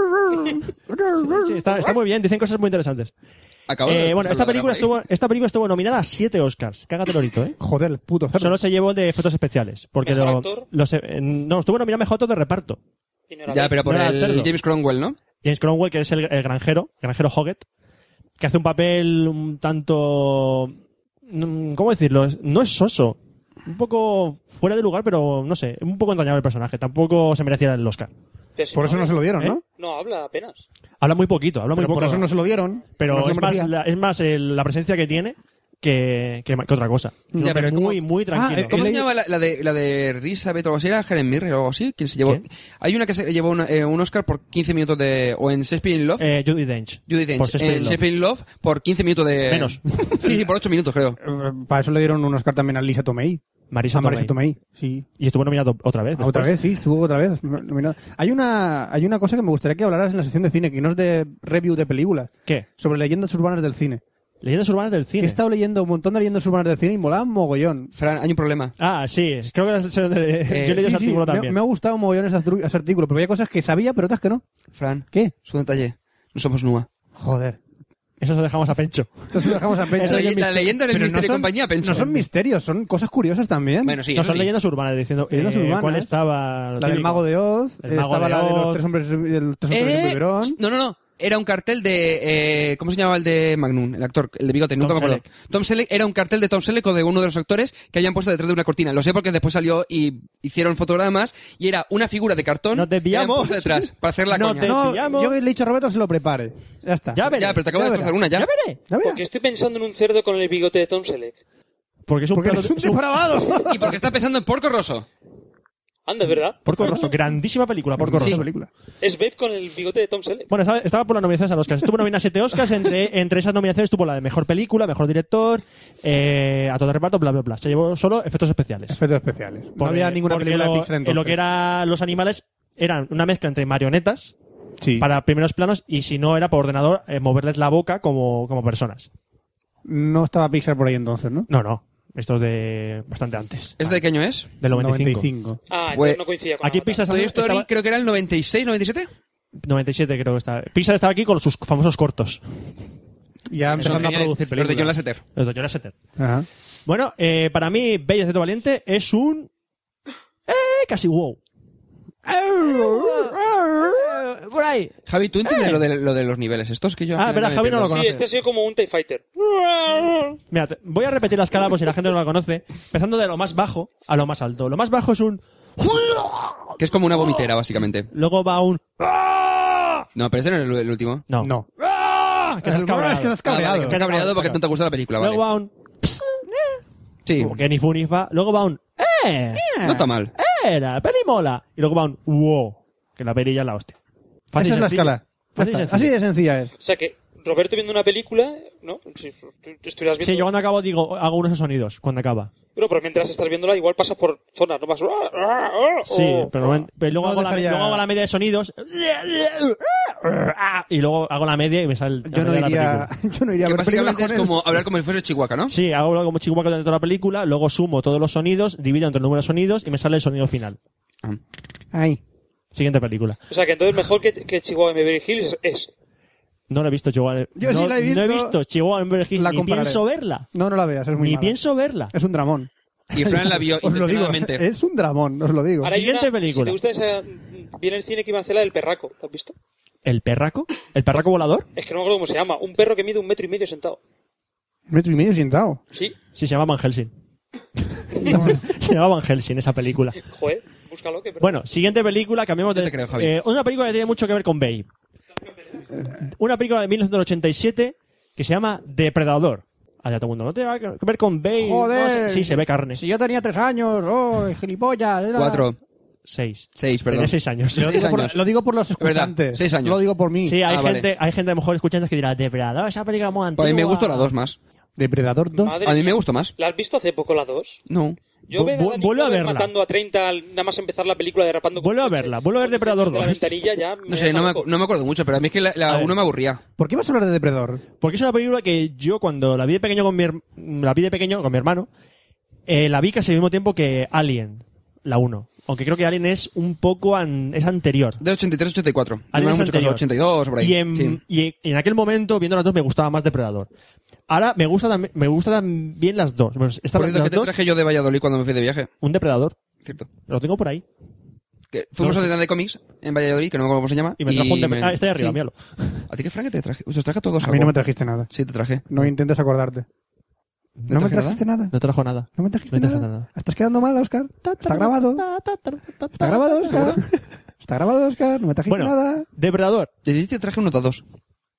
Sí, está, está muy bien, dicen cosas muy interesantes. Acabo de Eh, bueno, esta escucharlo película, de por ahí. estuvo, esta película estuvo nominada a siete Oscars. Cágate el orito, ¿eh? Joder, el puto cerdo. Solo se llevó de efectos especiales. Porque ¿Mejor lo- actor? los, eh, no, estuvo nominado a mejor actor de reparto. Y no era Ya, Babe. pero por No era el cerdo. James Cromwell, ¿no? James Cromwell, que es el, el granjero, granjero Hoggett, que hace un papel un tanto... mm, ¿Cómo decirlo? No es soso. Un poco fuera de lugar, pero no sé, un poco entrañable el personaje. Tampoco se merecía el Oscar. Pero si Por no eso no habla- se lo dieron, ¿Eh? ¿no? No habla apenas. Habla muy poquito, habla muy Pero poco. por eso no se lo dieron. Pero No se lo es, más merecía. la, es más el- la presencia que tiene que, que, que otra cosa. Es un Ya, hombre pero muy, ¿cómo- muy tranquilo. Ah, eh, ¿Cómo He se leído- llama la, la de la de Elizabeth o algo así? ¿Era Helen Mirren o algo así? ¿Quién se llevó? ¿Quién? Hay una que se llevó una- eh, un Oscar por quince minutos de... O en Shakespeare in Love. Eh, Judi Dench. Judy Dench. Por Shakespeare En in Love. Shakespeare in Love por quince minutos de... Menos. Sí, sí, por ocho minutos, creo. Eh, Para eso le dieron un Oscar también a Lisa Tomei. Marisa A Marisa Tomei. Tomei, sí. Y estuvo nominado otra vez. Ah, otra después. vez, sí, estuvo otra vez nominado. Hay una, hay una cosa que me gustaría que hablaras en la sección de cine, que no es de review de películas, ¿Qué? sobre leyendas urbanas del cine. Leyendas urbanas del Que cine. he estado leyendo un montón de leyendas urbanas del cine y molaban mogollón. Fran, hay un problema. Ah, sí. Creo que es el de... Eh, yo leí sí, ese Sí, sí, artículo me, también. me ha gustado mogollón ese, artru- ese artículo, pero había cosas que sabía, pero otras que no. Fran, ¿Qué? es un detalle. No somos N U A. Joder. Eso se lo dejamos a Pencho. Eso se lo dejamos a Eso Pencho. es La, el la leyenda del Pero misterio no y son- compañía, Pencho. No son misterios, son cosas curiosas también. Bueno, sí, no, eso son sí. leyendas urbanas diciendo Leyendas eh, urbanas. cuál estaba... lo La del típico. Mago de Oz, El eh, Mago estaba de la de los Oz. tres hombres, de los tres hombres en Eh, un biberón. no, no, no. Era un cartel de... Eh, ¿Cómo se llamaba el de Magnum? El actor, el de bigote, nunca Tom me acuerdo. Selleck. Tom Selleck era un cartel de Tom Selleck o de uno de los actores que habían puesto detrás de una cortina. Lo sé porque después salió y hicieron fotogramas y era una figura de cartón No te que habían pillamos. puesto detrás para hacer la No coña. te- No, pillamos. yo le he dicho a Roberto que se lo prepare. Ya está. Ya veré. Ya, pero te acabo Ya de verás. destrozar una ya. Ya veré. Ya verás. Porque estoy pensando en un cerdo con el bigote de Tom Selleck. Porque es un Porque plato- eres un es un depravado. Y porque está pensando en Porco Rosso. Anda, ¿verdad? Porco Rosso. Grandísima película, Porco Sí. Rosso. película. Es Babe con el bigote de Tom Selleck. Bueno, estaba, estaba por las nominaciones a los Oscars. Estuvo nominada a siete Oscars. Entre, entre esas nominaciones estuvo la de Mejor Película, Mejor Director, eh, a todo reparto, bla, bla, bla. Se llevó solo efectos especiales. Efectos especiales. No Porque- había ninguna porque película lo, de Pixar en entonces. lo que eran los animales eran una mezcla entre marionetas Sí. para primeros planos y si no era por ordenador eh, moverles la boca como, como personas. No estaba Pixar por ahí entonces, ¿no? No, no. Esto es de bastante antes. ¿Es de qué año es? Del noventa y cinco. noventa y cinco. Ah, Pues- entonces no coincidía con Aquí Avatar. Pixar Toy Story estaba- creo que era el noventa y seis, noventa y siete. noventa y siete creo que está. Pixar estaba aquí con sus famosos cortos. Ya Son empezando a geniales. producir Los películas. de John Lasseter. Los de John Lasseter. Ajá. Bueno, eh, para mí, Bella Ceto Valiente es un... Eh, casi wow. Por ahí. Javi, ¿tú entiendes lo, de, lo de los niveles estos que yo? al Ah, final verá, me Javi no pierdo? lo Sí, conoce. este ha sido como un TIE Fighter. Mira, te- voy a repetir la escala por si la gente no la conoce. Empezando de lo más bajo a lo más alto. Lo más bajo es un... Que es como una vomitera, básicamente. Luego va un... No, pero ese no es el, el último. No. No. Que estás El- cabreado. es que estás Ah, vale, cabreado. que estás cabreado porque no te gusta la película, vale. Luego va un... Sí, Como que ni fu ni fa. Luego va un... Eh, no está mal. era, peli mola. Y luego va un... Wow. Que la perilla es la hostia. Fácil Esa es y la sencillo. escala. Ya Fácil y está. sencillo. Así de sencilla es. O sea que Roberto viendo una película, ¿no? Si tú estuvieras viendo... Sí, yo cuando acabo digo, hago unos sonidos cuando acaba. Pero, pero mientras estás viéndola, igual pasas por zonas, ¿no? Vas... Sí, pero, no- pero luego, No hago la, dejaría- luego hago la media de sonidos y luego hago la media y me sale la Yo no media de la iría, película. yo no iría a Que ver películas básicamente con es él. como hablar como si fuese Chihuahua, ¿no? Sí, hago algo como chihuahua durante toda la película, luego sumo todos los sonidos, divido entre el número de sonidos y me sale el sonido final. Ah. Ahí. Siguiente película. O sea, que entonces mejor que, que Chihuahua en Beverly Hills es... No la he visto Chihuahua. Yo no, sí la he visto. No he visto Chihuahua en Beverly Hills, La ni compararé. pienso verla. No, no la veas, es muy Ni mala. pienso verla. Es un dramón. Y Fran la vio Os lo digo, intencionadamente. es un dramón, os lo digo. Ahora hay Siguiente una- película. Si te gusta esa... Viene el cine que iba a hacer la del perraco, ¿lo has visto? ¿El perraco? ¿El perraco volador? Es que no me acuerdo cómo se llama. Un perro que mide un metro y medio sentado. Metro y medio sentado. Sí, Sí, se llama Van Helsing. Se llama Van Helsing esa película. joder, búscalo. Que... Bueno, siguiente película, cambiamos Yo de... te creo, Javi. eh, una película que tiene mucho que ver con Babe. Una película de mil novecientos ochenta y siete que se llama Depredador. Allá todo el mundo, ¿no tiene que ver con Babe? Joder. No sé. Sí, se ve carne. Si yo tenía tres años, oh, gilipollas. Era... Cuatro, Seis. seis, perdón. Tenía seis años. Lo Seis digo, por, años. lo digo por los verdad, escuchantes. seis años. Lo digo por mí. Sí, hay Ah, vale. gente, hay gente a lo mejor escuchando que dirá, Depredador, esa película muy antigua. Pues a mí me gustó la dos más. Depredador dos. Madre A mí me mía. gustó más. ¿La has visto hace poco la dos? No. Yo Vu- veo a vu- Danny vuelve a Glover verla. matando a treinta al nada más empezar la película derrapando con Vuelve a un coche. verla, vuelve a ver Cuando se Depredador mete a la dos. ventanilla ya No sé, no me, no me acuerdo mucho, pero a mí es que la, A la ver. uno me aburría. ¿Por qué vas a hablar de Depredador? Porque es una película que yo cuando la vi de pequeño con mi, her- la vi de pequeño con mi hermano, eh, la vi casi al mismo tiempo que Alien, la uno. Aunque creo que Alien es un poco an- es anterior. De ochenta y tres a ochenta y cuatro. No Alien me es mucho caso, anterior. ochenta y dos, por ahí. Y en, Sí. y en aquel momento, viendo las dos, me gustaba más Depredador. Ahora me gusta también, me gusta también las dos. Pues esta- Por cierto, las ¿qué te dos, traje yo de Valladolid cuando me fui de viaje? un Depredador. Cierto. Lo tengo por ahí. Que fuimos No, a la tienda de cómics en Valladolid, que no me acuerdo cómo se llama. Y me trajo un Depredador. Ah, está ahí arriba, sí. míralo. ¿A ti qué, Frank, que te traje? Os traje a todos A mí algo. no me trajiste nada. Sí, te traje. No intentes acordarte. ¿No ¿No me traje trajiste nada? No trajo nada. ¿No me trajiste No te nada? traje nada. ¿Estás quedando mal, Oscar? ¿Está grabado? ¿Está grabado, Oscar? ¿Está grabado, Oscar? ¿No me trajiste Bueno, nada? Depredador. Te dije que te traje un nota dos.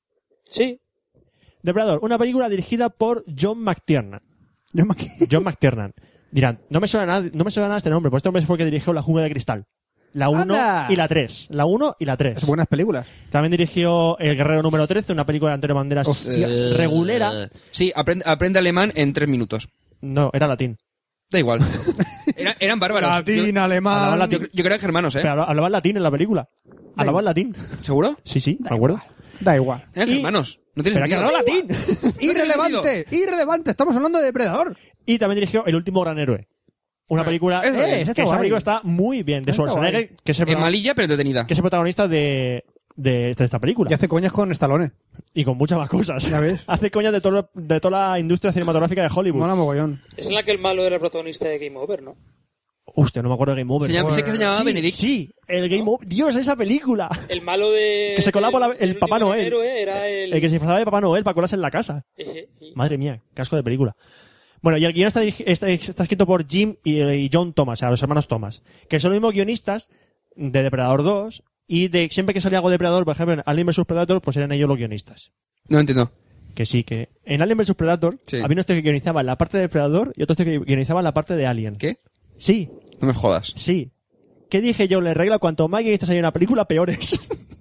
Sí. Depredador, una película dirigida por John McTiernan. Yo me... John McTiernan. Dirán, no me suena nada, no me suena nada este nombre, pues este hombre fue el que dirigió La Jungla de Cristal. La uno ¡Anda! y la tres. La uno y la tres. Es buenas películas. También dirigió El Guerrero número trece, una película de Antonio Banderas Hostias. regulera. Sí, aprende, aprende alemán en tres minutos. No, era latín. Da igual. Era- eran bárbaros. Latín, Yo, alemán... Hablaba yo, yo creo que germanos, ¿eh? Pero habla- hablaba latín en la película. Hablaba latín. ¿Seguro? Sí, sí, me acuerdo. Da igual. Eran Y- germanos. No tiene Pero que sentido. hablaba latín. ¡Irrelevante! ¡Irrelevante! Estamos hablando de Depredador. Y también dirigió El último gran héroe. Una película Eso eh, está que esa guay. película está muy bien. De Está Schwarzenegger, guay. que es el, En prota- malilla, pero entretenida. que es el protagonista de, de, de esta película. Y hace coñas con Stallone. Y con muchas más cosas. Ya ves. Hace coñas de, todo, de toda la industria cinematográfica de Hollywood. Mola mogollón. Es en la que el malo era el protagonista de Game Over, ¿no? Hostia, no me acuerdo de Game Over. Se llama- sé que se llamaba sí, Benedict. Sí, el Game Over. Dios, esa película. El malo de... Que se colaba por la- el del Papá último Noel. héroe era el... El que se disfrazaba de Papá Noel para colarse en la casa. Eje, y- Madre mía, casco de película. Bueno, y el guion está, dirigi- está, está escrito por Jim y, y John Thomas, o sea, los hermanos Thomas, que son los mismos guionistas de Depredador dos y de siempre que salía algo de Depredador, por ejemplo, en Alien versus Predator, pues eran ellos los guionistas. No entiendo. Que sí, que en Alien versus Predator Sí. había unos que guionizaban la parte de Depredador y otros que guionizaban la parte de Alien. ¿Qué? Sí, No me jodas. sí. ¿Qué dije yo? Le regla, cuanto más guionistas hay en una película, peores.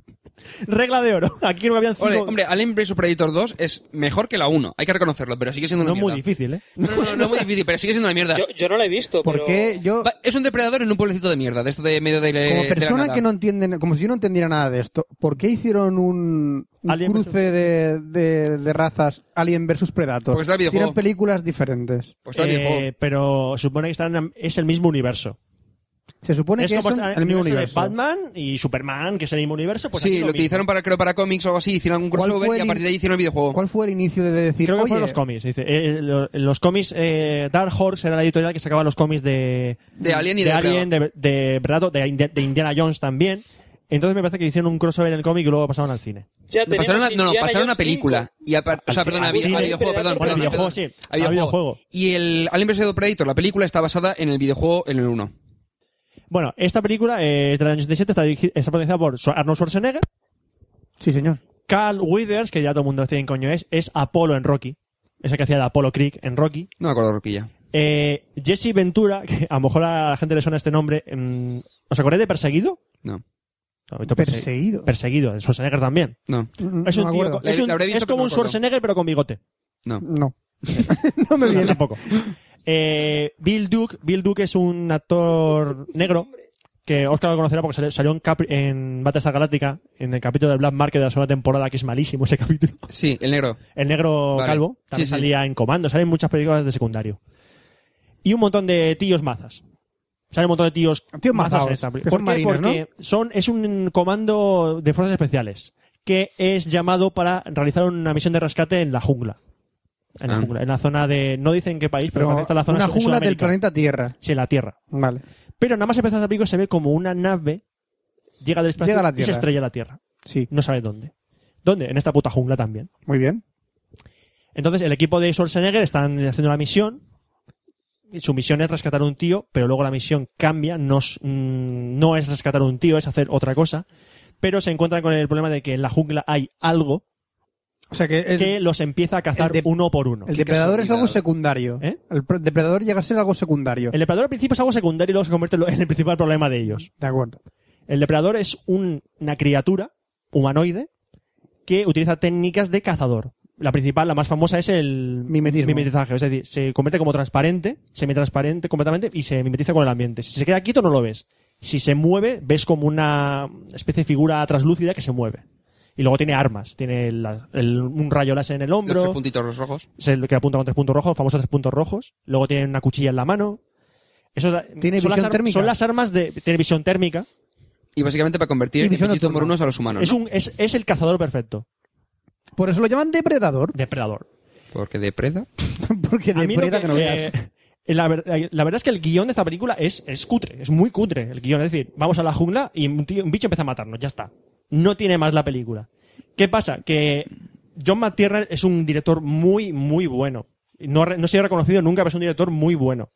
Regla de oro. Aquí no habían cinco... Ole, hombre, Alien vs Predator dos es mejor que la uno. Hay que reconocerlo, pero sigue siendo una no es mierda. muy difícil, ¿eh? No, no, no, no es muy difícil, pero sigue siendo una mierda. Yo, yo no la he visto, ¿Por pero... qué yo, Va, es un depredador en un pueblecito de mierda, de esto de medio de, de como la persona nada. que no entiende, como si yo no entendiera nada de esto, ¿por qué hicieron un, un Alien cruce de, de, de razas Alien versus Predator? Porque está el Si videojuego. eran películas diferentes. Pues está el Eh, videojuego. pero supone que están en- es el mismo universo. Se supone Es que como son está el mismo de universo. Batman y Superman, que es el mismo universo. Pues aquí Sí, lo mismo. utilizaron para, creo, para cómics o algo así, hicieron algún ¿Cuál crossover fue y a el partir de ahí hicieron el videojuego. ¿Cuál fue el inicio de decir, Creo que oye, fueron los cómics. Dice, eh, lo- los cómics, eh, Dark Horse era la editorial que sacaba los cómics de, De Alien y de Alien, de, de, Predator, de, Indi- de Indiana Jones también. Entonces me parece que hicieron un crossover en el cómic y luego pasaron al cine. Ya Le pasaron tenemos a, no, no, Indiana pasaron a Jones película. cinco. Y a, par- o sea, Al perdón, cine, a, vi- al a cine. videojuego, perdón. Bueno, perdón, videojuego, perdón. sí. A A videojuego. Y el Alien vs Predator, la película está basada en el videojuego en el uno. Bueno, esta película eh, es del año ochenta y siete, está, dirigi- está protagonizada por Schwar- Arnold Schwarzenegger, Sí, señor. Carl Weathers, que ya todo el mundo tiene coño es, es Apolo en Rocky. Ese que hacía de Apollo Creed en Rocky. No me acuerdo, Roquilla. Eh, Jesse Ventura, que a lo mejor a la gente le suena este nombre. mm, ¿Os acordáis de Perseguido? No. ¿Lo has visto perse- Perseguido. Perseguido. El Schwarzenegger también. No, Mm, Es no un me tío, acuerdo. con- es, La- un- la habré visto, es pero como no un me acuerdo. Schwarzenegger, pero con bigote. no. No. no me Yo viene. tampoco. Eh, Bill Duke. Bill Duke es un actor negro que Oscar lo conocerá porque salió, salió en, Capri- en Battlestar Galactica, en el capítulo de Black Market de la segunda temporada, que es malísimo ese capítulo. Sí, el negro. El negro Vale. calvo también Sí, sí. salía en Comando, salen muchas películas de secundario. Y un montón de tíos mazas. Salen un montón de tíos, Tíos mazas mazaos, en esta que película. son ¿Por qué? marinos, Porque son, es un comando de fuerzas especiales que es llamado para realizar una misión de rescate en la jungla. En la Ah. jungla, en la zona de... No dicen qué país, pero, Pero parece que está en la zona una su- jungla del Sudamérica. planeta Tierra. Sí, en la Tierra. Vale. Pero nada más empezar esta película se ve como una nave llega del espacio Llega a la y se Tierra. estrella a la Tierra. Sí. No sabe dónde. ¿Dónde? En esta puta jungla también. Muy bien. Entonces el equipo de Schwarzenegger están haciendo la misión. Y su misión es rescatar a un tío, pero luego la misión cambia. No, es- mm, no es rescatar a un tío, es hacer otra cosa. Pero se encuentran con el problema de que en la jungla hay algo O sea que el, que los empieza a cazar el de- uno por uno. el depredador es algo casualidad. secundario. ¿Eh? El pre- depredador llega a ser algo secundario. El depredador al principio es algo secundario y luego se convierte en lo- en el principal problema de ellos. De acuerdo. El depredador es un- una criatura humanoide que utiliza técnicas de cazador. La principal, la más famosa, es el Mimetismo. mimetizaje. Es decir, se convierte como transparente, semitransparente completamente y se mimetiza con el ambiente. Si se queda quieto, no lo ves. Si se mueve, ves como una especie de figura translúcida que se mueve. Y luego tiene armas. Tiene la- el- un rayo láser en el Los tres hombro, puntitos rojos. es el que apunta con tres puntos rojos, los famosos tres puntos rojos. Luego tiene una cuchilla en la mano. Eso es- ¿Tiene son, las visión ar- térmica? son las armas de... Tiene visión térmica. Y básicamente para convertir Y en visión bichito nocturna. morunos a los humanos, Es, ¿no? un, es, es el cazador perfecto. Por eso lo llaman depredador. Depredador. Porque depreda. Porque A mí lo depreda que- que no veas. eh, la, ver- la verdad es que el guión de esta película es, es cutre, es muy cutre el guión. Es decir, vamos a la jungla y un, tío- un bicho empieza a matarnos, ya está. No tiene más la película. ¿Qué pasa? Que John McTiernan es un director muy, muy bueno. No, re- no ha sido reconocido nunca, pero es un director muy bueno.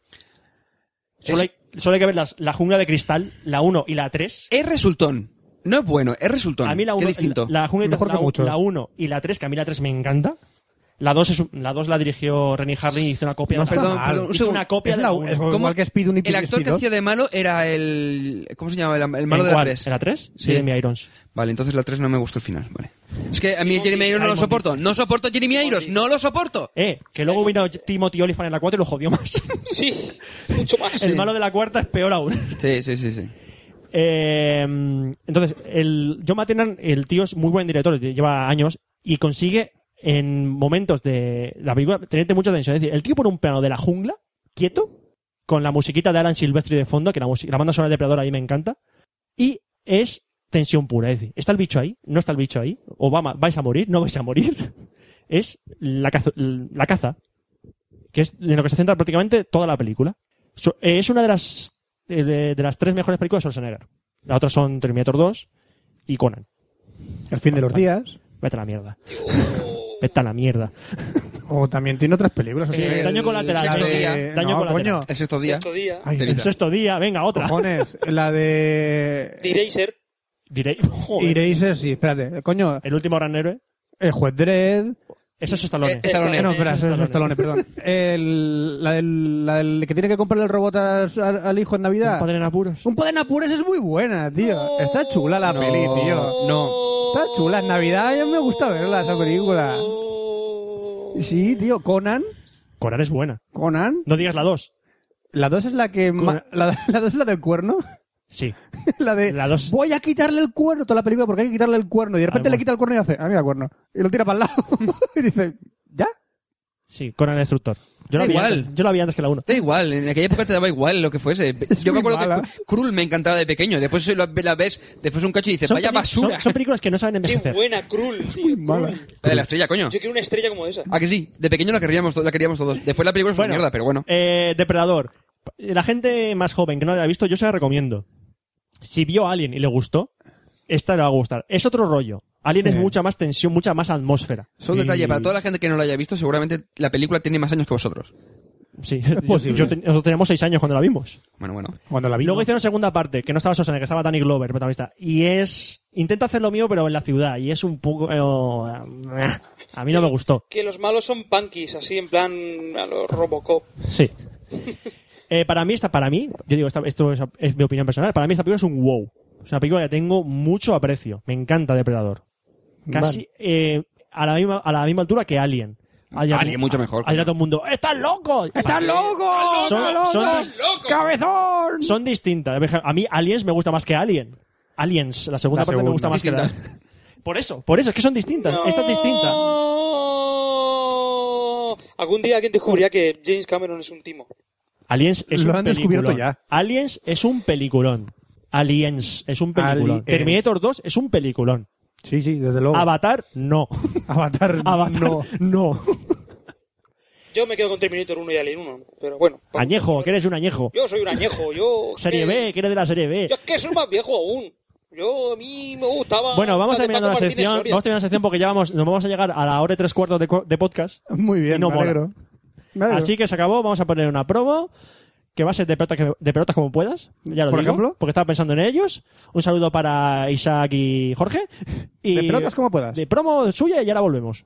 Solo, hay, solo hay que ver las, la jungla de cristal, la uno y la tres. Es resultón. No es bueno, es resultón. A mí la Qué uno, distinto. la, la jungla de Mejor la, que muchos. la uno y la tres, que a mí la tres me encanta. La dos es un- la dos la dirigió Renny Harlin y hizo una copia No de está perdón, mal. perdón, un hizo segundo. una copia Es de la la u- uno. es ¿Cómo? igual que Speed uno y El actor que Speed dos. hacía de malo era el... ¿Cómo se llama? El, el malo ¿En de la cuál? tres. ¿En la tres? Sí. Jeremy Irons. Vale, entonces la tres no me gustó el final. Vale. Es que a mí Simon Jeremy Diz, Irons no lo Simon soporto. No soporto a Jeremy Irons. No lo soporto. Eh, que luego vino Timothy Olyphant en la cuatro y lo jodió más. Sí, mucho más. El malo de la cuarta es peor aún. Sí, sí, sí, sí. Eh, entonces, el John McTiernan, el tío es muy buen director, lleva años y consigue en momentos de la película tenerte mucha tensión. Es decir, el tío pone un plano de la jungla, quieto, con la musiquita de Alan Silvestri de fondo, que la, música- la banda sonora de Depredador ahí me encanta, y es tensión pura. Es decir, ¿está el bicho ahí? ¿No está el bicho ahí? ¿Obama, vais a morir? ¿No vais a morir? Es la caza, la caza, que es en lo que se centra prácticamente toda la película. So- eh, es una de las eh, de, de las tres mejores películas de Schwarzenegger. Las otras son Terminator dos y Conan. El fin de los días. Vete a la mierda. Vete a la mierda. O también tiene otras películas. o sea, El daño colateral. sexto la de- día. Daño no, colateral. coño. El sexto día. Sexto día. Ay, Telita. El sexto día, venga, otra. cojones. La de... The Eraser. Diré, joder. Eraser, sí, espérate. Coño, El último gran héroe. el juez Dredd... Eso es Stallone. Eh, Stallone. Eh, no, espera, Eso eso es es Stallone, perdón. El, la, del, la del que tiene que comprarle el robot al, al- al hijo en Navidad. Un padre en apuros. Un padre en apuros es muy buena, tío. Está chula la No. peli, tío. No. Está chula. En Navidad ya me gusta verla, esa película. Sí, tío. Conan. Conan es buena. Conan. No digas la dos. La dos es la que... ma- La, la dos es la del cuerno. Sí. La de... La dos- Voy a quitarle el cuerno toda la película porque hay que quitarle el cuerno. Y de repente Además- le quita el cuerno y hace... Ah, mira, cuerno. Y lo tira para el lado. Y dice... ¿Ya? Sí, Conan el Destructor. Yo Da la vi igual. antes, yo la vi antes que la uno. Da igual, en aquella época te daba igual lo que fuese. Yo me muy acuerdo mala. que Krull me encantaba de pequeño. Después la, la ves, después un cacho y dices, Son vaya peli- basura. Son, son películas que no saben Qué envejecer. buena, Krull, tío. mala. Krull. La de la estrella, coño. Yo quiero una estrella como esa. Ah, que sí. De pequeño la queríamos, to- la queríamos todos. Después la película es una Bueno, mierda, pero bueno. Eh, Depredador. La gente más joven que no la haya visto, yo se la recomiendo. Si vio a Alien y le gustó, esta le va a gustar. Es otro rollo. Alien Sí. es mucha más tensión, mucha más atmósfera. Solo un y- detalle, para toda la gente que no la haya visto, seguramente la película tiene más años que vosotros. Sí, yo- posible. yo ten- nosotros teníamos seis años cuando la vimos. Bueno, bueno. Cuando la vi. Luego ¿no? hicieron segunda parte, que no estaba Schwarzenegger, que estaba Danny Glover, protagonista. Y es... Intenta hacer lo mío, pero en la ciudad. Y es un poco... eh, a mí no me gustó. Que los malos son punkies, así en plan a los Robocop. Sí. Eh, para mí, esta, para mí, yo digo, esta- esto es, es mi opinión personal, para mí esta película es un wow. Es una película que tengo mucho aprecio. Me encanta Depredador. Casi eh, a, la misma, a la misma altura que Alien. Allá Alien, todo- mucho mejor. Allá todo el mundo, ¡estás loco! ¡Estás loco! Son- ¡Estás loco! son- ¡Cabezón! Son distintas. A mí Aliens me gusta más que Alien. Aliens, la segunda La parte me segunda. gusta más que la... Por eso, por eso, es que son distintas. Esta es distinta. Algún día alguien descubrirá que James Cameron es un timo. Aliens es Lo un han descubierto peliculón. ya. Aliens es un peliculón. Aliens es un peliculón. Aliens. Terminator dos es un peliculón. Sí, sí, desde luego. Avatar, no. Avatar, Avatar, no. no. Yo me quedo con Terminator uno y Alien uno, pero bueno. vamos. Añejo, que eres un añejo. Yo soy un añejo, yo... Serie que- B, que eres de la serie B. Yo es que soy más viejo aún. Yo, a mí me gustaba... Bueno, vamos la de terminando la Paco Martínez sección. Soria. Vamos terminando la sección porque ya vamos, nos vamos a llegar a la hora y tres cuartos de, co- de podcast. Muy bien, Y no me mola. alegro. Me alegro. Así que se acabó. Vamos a poner una promo que va a ser de pelotas, que- de pelotas como puedas. Ya lo ¿Por digo, ejemplo? porque estaba pensando en ellos. Un saludo para Isaac y Jorge. Y De pelotas como puedas. De promo suya y ahora volvemos.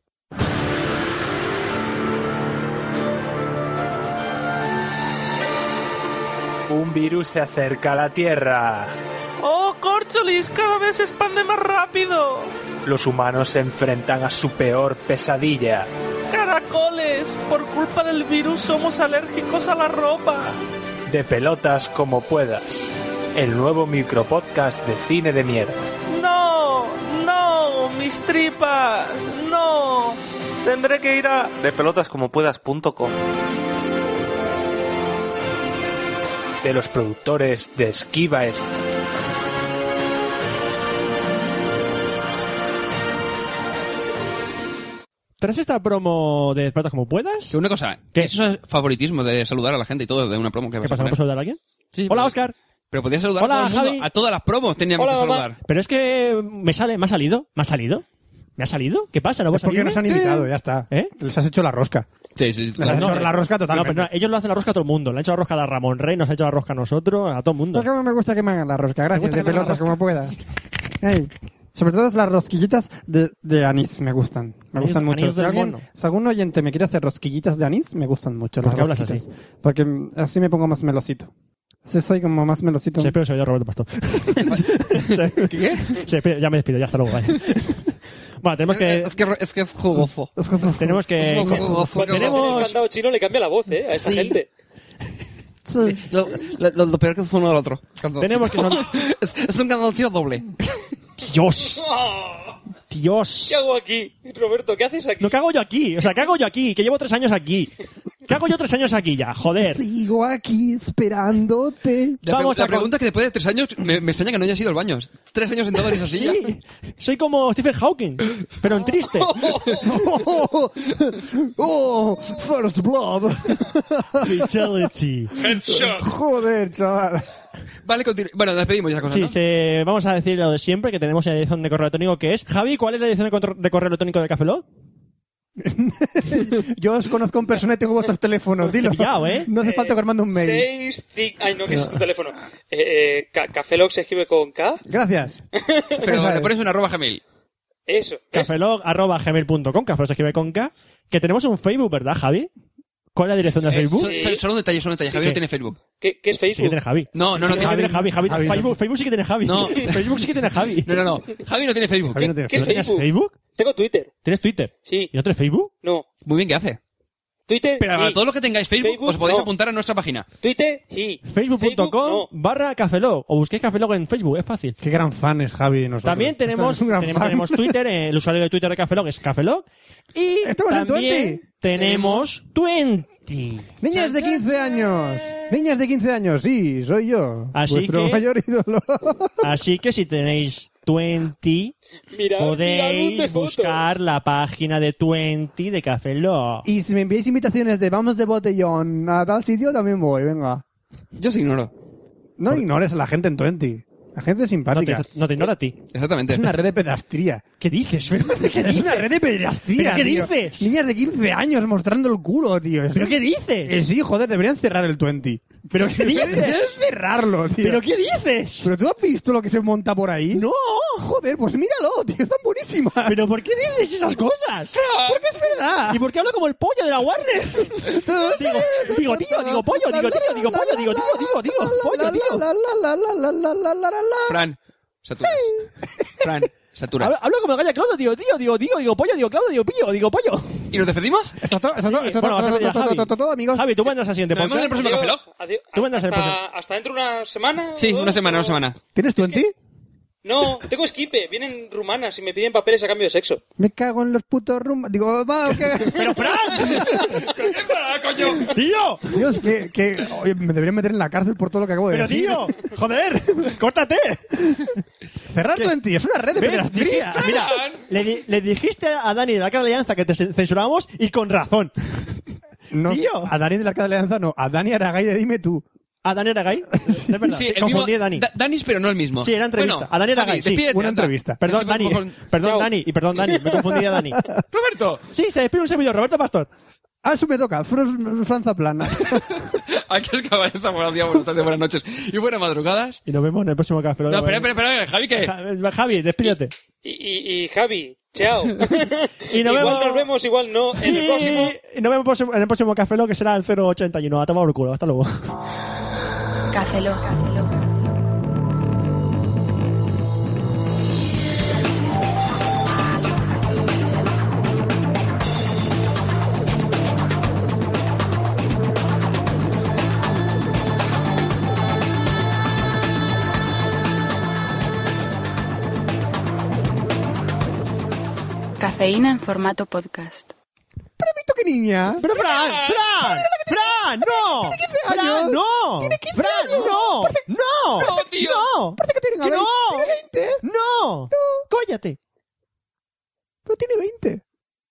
Un virus se acerca a la Tierra. ¡Oh, Córcholis! ¡Cada vez se expande más rápido! Los humanos se enfrentan a su peor pesadilla. ¡Caracoles! Por culpa del virus somos alérgicos a la ropa. De pelotas como puedas. El nuevo micropodcast de cine de mierda. ¡No! ¡No! ¡Mis tripas! ¡No! Tendré que ir a de pelotas como puedas punto com. De los productores de Esquiva Esto. Tras esta promo de pelotas como puedas. Que una cosa, ¿Qué? eso es favoritismo de saludar a la gente y todo de una promo que ¿Qué vas a pasa? ¿No poner. puedo saludar a alguien? Sí, Hola, pero- Oscar. Pero podías saludar Hola, a todo el mundo. Javi. A todas las promos teníamos Hola, que mamá. saludar. Pero es que me sale, me ha salido. ¿Me ha salido? ¿Me ha salido? ¿Qué pasa? ¿No Es vas a porque nos han invitado, ya está. ¿Eh? Les has hecho la rosca. Sí, sí, sí. Les has no, hecho la rosca No, totalmente. pero no, ellos lo hacen la rosca a todo el mundo. Le han hecho la rosca a Ramón Rey, nos ha hecho la rosca a nosotros, a todo el mundo. Es que me gusta que me hagan la rosca. Gracias, gusta de que me hagan pelotas la como puedas. Ey, sobre todo las rosquillitas de, de anís me gustan. Me Anís- gustan mucho. anís Si del alguien, mono. si algún oyente me quiere hacer rosquillitas de anís, me gustan mucho. ¿Por las qué hablas rosquitas. Porque mm, así me pongo más melosito. Sí, soy como más melosito. Se espero, soy yo, Roberto Pastor. Se- ¿Qué? se espero, ya me despido, ya hasta luego. Vaya. Bueno, tenemos que... Es que es, que es jugoso. Es que es más- Tenemos que... Es jugoso. Cuando se hace el Tenemos... candado chino le cambia la voz, ¿eh? A esa Sí. gente. Sí. Lo, lo, lo- lo peor que es uno del otro. Tenemos que son... Es, es un canal chino doble. Dios. Dios. ¿Qué hago aquí? Roberto, ¿qué haces aquí? No, ¿qué hago yo aquí? O sea, ¿qué hago yo aquí? Que llevo tres años aquí. ¿Qué hago yo tres años aquí ya? Joder. Sigo aquí esperándote. La, Vamos pregu- la a pregunta es que después de tres años me, me extraña que no hayas ido al baño. Tres años sentado en esa silla. Sí. Soy como Stephen Hawking, pero en triste. Oh, oh, First Blood. Fatality. Joder, chaval. Vale, continu- bueno, despedimos ya la cosa, Sí, ¿no? se- vamos a decir lo de siempre, que tenemos la edición de correo electrónico que es... Javi, ¿cuál es la edición de, contro- de correo electrónico de Café Lock? Yo os conozco en persona y tengo vuestros teléfonos. Dilo. Te he pillado, ¿eh? No hace falta que os mande un mail. Seis, ci- Ay, no, que ese es tu teléfono. Eh, eh, ca- Café Lock se escribe con K. Gracias. Pero Esa le es. pones una arroba Gmail. Eso. ¿ves? Cafelog arroba gmail punto com, Café Lock se escribe con K. Que tenemos un Facebook, ¿verdad, Javi? ¿Cuál es la dirección de Facebook? So- so- solo un detalle, solo un detalle. Javier ¿qué? no tiene Facebook. ¿Qué, qué es Sí que Facebook? tiene Javi. No, no, Sí no. que Javi, tiene Javi. Javi, Javi no. Facebook, Facebook sí que tiene Javi. No. Facebook sí que tiene Javi. No, no, no. Javi no tiene Facebook. Javi no tiene ¿Qué es Facebook. ¿Tienes Facebook? Facebook? Tengo Twitter. ¿Tienes Twitter? Sí. ¿Y no tienes Facebook? No. Muy bien, ¿qué hace? Twitter. Pero a sí. todos los que tengáis Facebook, Facebook, os podéis no. apuntar a nuestra página. Twitter, sí. Facebook punto com no. barra Cafelog. O busquéis Cafelog en Facebook, es fácil. Qué gran fan es Javi de nosotros. También tenemos, Es un gran tenemos, fan. tenemos Twitter, eh, el usuario de Twitter de Cafelog es Cafelog. Y Estamos en también veinte. tenemos veinte. Niñas de quince años. Niñas de quince años, sí, soy yo. Así vuestro que- mayor ídolo. Así que si tenéis veinte, Mirad, mirad un de podéis foto. buscar la página de veinte de Cafelog. Y si me enviáis invitaciones de vamos de botellón a tal sitio, también voy, venga. Yo os ignoro. No ignores a la gente en veinte. La gente es No simpática. te, no te ignora a ti. Exactamente. Es una red de pedastría. ¿Qué dices? ¿Pero qué Es dices? una red de pedastría. ¿Pero qué tío. dices? Niñas de quince años mostrando el culo, tío. ¿Pero qué Eh, dices? sí, joder, deberían cerrar el veinte. ¿Pero qué Deberían dices? cerrarlo, tío. ¿Pero qué dices? ¿Pero tú has visto lo que se monta por ahí? ¡No! Joder, pues míralo, tío. Están buenísimas. ¿Pero por qué dices esas cosas? Porque es verdad. ¿Y por qué habla como el pollo de la Warner? digo, digo tío, digo pollo, digo tío, digo pollo, digo tío, digo, digo pollo, tío. La, la, la, la, la, la, la, la, la. Fran, Saturas. Fran, saturas. Hablo, hablo como galla Clodo, tío, tío, digo, digo, digo pollo, digo Claudio, digo pillo, digo pollo. ¿Y nos despedimos? Esto todo, esto todo, Sí, esto bueno, todo, vas a pedir a todo, Javi. todo, todo, todo, amigos. Javi, tú vendrás al siguiente ¿Nos vemos en el podcast. próximo Café Lock? Adiós. Tú vendrás el hasta, próximo. hasta dentro de una semana. Sí, ¿no? una semana, No. una semana. ¿Tienes tú en ti? No, tengo esquipe. Vienen rumanas y me piden papeles a cambio de sexo. Me cago en los putos rumbos. Digo, va, ¿o qué? ¡Pero Fran! coño! ¡Tío! Dios, que, que oye, me deberían meter en la cárcel por todo lo que acabo de ¡Pero decir. tío! ¡Joder! ¡Córtate! Cerrar tú en ti, es una red de ¿Ves? pederastía. Dijiste- Mira, le, di- le dijiste a Dani de la Cara Alianza que te censuramos y con razón. No, Tío. a Dani de la Arcada de Alianza no, a Dani Aragay de Dime Tú. ¿A Dani Aragay? Es verdad, Sí, sí, el confundí mismo, a Dani. Da- Danis, pero no el mismo. Sí, era entrevista. Bueno, A Dani Javi, Aragay, sí. despídete, Una anda. entrevista. Perdón, Sí, Dani. con- Perdón, Chao. Dani. Y perdón, Dani. Me confundí a Dani. ¡Roberto! Sí, se despide un servidor, Roberto Pastor. Ah, eso me toca, Fr- Franza Plana. Aquí es Cabaleza, buenos días, buenas tardes, buenas noches y buenas madrugadas. Y nos vemos en el próximo café. No, espera, espera, espera, Javi, ¿qué? Ja- Javi, despídete. Y, y, y Javi, chao. Y nos igual vemos- nos vemos, igual no. En el próximo. Y nos vemos en el próximo Café Lock, que será el cero ochenta y uno. A tomar por culo. Hasta luego. Café Lock. Cafeína en formato podcast. Pero visto qué niña. Pero Fran, Fran, Fran, no. Fran, años. no. Tiene quince Fran, años. no. No. No, tío. No. Parece que tiene, Que no. tiene veinte. No. Cállate. Pero tiene veinte.